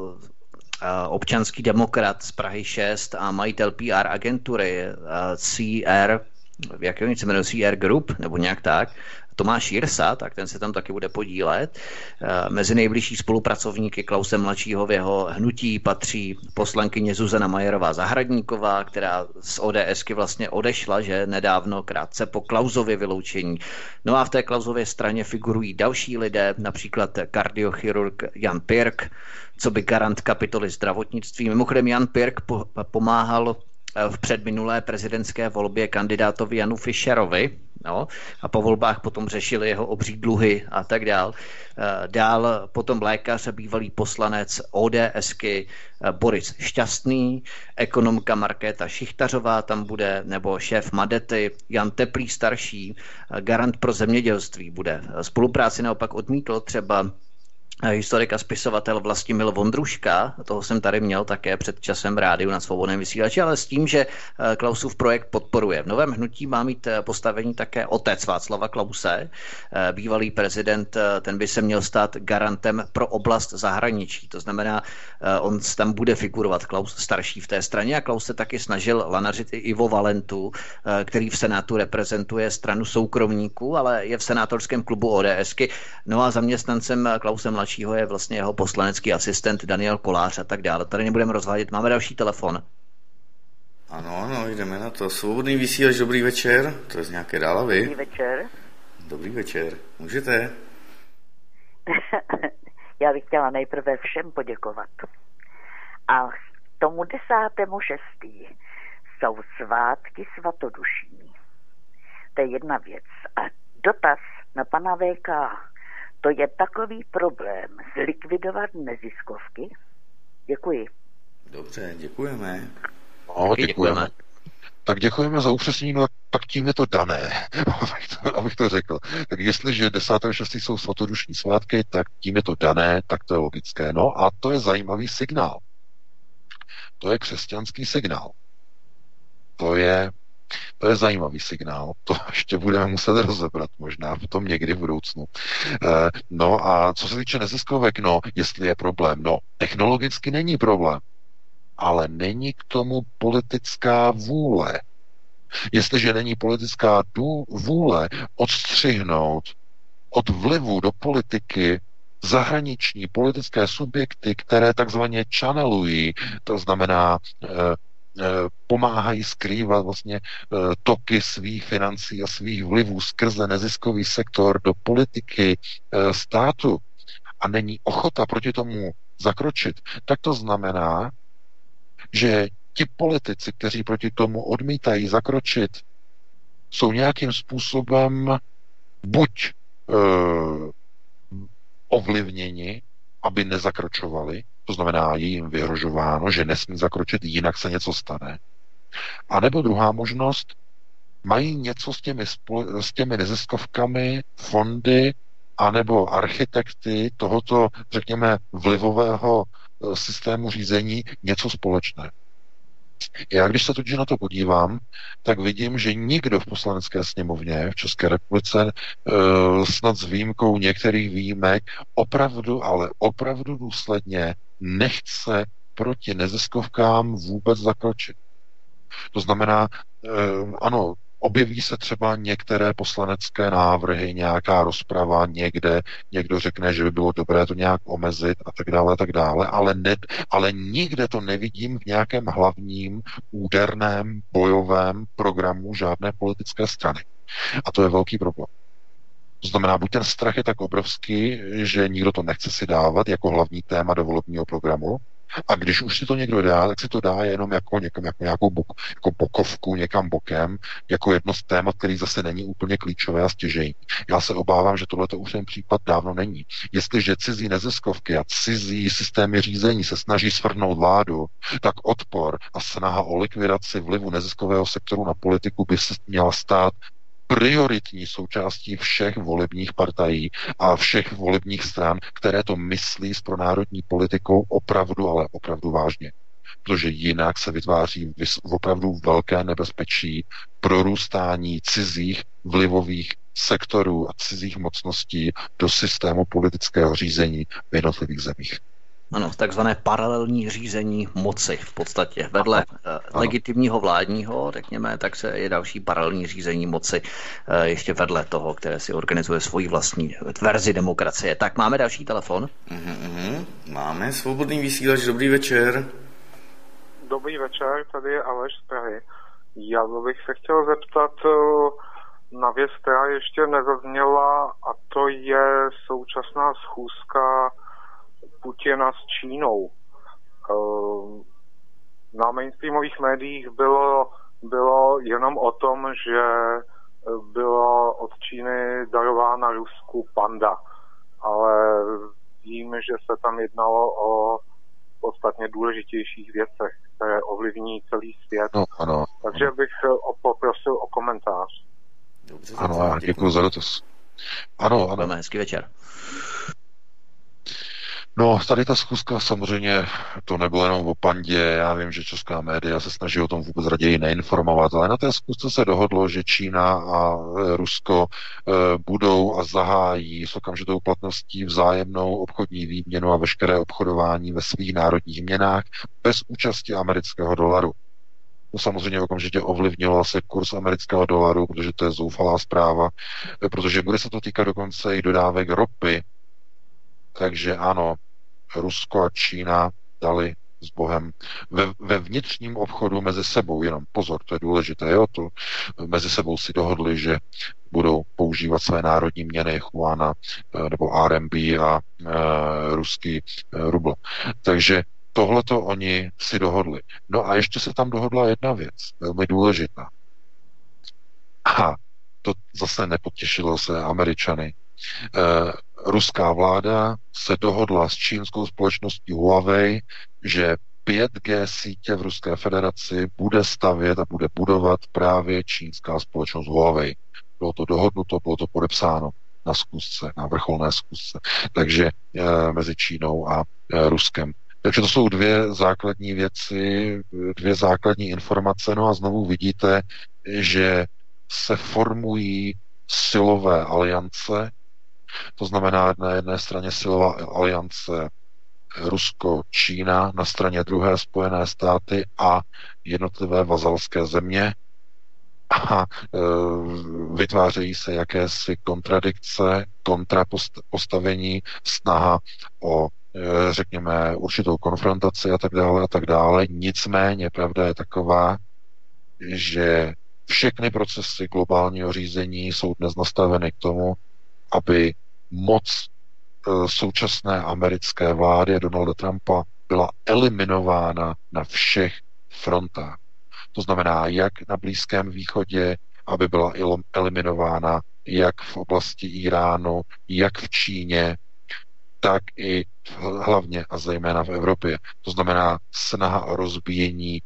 občanský demokrat z Prahy 6 a majitel PR agentury CR, jak se jmenuje, CR Group, nebo nějak tak, Tomáš Jirsa, tak ten se tam taky bude podílet. Mezi nejbližší spolupracovníky Klause mladšího v jeho hnutí patří poslankyně Zuzana Majerová Zahradníková, která z ODSky vlastně odešla, že nedávno, krátce po Klausově vyloučení. No a v té Klausově straně figurují další lidé, například kardiochirurg Jan Pirk, co by garant kapitoly zdravotnictví. Mimochodem Jan Pirk pomáhal v předminulé prezidentské volbě kandidátovi Janu Fischerovi, no, a po volbách potom řešili jeho obří dluhy a tak dál. Dál potom lékař a bývalý poslanec ODSky Boris Šťastný, ekonomka Markéta Šichtařová tam bude, nebo šéf Madety Jan Teplý starší, garant pro zemědělství bude. Spolupráci naopak odmítl třeba historik a spisovatel Vlastimil Vondruška, toho jsem tady měl také před časem rádiu na Svobodném vysílači, ale s tím, že Klausův projekt podporuje. V novém hnutí má mít postavení také otec Václava Klause, bývalý prezident, ten by se měl stát garantem pro oblast zahraničí. To znamená, on tam bude figurovat Klaus starší v té straně a Klaus se taky snažil lanařit i Ivo Valentu, který v Senátu reprezentuje stranu soukromníků, ale je v senátorském klubu ODSky. No a zaměstnancem Klause mladšího je vlastně jeho poslanecký asistent Daniel Kolář a tak dále. Tady nebudeme rozvádět. Máme další telefon. Ano, jdeme na to. Svobodný vysílač, dobrý večer. To je z nějaké Dálavy. Dobrý večer. Dobrý večer. Můžete? Já bych chtěla nejprve všem poděkovat. A k tomu 10.6. jsou svátky svatodušní. To je jedna věc. A dotaz na pana VK. To je takový problém zlikvidovat neziskovky? Děkuji. Dobře, děkujeme. No, děkujeme. Tak děkujeme za upřesnění, no, tak tím je to dané, abych to řekl. Tak jestliže 10.6. jsou svatodušní svátky, tak tím je to dané, tak to je logické. No a to je zajímavý signál. To je křesťanský signál. To je zajímavý signál. To ještě budeme muset rozebrat možná potom někdy v budoucnu. No a co se týče neziskovek, no, jestli je problém, no, technologicky není problém, ale není k tomu politická vůle. Jestliže není politická vůle odstřihnout od vlivu do politiky zahraniční politické subjekty, které takzvaně channelují, to znamená pomáhají skrývat vlastně toky svých financí a svých vlivů skrze neziskový sektor do politiky státu a není ochota proti tomu zakročit, tak to znamená, že ti politici, kteří proti tomu odmítají zakročit, jsou nějakým způsobem buď ovlivněni, aby nezakročovali, to znamená, je jim vyhrožováno, že nesmí zakročit, jinak se něco stane. A nebo druhá možnost, mají něco s těmi neziskovkami, fondy, anebo architekty tohoto, řekněme, vlivového systému řízení něco společné. Já když se totiž na to podívám, tak vidím, že nikdo v Poslanecké sněmovně v České republice, snad s výjimkou některých výjimek, ale opravdu důsledně nechce proti neziskovkám vůbec zakročit. To znamená, ano, objeví se třeba některé poslanecké návrhy, nějaká rozprava někde, někdo řekne, že by bylo dobré to nějak omezit a tak dále, ale nikde to nevidím v nějakém hlavním úderném bojovém programu žádné politické strany. A to je velký problém. To znamená, buď ten strach je tak obrovský, že nikdo to nechce si dávat jako hlavní téma do volebního programu, A když už si to někdo dá, tak si to dá jenom jako nějakou bokovku někam bokem, jako jedno z témat, který zase není úplně klíčové a stěžejní. Já se obávám, že tohle už ten případ dávno není. Jestliže cizí neziskovky a cizí systémy řízení se snaží svrhnout vládu, tak odpor a snaha o likvidaci vlivu neziskového sektoru na politiku by se měla stát prioritní součástí všech volebních partají a všech volebních stran, které to myslí s pronárodní politikou opravdu, ale opravdu vážně. Protože jinak se vytváří opravdu velké nebezpečí prorůstání cizích vlivových sektorů a cizích mocností do systému politického řízení v jednotlivých zemích. Ano, takzvané paralelní řízení moci v podstatě. Vedle legitimního vládního, řekněme, tak se je další paralelní řízení moci ještě vedle toho, které si organizuje svoji vlastní verzi demokracie. Tak máme další telefon. Máme svobodný vysílač, dobrý večer. Dobrý večer, tady je Aleš z Prahy. Já bych se chtěl zeptat na věc, která ještě nezazněla, a to je současná schůzka Putina s Čínou. Na mainstreamových médiích bylo jenom o tom, že bylo od Číny darována Rusku panda, ale vím, že se tam jednalo o podstatně důležitějších věcech, které ovlivní celý svět. No, ano. Takže bych poprosil o komentář. Dobře, ano, děkuji za dotaz. Ano. Hezký večer. No, tady ta schůzka samozřejmě, to nebylo jenom o pandě, já vím, že česká média se snaží o tom vůbec raději neinformovat, ale na té schůzce se dohodlo, že Čína a Rusko budou a zahájí s okamžitou platností vzájemnou obchodní výměnu a veškeré obchodování ve svých národních měnách bez účasti amerického dolaru. To samozřejmě okamžitě ovlivnilo se kurz amerického dolaru, protože to je zoufalá zpráva, protože bude se to týkat dokonce i dodávek ropy. Takže ano, Rusko a Čína dali s Bohem ve vnitřním obchodu mezi sebou, jenom pozor, to je důležité, jo, to mezi sebou si dohodli, že budou používat své národní měny Juana nebo RMB a ruský rubl. Takže tohleto oni si dohodli. No a ještě se tam dohodla jedna věc, velmi důležitá. A to zase nepotěšilo se Američany. Ruská vláda se dohodla s čínskou společností Huawei, že 5G sítě v Ruské federaci bude stavět a bude budovat právě čínská společnost Huawei. Bylo to dohodnuto, bylo to podepsáno na schůzce, na vrcholné schůzce. Takže mezi Čínou a Ruskem. Takže to jsou dvě základní věci, dvě základní informace. No a znovu vidíte, že se formují silové aliance. To znamená na jedné straně silová aliance Rusko-Čína, na straně druhé Spojené státy a jednotlivé vazalské země. A vytvářejí se jakési kontradikce, kontrapostavení, snaha o, řekněme, určitou konfrontaci a tak dále. Nicméně pravda je taková, že všechny procesy globálního řízení jsou dnes nastaveny k tomu, aby moc současné americké vlády Donalda Trumpa byla eliminována na všech frontách. To znamená, jak na Blízkém východě, aby byla eliminována jak v oblasti Iránu, jak v Číně, tak i hlavně a zejména v Evropě. To znamená snaha o rozbíjení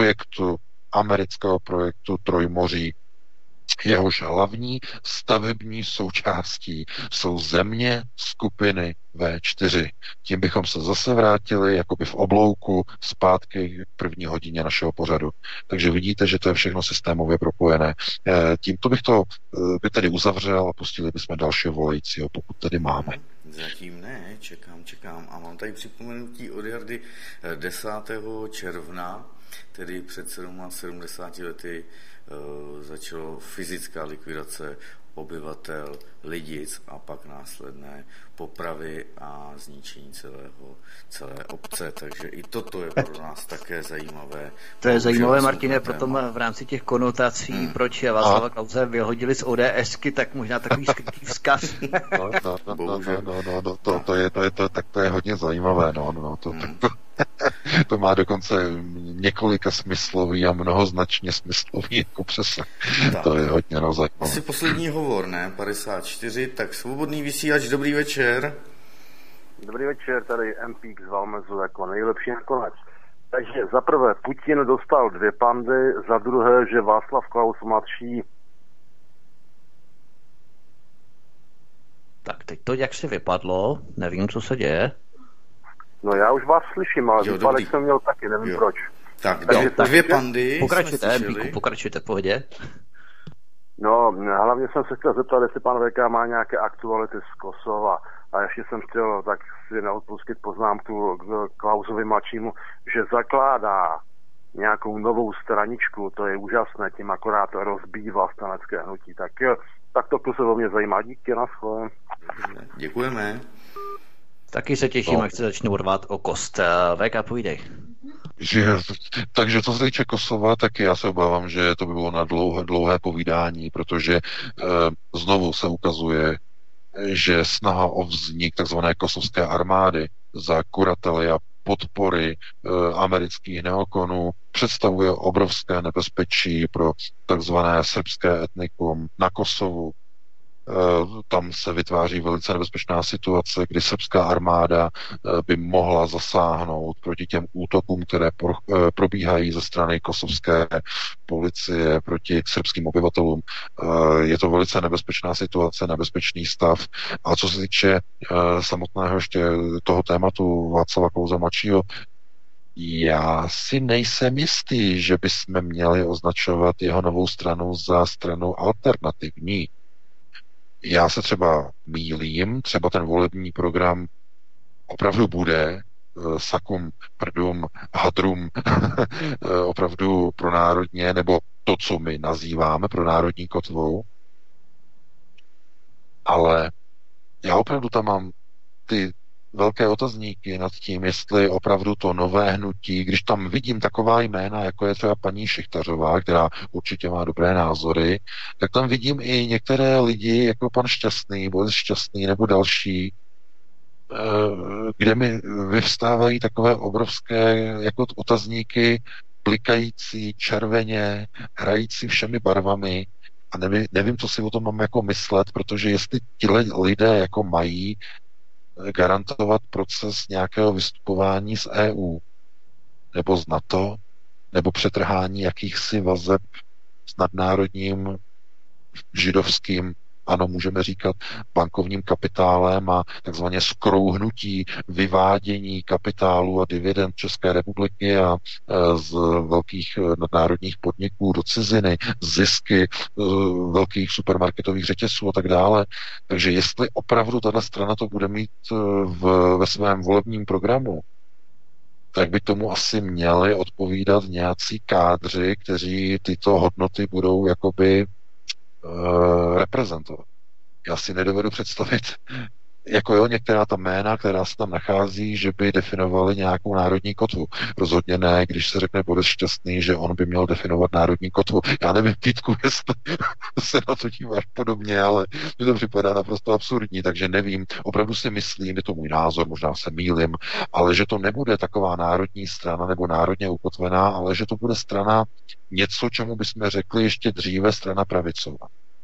amerického projektu Trojmoří. Jehož hlavní stavební součástí jsou země skupiny V4. Tím bychom se zase vrátili jakoby v oblouku zpátky k první hodině našeho pořadu. Takže vidíte, že to je všechno systémově propojené. Tímto bych to tedy uzavřel a pustili bychom dalšího volajícího, pokud tedy máme. Zatím ne, čekám. A mám tady připomenutí od Jardy 10. června, tedy před 77 lety, začalo fyzická likvidace obyvatel Lidic a pak následné popravy a zničení celé obce. Takže i toto je pro nás také zajímavé. To je zajímavé, Martine, potom v rámci těch konotací, proč Václava Klause vyhodili z ODSky, tak možná takový skrytý vzkaz. To je hodně zajímavé, To má dokonce několika smyslový a mnohoznačně smyslový jako přesah. To je hodně zajímavé. Asi poslední hovor, ne? 54, tak svobodný vysílač, dobrý večer. Dobrý večer, tady MPík z Valmezu jako nejlepší nakonec. Takže za prvé Putin dostal 2 pandy, za druhé, že Václav Klaus mladší. Tak teď to jak si vypadlo, nevím, co se děje. No já už vás slyším, ale výpadek jsem měl taky, nevím proč. Tak 2 pandy. Pokračujte, pohodě. No, hlavně jsem se chtěl zeptat, jestli pan VK má nějaké aktuality z Kosova. A ještě jsem chtěl tak si neodpustit poznámku k Klausovi mladšímu, že zakládá nějakou novou straničku, to je úžasné, tím akorát rozbíjí vlastenecké hnutí. Tak jo, tak to se o mě zajímá. Díky, naschle. Děkujeme. Taky se těším, jak se začnu rvat o kost. VK, půjdej. Takže co se týče Kosova, tak já se obávám, že to by bylo na dlouhé povídání, protože znovu se ukazuje, že snaha o vznik tzv. Kosovské armády za kurately a podpory amerických neokonů představuje obrovské nebezpečí pro tzv. Srbské etnikum na Kosovu. Tam se vytváří velice nebezpečná situace, kdy srbská armáda by mohla zasáhnout proti těm útokům, které probíhají ze strany kosovské policie proti srbským obyvatelům. Je to velice nebezpečná situace, nebezpečný stav. A co se týče samotného ještě toho tématu Václava Klause mladšího, já si nejsem jistý, že bychom měli označovat jeho novou stranu za stranu alternativní. Já se třeba mýlím, třeba ten volební program opravdu bude sakum, prdum, hadrum opravdu pro národně, nebo to, co my nazýváme pro národní kotvou. Ale já opravdu tam mám ty velké otazníky nad tím, jestli opravdu to nové hnutí, když tam vidím taková jména, jako je třeba paní Šichtařová, která určitě má dobré názory, tak tam vidím i některé lidi, jako pan Šťastný, Boris Šťastný nebo další, kde mi vyvstávají takové obrovské jako otazníky, blikající červeně, hrající všemi barvami a nevím, co si o tom mám jako myslet, protože jestli tihle lidé jako mají garantovat proces nějakého vystupování z EU nebo z NATO, nebo přetrhání jakýchsi vazeb s nadnárodním židovským, ano, můžeme říkat, bankovním kapitálem a takzvaně skrouhnutí, vyvádění kapitálu a dividend České republiky a z velkých nadnárodních podniků do ciziny, zisky velkých supermarketových řetězců a tak dále. Takže jestli opravdu tato strana to bude mít ve svém volebním programu, tak by tomu asi měli odpovídat nějací kádři, kteří tyto hodnoty budou jakoby reprezentovat. Já si nedovedu představit, jako jo, některá ta jména, která se tam nachází, že by definovali nějakou národní kotvu. Rozhodně ne, když se řekne Boris Šťastný, že on by měl definovat národní kotvu. Já nevím, Pítku, jestli se na to díváš podobně, ale mi to připadá naprosto absurdní, takže nevím. Opravdu si myslím, je to můj názor, možná se mýlim, ale že to nebude taková národní strana nebo národně ukotvená, ale že to bude strana něco, čemu bychom řekli ještě dříve strana pravicová.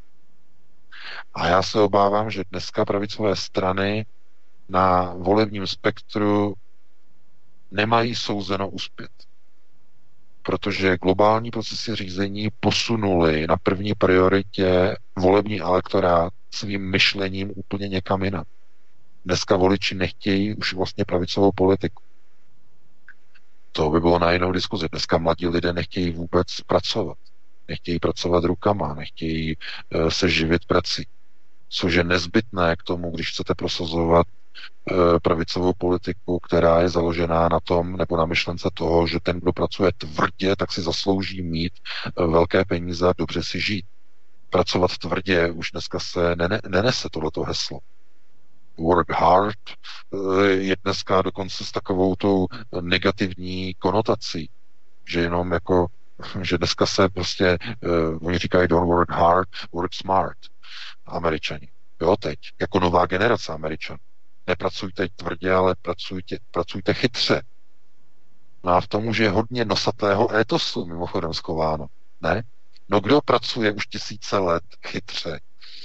A já se obávám, že dneska pravicové strany na volebním spektru nemají souzeno uspět. Protože globální procesy řízení posunuly na první prioritě volební elektorát svým myšlením úplně někam jinam. Dneska voliči nechtějí už vlastně pravicovou politiku. To by bylo na jinou diskuzi. Dneska mladí lidé nechtějí vůbec pracovat. Nechtějí pracovat rukama, nechtějí se živit prací. Což je nezbytné k tomu, když chcete prosazovat pravicovou politiku, která je založená na tom, nebo na myšlence toho, že ten, kdo pracuje tvrdě, tak si zaslouží mít velké peníze a dobře si žít. Pracovat tvrdě už dneska se nenese tohleto heslo. Work hard je dneska dokonce s takovou tou negativní konotací, že jenom jako, že dneska se prostě, oni říkají don't work hard, work smart, Američani. Jo, teď, jako nová generace Američanů. Nepracujte tvrdě, ale pracujte chytře. No a v tom už je hodně nosatého étosu, mimochodem schováno. Ne? No kdo pracuje už tisíce let chytře?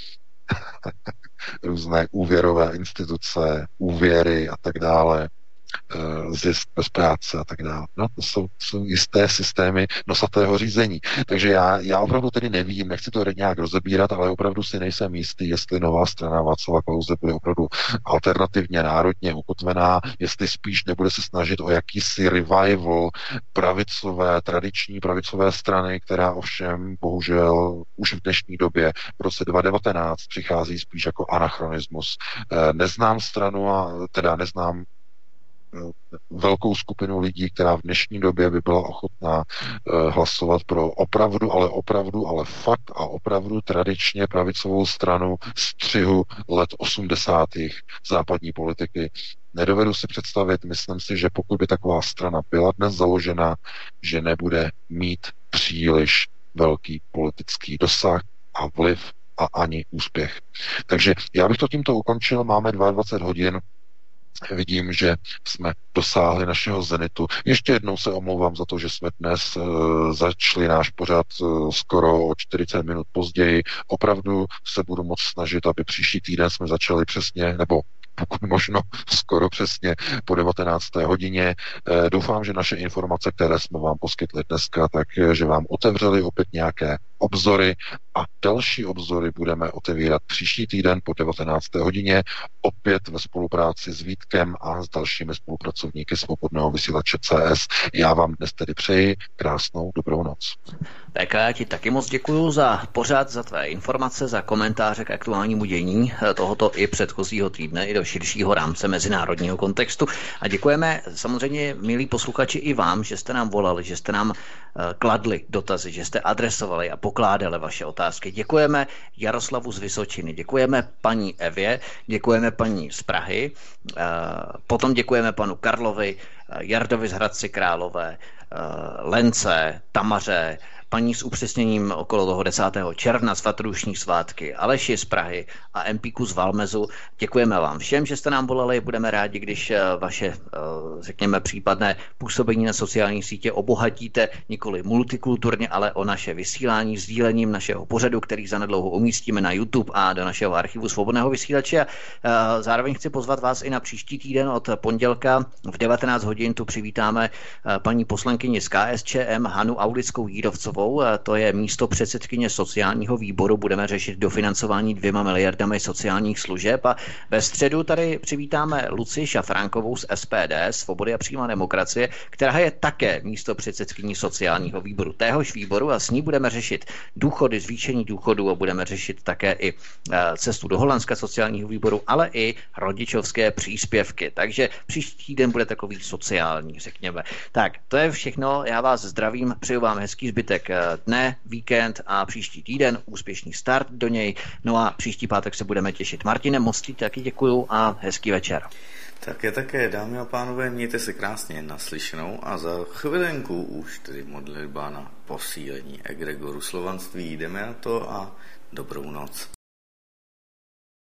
Různé úvěrové instituce, úvěry a tak dále, zisk bez práce a tak dále. No, to jsou jisté systémy nosatého řízení. Takže já opravdu tedy nevím, nechci to nějak rozebírat, ale opravdu si nejsem jistý, jestli nová strana Václava Klause bude opravdu alternativně národně ukotvená, jestli spíš nebude se snažit o jakýsi revival tradiční pravicové strany, která ovšem bohužel už v dnešní době v roce 2019 přichází spíš jako anachronismus. Neznám stranu neznám velkou skupinu lidí, která v dnešní době by byla ochotná hlasovat pro opravdu, ale fakt a opravdu tradičně pravicovou stranu střihu let 80. západní politiky. Nedovedu si představit, myslím si, že pokud by taková strana byla dnes založena, že nebude mít příliš velký politický dosah a vliv a ani úspěch. Takže já bych to tímto ukončil, máme 22 hodin, vidím, že jsme dosáhli našeho zenitu. Ještě jednou se omlouvám za to, že jsme dnes začali náš pořad skoro o 40 minut později. Opravdu se budu moc snažit, aby příští týden jsme začali přesně, nebo pokud možno skoro přesně po 19. hodině. Doufám, že naše informace, které jsme vám poskytli dneska, takže vám otevřeli opět nějaké obzory a další obzory budeme otevírat příští týden po 19. hodině opět ve spolupráci s Vítkem a s dalšími spolupracovníky Svobodného vysílače CS. Já vám dnes tedy přeji krásnou dobrou noc. Tak já ti taky moc děkuju za pořad, za tvé informace, za komentáře k aktuálnímu dění tohoto i předchozího týdne, i do širšího rámce mezinárodního kontextu. A děkujeme samozřejmě, milí posluchači, i vám, že jste nám volali, že jste nám kladli dotazy, že jste adresovali a pokládali vaše otázky. Děkujeme Jaroslavu z Vysočiny, děkujeme paní Evě, děkujeme paní z Prahy, potom děkujeme panu Karlovi, Jardovi z Hradce Králové, Lence, Tamaře, paní s upřesněním okolo toho 10. června svatodušní svátky, Aleši z Prahy a Empíku z Valmezu. Děkujeme vám všem, že jste nám volali. Budeme rádi, když vaše, řekněme, případné působení na sociální sítě obohatíte nikoli multikulturně, ale o naše vysílání sdílením našeho pořadu, který zanedlouho umístíme na YouTube a do našeho archivu Svobodného vysílače. Zároveň chci pozvat vás i na příští týden od pondělka v 19 hodin. Tu přivítáme paní poslankyni z KSČM Hanu Aulickou Jírovcovou. To je místo předsedkyně sociálního výboru. Budeme řešit dofinancování 2 miliardami sociálních služeb a ve středu tady přivítáme Lucii Šafránkovou z SPD, Svobody a přímá demokracie, která je také místo předsedkyní sociálního výboru téhož výboru a s ní budeme řešit důchody, zvýšení důchodů a budeme řešit také i cestu do Holandska sociálního výboru, ale i rodičovské příspěvky. Takže příští týden bude takový sociální, řekněme. Tak, to je všechno. Já vás zdravím, přeju vám hezký zbytek dne, víkend a příští týden, úspěšný start do něj. No a příští pátek se budeme těšit. Martine, moc ti taky děkuju a hezký večer. Také, dámy a pánové, mějte se krásně naslyšenou a za chvilenku už tedy modlitba na posílení egregoru slovanství. Jdeme na to a dobrou noc.